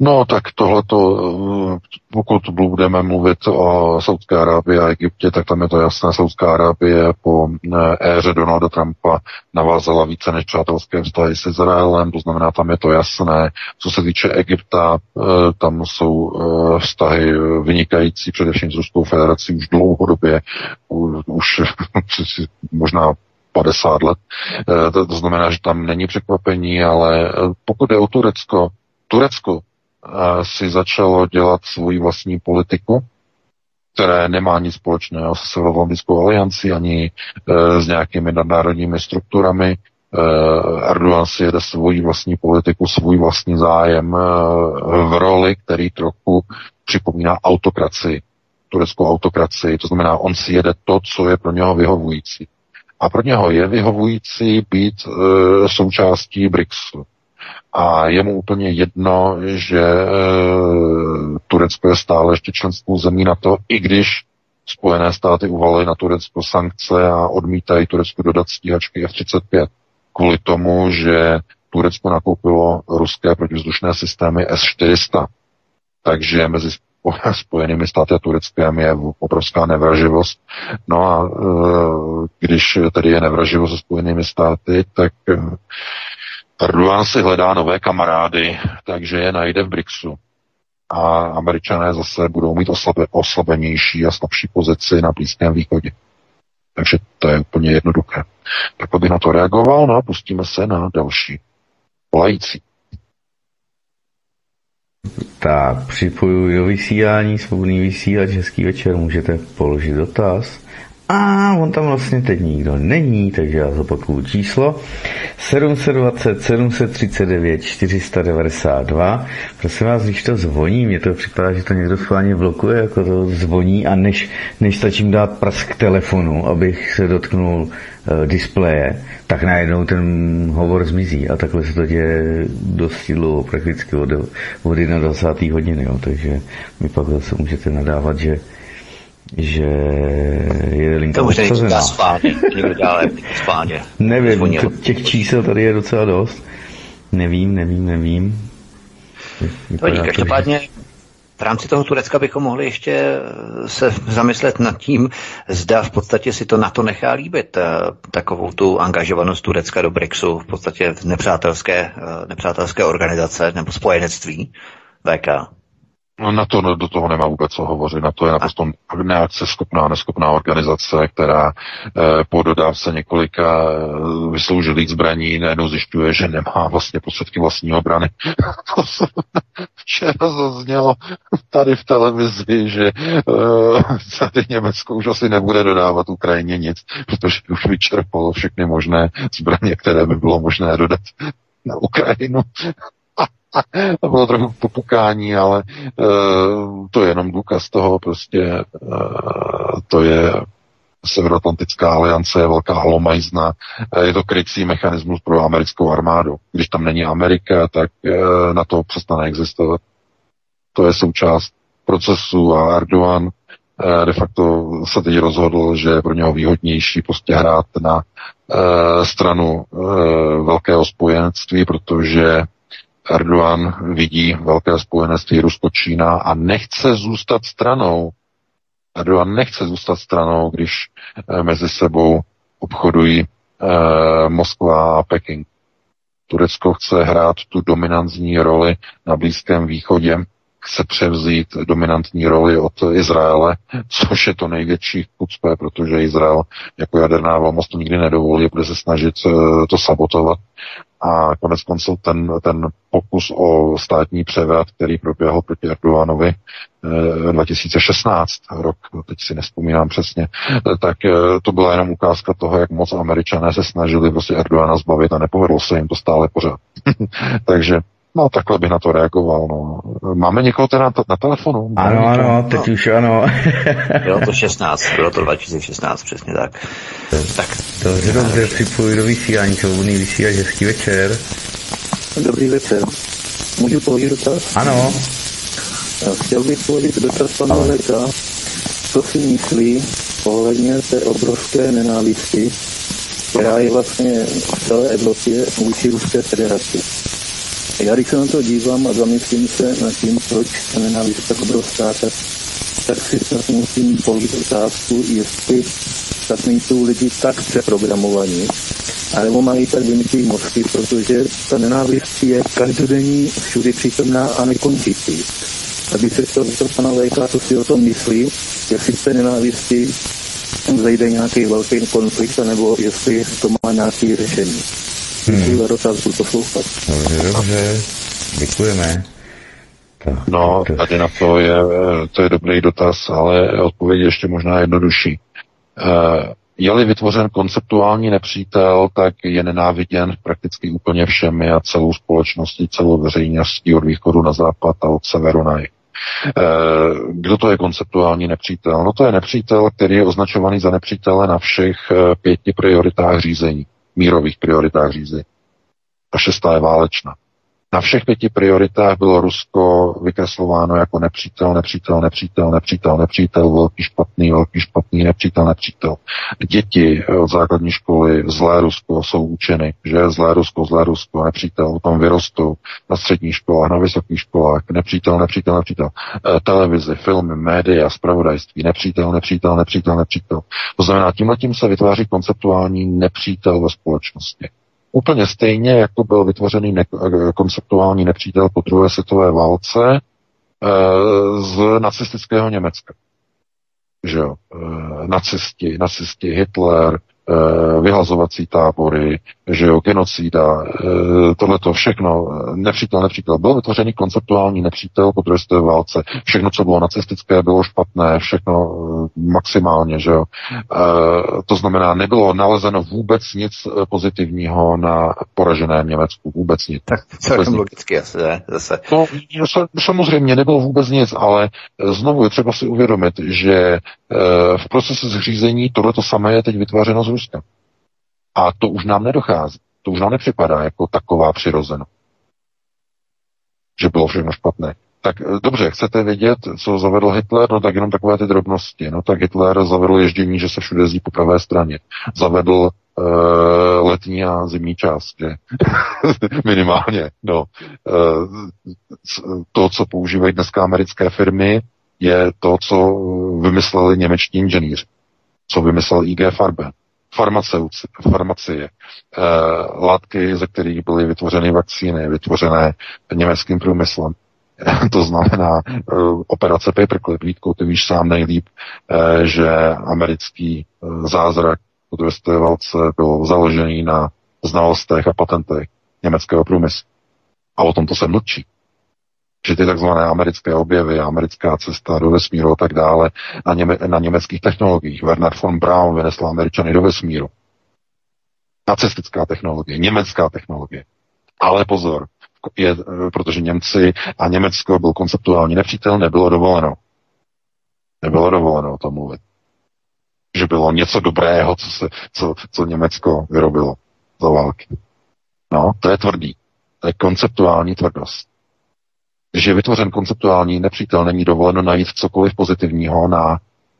No tak tohleto, pokud budeme mluvit o Saúdské Arábii a Egyptě, tak tam je to jasné. Saudská Arábie po éře Donalda Trumpa navázala více než přátelské vztahy s Izraelem, to znamená, tam je to jasné. Co se týče Egypta, tam jsou vztahy vynikající, především s Ruskou federací už dlouhodobě, už možná padesát let. To, to znamená, že tam není překvapení, ale pokud je o Turecko, Turecko si začalo dělat svoji vlastní politiku, které nemá nic společného se Severoatlantickou aliancí ani e, s nějakými nadnárodními strukturami. E, Erdogan si jede svoji vlastní politiku, svůj vlastní zájem e, v roli, který trochu připomíná autokracii, tureckou autokracii. To znamená, on si jede to, co je pro něho vyhovující. A pro něho je vyhovující být e, součástí BRICSu. A je mu úplně jedno, že e, Turecko je stále ještě členskou zemí NATO, i když Spojené státy uvalily na Turecko sankce a odmítají Turecku dodat stíhačky F třicet pět. Kvůli tomu, že Turecko nakoupilo ruské protivzdušné systémy S čtyři sta. Takže mezi Spojenými státy a Tureckem je obrovská nevraživost. No a e, když tedy je nevraživost se Spojenými státy, tak e, Erdogan si hledá nové kamarády, takže je najde v BRICSu. A Američané zase budou mít oslabe, oslabenější a slabší pozici na Blízkém východě. Takže to je úplně jednoduché. Tak bych na to reagoval, no a pustíme se na další volající. Tak, připojuji do vysílání, svobodný vysílač, hezký večer, můžete položit dotaz. A on tam vlastně teď nikdo není, takže já zopakuju číslo sedm set dvacet, sedm set třicet devět, čtyři sta devadesát dva. Prosím vás, když to zvoní, mně to připadá, že to někdo schválně blokuje, jako to zvoní a než, než stačím dát prsk k telefonu, abych se dotknul uh, displeje, tak najednou ten hovor zmizí a takhle se to děje dosti dlouho, prakticky od, od dvacáté první hodiny, jo, takže mi pak zase můžete nadávat, že že je linka obsazená. Někdo dělá spáně. Nevím, těch čísel tady je docela dost. Nevím, nevím, nevím. Vypadá to, každopádně že... v rámci toho Turecka bychom mohli ještě se zamyslet nad tím, zda v podstatě si to NATO nechá líbit, takovou tu angažovanost Turecka do BRICSu, v podstatě nepřátelské, nepřátelské organizace nebo spojenectví V K. No na to do toho nemá vůbec co hovořit. Na to je naprosto neakceschopná, neschopná organizace, která eh, po dodávce několika eh, vysloužilých zbraní najednou zjišťuje, že nemá vlastně prostředky vlastní obrany. Včera zaznělo tady v televizi, že eh, tady Německo už asi nebude dodávat Ukrajině nic, protože už vyčerpalo všechny možné zbraně, které by bylo možné dodat na Ukrajinu. To bylo trochu popukání, ale uh, to je jenom důkaz toho, prostě uh, to je Severoatlantická aliance, je velká halomajzna, uh, je to krycí mechanismus pro americkou armádu. Když tam není Amerika, tak uh, na to přestane existovat. To je součást procesu a Erdogan uh, de facto se teď rozhodl, že je pro něho výhodnější prostě hrát na uh, stranu uh, velkého spojenectví, protože Erdogan vidí velké spojenectví Rusko-Čína a nechce zůstat stranou. Erdogan nechce zůstat stranou, když eh, mezi sebou obchodují eh, Moskva a Peking. Turecko chce hrát tu dominantní roli na Blízkém východě, chce převzít dominantní roli od Izraele, což je to největší chucpe, protože Izrael jako jaderná velmoc to nikdy nedovolí, bude se snažit eh, to sabotovat. A konec konců ten, ten pokus o státní převrat, který proběhl proti Erdoganovi eh, dva tisíce šestnáct rok, teď si nespomínám přesně, eh, tak eh, to byla jenom ukázka toho, jak moc Američané se snažili prostě Erdogana zbavit a nepovedlo se jim to stále pořád. Takže no, takhle bych na to reagoval. No. Máme někoho teda na, na telefonu? Ano, Máme ano, někoho? teď no. už ano. Bylo to šestnáct, bylo to dva tisíce šestnáct, přesně tak. tak. Dobře, dobře, připojuji do vysílání, svobodný vysílač, hezký večer. Dobrý večer. Můžu položit dotaz? Ano. Chtěl bych položit dotaz panu Leka. Co si myslí ohledně té obrovské nenávisti, která je vlastně v celé Evropě vůči Ruské federaci. Já když se na to dívám a zamyslím se nad tím, proč ta nenávist tak obrovská, tak, tak si snad musím položit otázku, jestli tak nejsou lidi tak přeprogramovaní, anebo mají tak vymyslí mozky, protože ta nenávist je každodenní, všudy přítomná a nekončící. Aby se chtěl zeptat pana Vejka, co si o tom myslí, jestli z té nenávisti zajde nějaký velký konflikt, nebo jestli to má nějaké řešení. Děkuji za dotaz, budu poslouchat. Dobře, dobře, děkujeme. Tak, no, to... tady na to je, to je dobrý dotaz, ale odpověď je ještě možná jednodušší. Je-li vytvořen konceptuální nepřítel, tak je nenáviděn prakticky úplně všemi a celou společností, celou veřejností od východu na západ a od severu na jih. Kdo to je konceptuální nepřítel? No to je nepřítel, který je označovaný za nepřítele na všech pěti prioritách řízení, mírových prioritách řízení. A šestá je válečná. Na všech pěti prioritách bylo Rusko vykreslováno jako nepřítel, nepřítel, nepřítel, nepřítel, nepřítel, velký špatný, velký špatný, nepřítel, nepřítel. Děti od základní školy, zlé Rusko, jsou učeny, že zlé Rusko, zlé Rusko, nepřítel, tam vyrostou na středních školách, na vysokých školách, nepřítel, nepřítel, nepřítel. Televize, filmy, média, zpravodajství, nepřítel, nepřítel, nepřítel, nepřítel. To znamená, tímhletím se vytváří konceptuální nepřítel ve společnosti. Úplně stejně, jako byl vytvořený ne- konceptuální nepřítel po druhé světové válce e, z nacistického Německa. Že jo? E, nacisti, nacisti, Hitler, e, vyhlazovací tábory, že jo, genocída, e, tohleto všechno, nepřítel, nepřítel. Byl vytvořený konceptuální nepřítel po druhé světové válce. Všechno, co bylo nacistické, bylo špatné, všechno e, maximálně, že jo. E, to znamená, nebylo nalezeno vůbec nic pozitivního na poraženém Německu, vůbec nic. Tak celkem logicky asi, zase. No, samozřejmě nebylo vůbec nic, ale znovu je třeba si uvědomit, že e, v procesu zřízení tohleto samé je teď vytvářeno z Ruska. A to už nám nedochází. To už nám nepřipadá jako taková přirozenost. Že bylo všechno špatné. Tak dobře, chcete vědět, co zavedl Hitler? No tak jenom takové ty drobnosti. No tak Hitler zavedl ježdění, že se všude jezdí po pravé straně. Zavedl uh, letní a zimní čas, že? Minimálně. No. Uh, to, co používají dneska americké firmy, je to, co vymysleli němečtí inženýři. Co vymyslel I G Farben. Farmaceuci, farmacie, eh, látky, ze kterých byly vytvořeny vakcíny, vytvořené německým průmyslem. To znamená eh, operace Paperclip. Vítku, ty víš sám nejlíp, eh, že americký eh, zázrak po druhé světové válce byl založený na znalostech a patentech německého průmyslu. A o tom to se mlčí. Že ty takzvané americké objevy, americká cesta do vesmíru a tak dále na, něme, na německých technologiích. Werner von Braun vynesl Američany do vesmíru. Nacistická technologie, německá technologie. Ale pozor, je, protože Němci a Německo byl konceptuální nepřítel, nebylo dovoleno. Nebylo dovoleno o tom mluvit. Že bylo něco dobrého, co, se, co, co Německo vyrobilo za války. No, to je tvrdý. To je konceptuální tvrdost. Když je vytvořen konceptuální nepřítel, není dovoleno najít cokoliv pozitivního na e,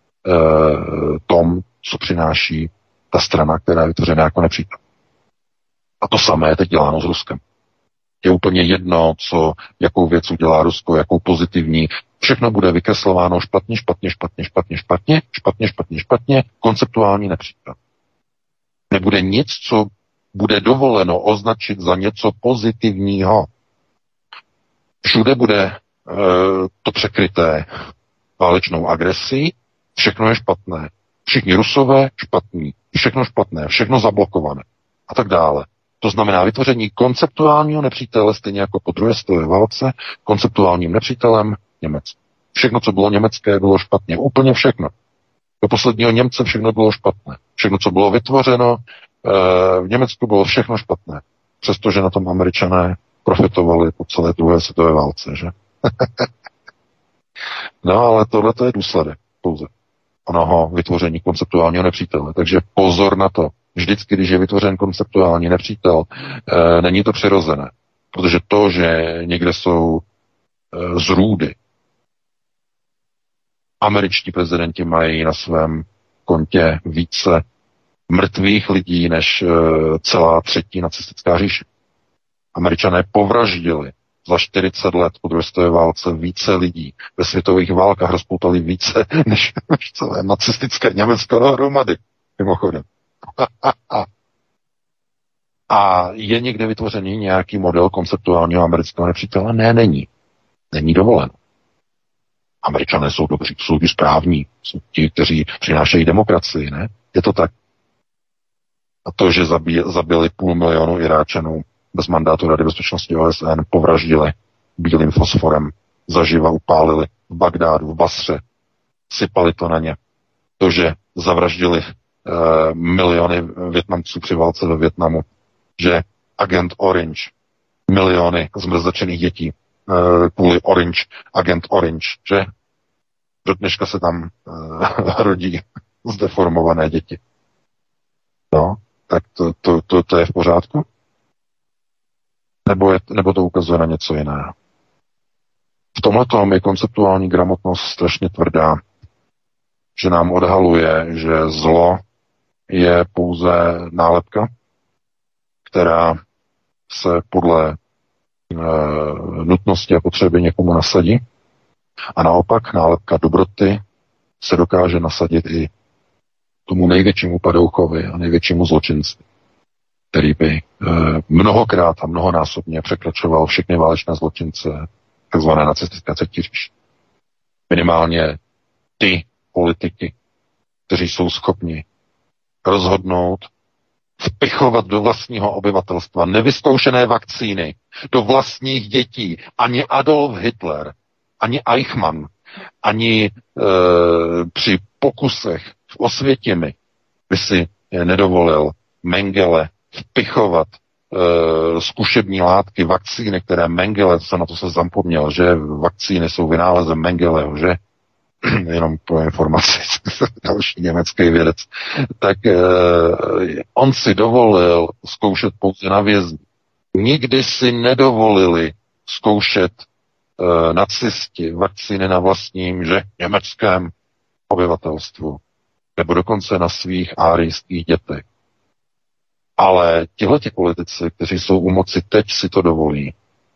tom, co přináší ta strana, která je vytvořena jako nepřítel. A to samé je teď děláno s Ruskem. Je úplně jedno, co, jakou věc udělá Rusko, jakou pozitivní. Všechno bude vykreslováno špatně, špatně, špatně, špatně, špatně, špatně, špatně, špatně, konceptuální nepřítel. Nebude nic, co bude dovoleno označit za něco pozitivního. Všude bude e, to překryté válečnou agresí, všechno je špatné. Všichni Rusové špatní, všechno špatné, všechno zablokované a tak dále. To znamená vytvoření konceptuálního nepřítele, stejně jako po druhé světové válce, konceptuálním nepřítelem Německo. Všechno, co bylo německé, bylo špatně. Úplně všechno. Do posledního Němce všechno bylo špatné. Všechno, co bylo vytvořeno e, v Německu, bylo všechno špatné. Přestože na tom Američané profitovali po celé druhé světové válce, že? No, ale tohle to je důsledek pouze onoho vytvoření konceptuálního nepřítele. Takže pozor na to. Vždycky, když je vytvořen konceptuální nepřítel, e, není to přirozené. Protože to, že někde jsou e, zrůdy, američtí prezidenti mají na svém kontě více mrtvých lidí než e, celá třetí nacistická říše. Američané povraždili za čtyřicet let po druhé světové válce více lidí. Ve světových válkách rozpoutali více než, než celé nacistické Německo dohromady. Mimochodem. A je někde vytvořený nějaký model konceptuálního amerického nepřítele? Ne, není. Není dovolen. Američané jsou dobří, jsou ti správní, jsou ti, kteří přinášejí demokracii, ne? Je to tak. A to, že zabili, zabili půl milionu Iráčanů bez mandátu Rady bezpečnosti O S N, povraždili bílým fosforem, zaživa upálili v Bagdádu, v Basře, sypali to na ně. To, že zavraždili uh, miliony Vietnamců při válce ve Vietnamu, že agent Orange, miliony zmrzačených dětí, uh, kvůli Orange, agent Orange, že do dneška se tam uh, rodí zdeformované děti. No, tak to, to, to, to je v pořádku? Nebo, je, nebo to ukazuje na něco jiného? V tomhletom je konceptuální gramotnost strašně tvrdá, že nám odhaluje, že zlo je pouze nálepka, která se podle e, nutnosti a potřeby někomu nasadí. A naopak nálepka dobroty se dokáže nasadit i tomu největšímu padouchovi a největšímu zločinci, který by e, mnohokrát a mnohonásobně překračoval všechny válečné zločince takzvané nacistické třetí říše. Minimálně ty politiky, kteří jsou schopni rozhodnout vpichovat do vlastního obyvatelstva nevyzkoušené vakcíny, do vlastních dětí. Ani Adolf Hitler, ani Eichmann, ani e, při pokusech v Osvětimi by si nedovolil Mengele vpichovat e, zkušební látky, vakcíny, které Mengele, co na to se zapomněl, že vakcíny jsou vynálezem Mengeleho, že jenom pro informaci, další německý vědec, tak e, on si dovolil zkoušet pouze na vězni. Nikdy si nedovolili zkoušet e, nacisti vakcíny na vlastním, že německém obyvatelstvu, nebo dokonce na svých árijských dětech. Ale tihleti politici, kteří jsou u moci teď, si to dovolí.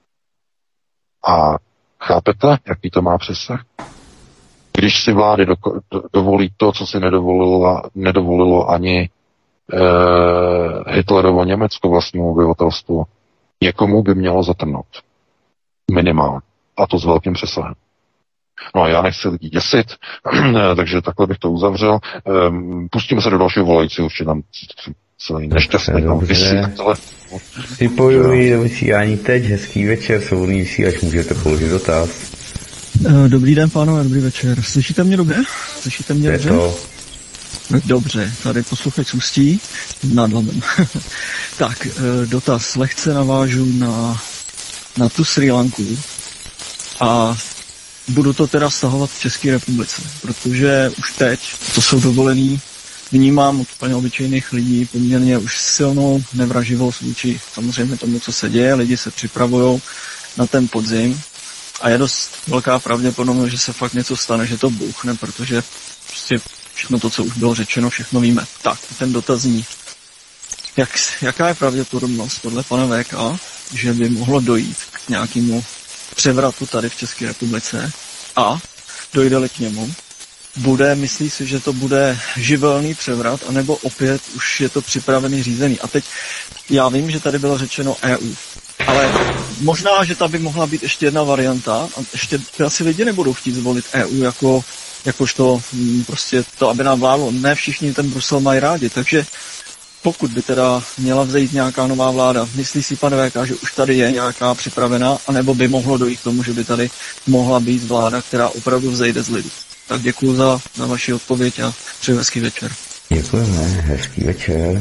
A chápete, jaký to má přesah? Když si vlády do, do, dovolí to, co si nedovolilo, nedovolilo ani e, Hitlerovo Německo vlastnímu obyvatelstvu, někomu by mělo zatrnout. Minimálně. A to s velkým přesahem. No a já nechci lidi děsit, takže takhle bych to uzavřel. E, pustíme se do dalšího volající, určitě tam celý nešťastný tam vysí na telefonu. Připojuji do vysílání teď, hezký večer, svobodný vysílač, můžete položit dotaz. Dobrý den, pánové, dobrý večer. Slyšíte mě dobře? Slyšíte mě dobře? To. Dobře, tady posluchač Ústí nad Labem. Tak, dotaz. Lehce navážu na, na tu Srí Lanku a budu to teda stahovat v České republice, protože už teď, to jsou dovolený, vnímám od úplně obyčejných lidí poměrně už silnou nevraživost vůči samozřejmě tomu, co se děje. Lidi se připravují na ten podzim. A je dost velká pravděpodobnost, že se fakt něco stane, že to bouchne, protože prostě všechno to, co už bylo řečeno, všechno víme. Tak, ten dotaz zní. Jak, jaká je pravděpodobnost podle pana V K, že by mohlo dojít k nějakému převratu tady v České republice a dojde-li k němu, bude, myslí si, že to bude živelný převrat, anebo opět už je to připravený, řízený. A teď já vím, že tady bylo řečeno E U, ale možná, že ta by mohla být ještě jedna varianta a ještě asi lidi nebudou chtít zvolit E U jako, jakožto prostě to, aby nám vládlo. Ne všichni ten Brusel mají rádi, takže pokud by teda měla vzejít nějaká nová vláda, myslí si pan V K, že už tady je nějaká připravená, anebo by mohlo dojít k tomu, že by tady mohla být vláda, která opravdu vzejde z lidu. Tak děkuji za, za vaši odpověď a přeji hezký večer. Děkujeme, hezký večer.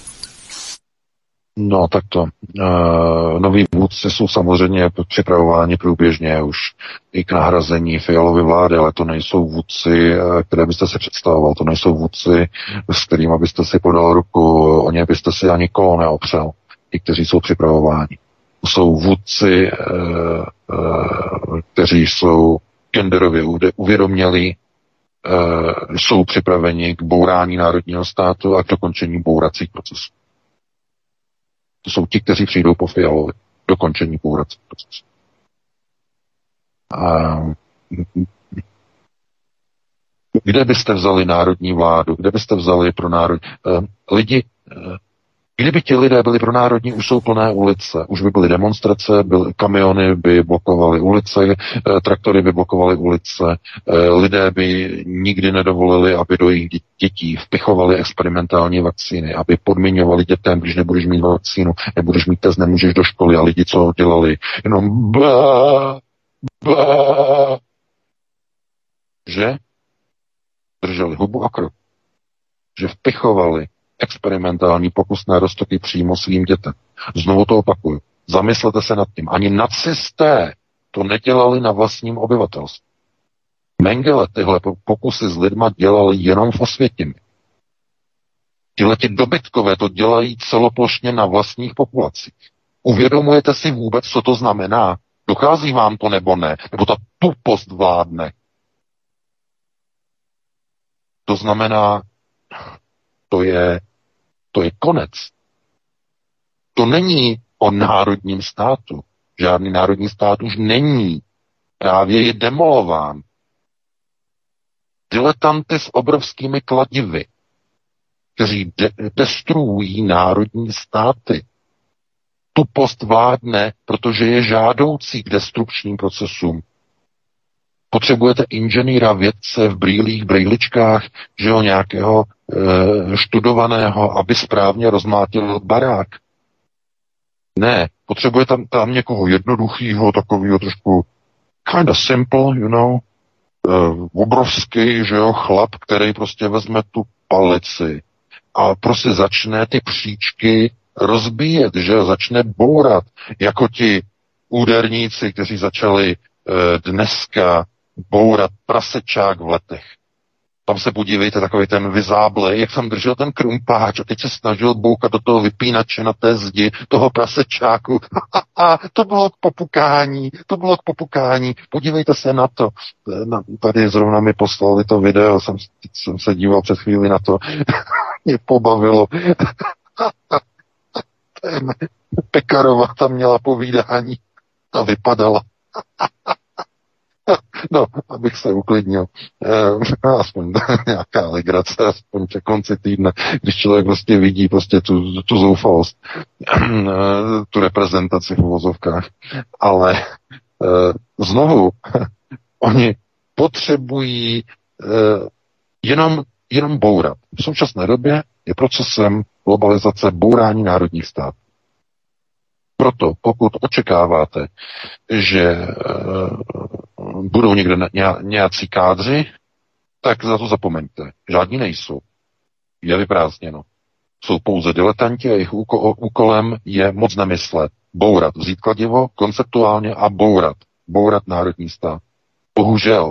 No tak to. Uh, noví vůdci jsou samozřejmě připravováni průběžně už i k nahrazení Fialovy vlády, ale to nejsou vůdci, které byste si představoval. To nejsou vůdci, s kterými byste si podal ruku, o ně byste si ani kolo neopřel. Ti, kteří jsou připravováni. To jsou vůdci, uh, uh, kteří jsou genderově uvědomělí, uh, jsou připraveni k bourání národního státu a k dokončení bouracích procesů. To jsou ti, kteří přijdou po Fialovi. dokončení bouracího procesu. A kde byste vzali národní vládu? Kde byste vzali pro národ? Lidi, kdyby ti lidé byli pro národní, už jsou plné ulice, už by byly demonstrace, byly, kamiony by blokovaly ulice, traktory by blokovaly ulice, lidé by nikdy nedovolili, aby do jejich dětí vpichovali experimentální vakcíny, aby podmiňovali dětem, když nebudeš mít vakcínu, nebudeš mít test, nemůžeš do školy, a lidi co dělali? Jenom bá, bá, že? Drželi hubu a krok. Že vpichovali experimentální pokusné roztoky přímo svým dětem. Znovu to opakuju. Zamyslete se nad tím. Ani nacisté to nedělali na vlastním obyvatelstvu. Mengele tyhle pokusy s lidma dělali jenom v Osvětimi. Tihleti dobytkové to dělají celoplošně na vlastních populacích. Uvědomujete si vůbec, co to znamená? Dochází vám to nebo ne? Nebo ta tupost vládne? To znamená, to je, to je konec. To není o národním státu. Žádný národní stát už není. Právě je demolován. Diletanty s obrovskými kladivy, kteří de- destruují národní státy. Tupost vládne, protože je žádoucí k destrukčním procesům. Potřebujete inženýra, vědce v brýlích, brýličkách, že jo, nějakého e, študovaného, aby správně rozmlátil barák. Ne, potřebuje tam, tam někoho jednoduchýho, takového trošku kind of simple, you know, e, obrovský, že jo, chlap, který prostě vezme tu palici a prostě začne ty příčky rozbíjet, že jo, začne bourat, jako ti úderníci, kteří začali e, dneska bourat prasečák v Letech. Tam se podívejte, takový ten vyzáblej, jak tam držel ten krumpáč a teď se snažil boukat do toho vypínače na té zdi toho prasečáku. A to bylo k popukání, to bylo k popukání. Podívejte se na to. Tady zrovna mi poslali to video, jsem, jsem se díval před chvíli na to. Mě pobavilo. Pekarová tam měla povídání a vypadala. No, abych se uklidnil. E, aspoň nějaká legrace, aspoň ke konci týdne, když člověk prostě vidí prostě tu, tu zoufalost, e, tu reprezentaci v uvozovkách. Ale e, znovu, oni potřebují e, jenom, jenom bourat. V současné době je procesem globalizace bourání národních států. Proto, pokud očekáváte, že e, budou někde nějací kádři, tak za to zapomeňte. Žádní nejsou. Je vyprázdněno. Jsou pouze diletanti a jejich úkolem je moc nemyslet. Bourat. Vzít kladivo konceptuálně a bourat. Bourat národní stát. Bohužel.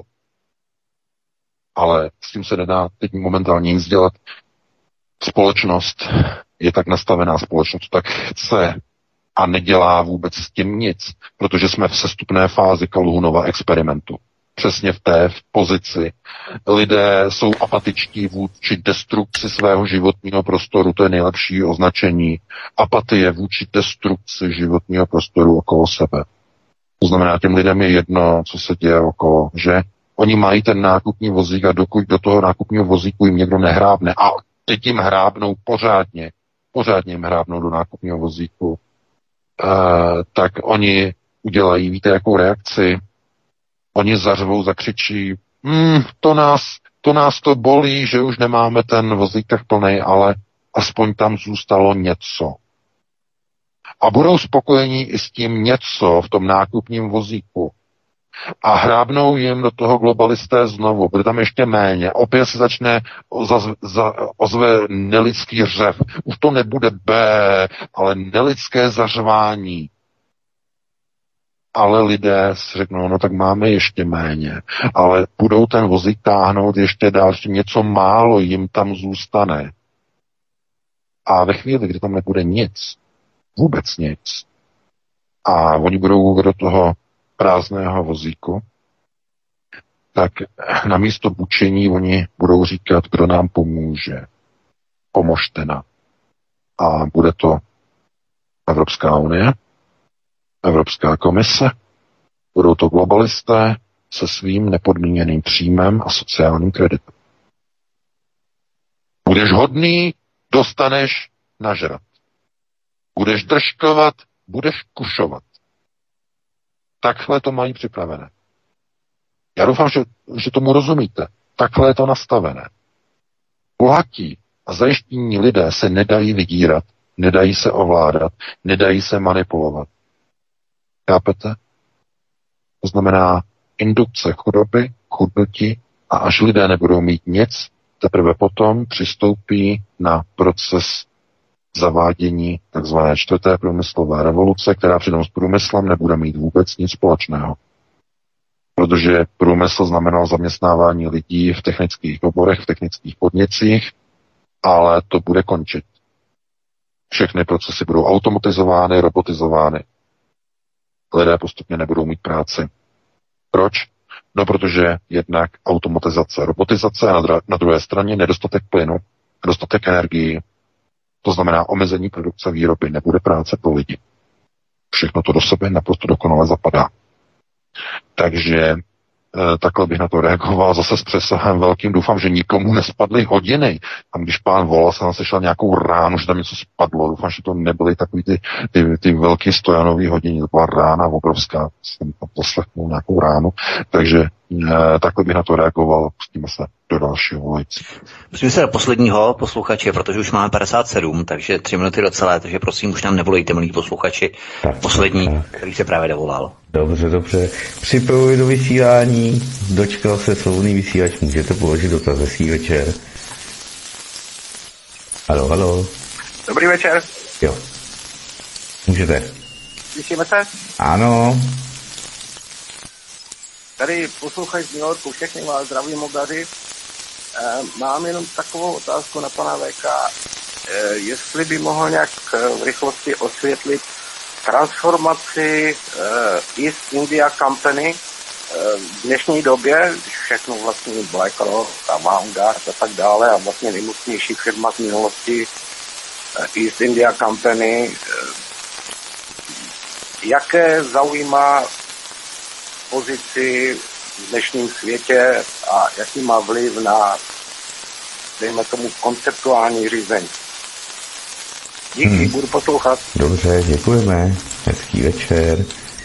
Ale s tím se nedá teď momentálně nic dělat. Společnost je tak nastavená, společnost tak chce a nedělá vůbec s tím nic, protože jsme v sestupné fázi Kalhunova experimentu. Přesně v té v pozici. Lidé jsou apatičtí vůči destrukci svého životního prostoru, to je nejlepší označení. Apatie vůči destrukci životního prostoru okolo sebe. To znamená, těm lidem je jedno, co se děje okolo, že oni mají ten nákupní vozík a dokud do toho nákupního vozíku jim někdo nehrábne a teď jim hrábnou pořádně, pořádně jim hrábnou do nákupního vozíku, Uh, tak oni udělají, víte, jakou reakci? Oni zařvou, zakřičí, mm, to nás, to nás to bolí, že už nemáme ten vozík tak plnej, ale aspoň tam zůstalo něco. A budou spokojení i s tím něco v tom nákupním vozíku. A hrábnou jim do toho globalisté znovu, bude tam ještě méně. Opět se začne ozve, za, ozve nelidský řev. Už to nebude B, ale nelidské zařvání. Ale lidé si řeknou, no tak máme ještě méně. Ale budou ten vozík táhnout ještě dál, ještě něco málo jim tam zůstane. A ve chvíli, kdy tam nebude nic, vůbec nic, a oni budou do toho prázdného vozíku, tak na místo bučení oni budou říkat, kdo nám pomůže. Pomožte nám. A bude to Evropská unie, Evropská komise, budou to globalisté se svým nepodmíněným příjmem a sociálním kreditem. Budeš hodný, dostaneš nažrat. Budeš držkovat, budeš kušovat. Takhle to mají připravené. Já doufám, že, že tomu rozumíte. Takhle je to nastavené. Bohatí a zajištění lidé se nedají vydírat, nedají se ovládat, nedají se manipulovat. Chápete? To znamená indukce chudoby, chudnutí a až lidé nebudou mít nic, teprve potom přistoupí na proces zavádění tzv. čtvrté průmyslové revoluce, která přitom s průmyslem nebude mít vůbec nic společného. Protože průmysl znamenal zaměstnávání lidí v technických oborech, v technických podnicích, ale to bude končit. Všechny procesy budou automatizovány, robotizovány. Lidé postupně nebudou mít práci. Proč? No, protože jednak automatizace, robotizace a na, dra- na druhé straně nedostatek plynu, nedostatek energii. To znamená omezení produkce výroby, nebude práce pro lidi. Všechno to do sebe naprosto dokonale zapadá. Takže e, takhle bych na to reagoval zase s přesahem velkým. Doufám, že nikomu nespadly hodiny. Tam, když pán volal, se nám sešel nějakou ránu, že tam něco spadlo. Doufám, že to nebyly takový ty, ty, ty velké stojanové hodiny. To byla rána obrovská. Jsem tam poslechnul nějakou ránu. Takže e, takhle bych na to reagoval. Pustíme se do dalšího volající. Pustíme se do posledního posluchače, protože už máme padesát sedm, takže tři minuty do celé, takže prosím, už nám nevolejte, milí posluchači. Tak, poslední, tak. Který se právě dovolal. Dobře, dobře. Připojuji do vysílání, dočkal se svobodný vysílač, můžete položit dotaz, hezký večer. Haló, haló. Dobrý večer. Jo. Můžete. Slyšíme se? Ano. Tady posluchač z New Yorku, všechny vás zdravím obdary. E, mám jenom takovou otázku na pana V K. E, jestli by mohl nějak v rychlosti osvětlit transformaci e, East India Company e, v dnešní době, když všechno vlastně BlackRock a Vanguard a tak dále a vlastně nejmocnější firma z minulosti e, East India Company, e, jaké zaujímá pozici v dnešním světě a jaký má vliv na, dejme tomu, konceptuální řízení. Díky, hmm. budu poslouchat. Dobře, děkujeme. Hezký večer.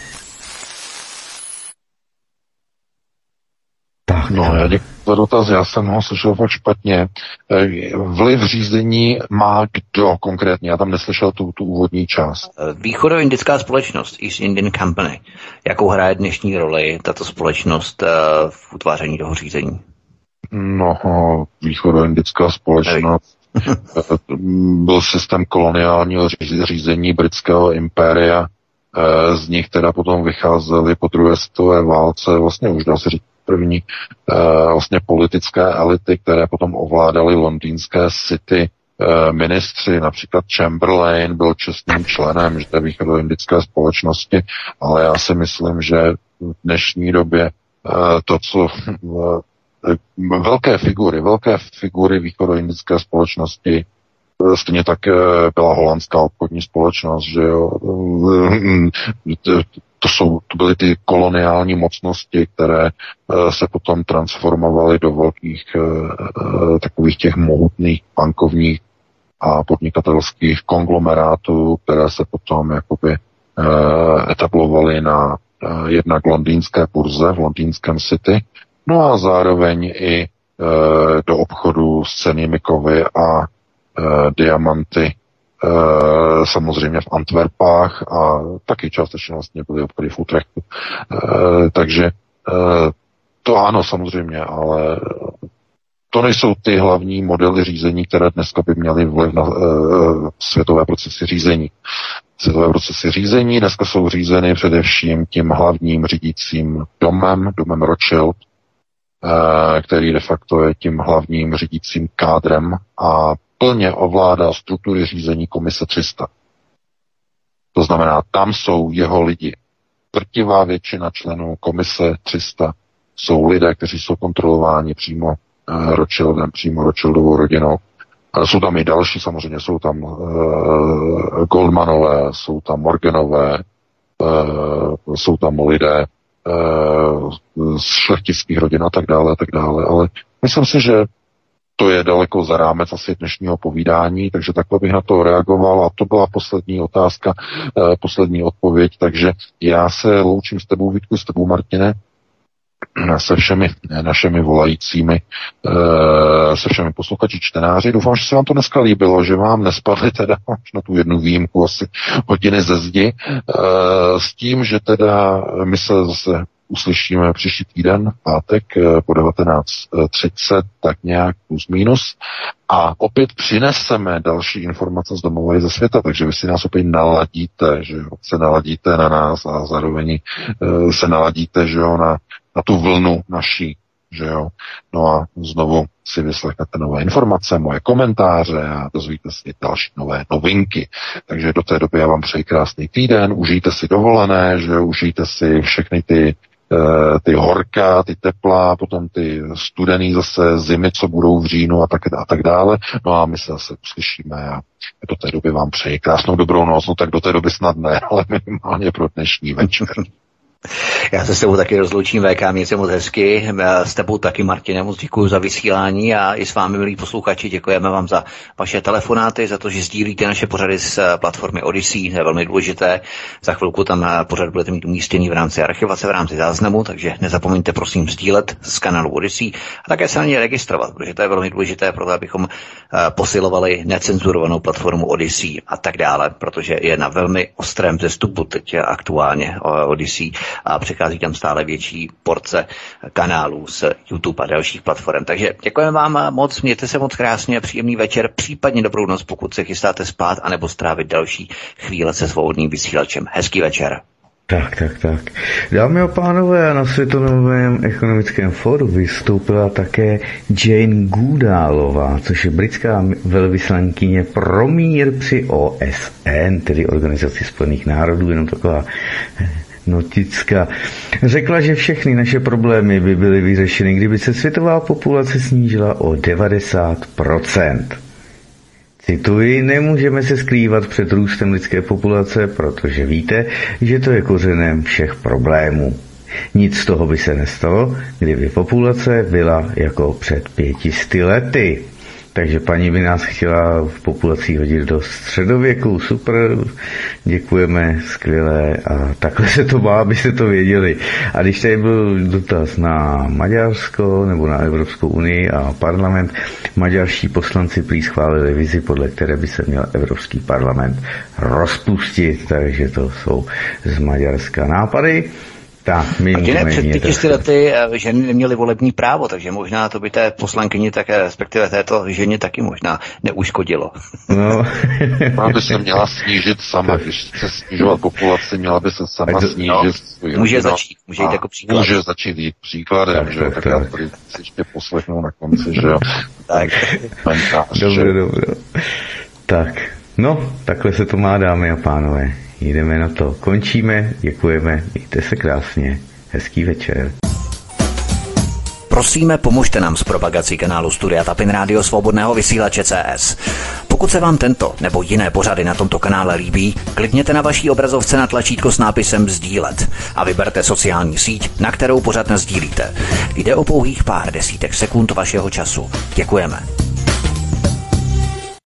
Tak, no, já děkuji za dotaz, já jsem ho slyšel fakt špatně. Vliv řízení má kdo konkrétně? Já tam neslyšel tu, tu úvodní část. Východoindická společnost, East Indian Company. Jakou hraje dnešní roli tato společnost v utváření toho řízení? No, východoindická společnost byl systém koloniálního řízení britského impéria. Z nich teda potom vycházely po druhé světové válce, vlastně už dá se říct první vlastně politické elity, které potom ovládaly londýnské city. Ministři, například Chamberlain byl čestným členem té východoindické společnosti, ale já si myslím, že v dnešní době to, co velké figury, velké figury východoindické společnosti, stejně tak byla holandská obchodní společnost, že jo. To, jsou, to byly ty koloniální mocnosti, které se potom transformovaly do velkých takových těch mohutných bankovních a podnikatelských konglomerátů, které se potom jakoby etablovaly na jednak londýnské burze v londýnském City, no a zároveň i do obchodu s cennými kovy a diamanty, samozřejmě v Antwerpách a taky částečně vlastně byly obchody v Utrechtu. Takže to ano, samozřejmě, ale to nejsou ty hlavní modely řízení, které dneska by měly vliv na světové procesy řízení. Světové procesy řízení dneska jsou řízeny především tím hlavním řídícím domem, domem Rothschild, který de facto je tím hlavním řídícím kádrem a plně ovládá struktury řízení komise tři sta. To znamená, tam jsou jeho lidi. Drtivá většina členů komise tři sta jsou lidé, kteří jsou kontrolováni přímo Rothschildem, přímo Rothschildovou rodinou. Ale jsou tam i další, samozřejmě jsou tam uh, Goldmanové, jsou tam Morganové, jsou tam lidé z šlechtických rodin a tak dále a tak dále, ale myslím si, že to je daleko za rámec asi dnešního povídání, takže takhle bych na to reagoval a to byla poslední otázka, poslední odpověď, takže já se loučím s tebou, Vítku, s tebou, Martine, se všemi našimi volajícími, se všemi posluchači, čtenáři. Doufám, že se vám to dneska líbilo, že vám nespadly teda na tu jednu výjimku asi hodiny ze zdi, s tím, že teda my se zase uslyšíme příští týden, pátek po devatenáct třicet, tak nějak plus minus. A opět přineseme další informace z domova i ze světa, takže vy si nás opět naladíte, že jo, se naladíte na nás a zároveň se naladíte, že jo, na, na tu vlnu naší, že jo. No a znovu si vyslechnete nové informace, moje komentáře a dozvíte si další nové novinky. Takže do té doby já vám přeji krásný týden, užijte si dovolené, že jo, užijte si všechny ty ty horká, ty teplá, potom ty studený zase zimy, co budou v říjnu a tak, a tak dále. No a my se zase uslyšíme a do té doby vám přeji krásnou dobrou noc, no tak do té doby snad ne, ale minimálně pro dnešní večer. Já se s tebou taky rozloučím, V K, měj se moc hezky, s tebou taky, Martine, moc děkuji za vysílání a i s vámi, milí posluchači, děkujeme vám za vaše telefonáty, za to, že sdílíte naše pořady z platformy Odyssey, to je velmi důležité. Za chvilku tam pořad budete mít umístěný v rámci archivace, v rámci záznamu, takže nezapomeňte prosím sdílet z kanálu Odyssey a také se na ně registrovat, protože to je velmi důležité pro to, abychom posilovali necenzurovanou platformu Odyssey a tak dále, protože je na velmi ostrém vzestupu teď aktuálně Odyssey a přichází tam stále větší porce kanálů z YouTube a dalších platform. Takže děkujeme vám moc, mějte se moc krásně, příjemný večer, případně dobrou noc, pokud se chystáte spát, anebo strávit další chvíle se svobodným vysílačem. Hezký večer. Tak, tak, tak. Dámy a pánové, na Světovém ekonomickém fóru vystoupila také Jane Goodalová, což je britská velvyslankyně pro mír při O S N, tedy Organizaci spojených národů, jenom taková notická. Řekla, že všechny naše problémy by byly vyřešeny, kdyby se světová populace snížila o devadesát procent. Cituji, nemůžeme se skrývat před růstem lidské populace, protože víte, že to je kořenem všech problémů. Nic z toho by se nestalo, kdyby populace byla jako před pětisty lety. Takže paní by nás chtěla v populaci hodit do středověku. Super, děkujeme, skvělé. A takhle se to má, abyste to věděli. A když tady byl dotaz na Maďarsko nebo na Evropskou unii a parlament, maďarští poslanci prý schválili vizi, podle které by se měl Evropský parlament rozpustit. Takže to jsou z Maďarska nápady. Tak, my Martine, před pětisty lety ženy neměly volební právo, takže možná to by té poslankyni, tak respektive této ženě taky možná neuškodilo. No. Ona by se měla snížit sama, když chce snižovat populaci, měla by se sama to, snížit. No, může rodinu, začít, může jít jako příklad. Může začít jít příkladem, tak, že jo, tak, tak já tady si ještě poslechnu na konci, že jo. Tak. Dobře, dobře. Tak, no, takhle se to má, dámy a pánové. Jdeme na to. Končíme, děkujeme, mějte se krásně, hezký večer. Prosíme, pomožte nám s propagací kanálu Studia Tapin Rádio Svobodného vysílače C S. Pokud se vám tento nebo jiné pořady na tomto kanále líbí, klikněte na vaší obrazovce na tlačítko s nápisem sdílet a vyberte sociální síť, na kterou pořad nasdílíte. Jde o pouhých pár desítek sekund vašeho času. Děkujeme.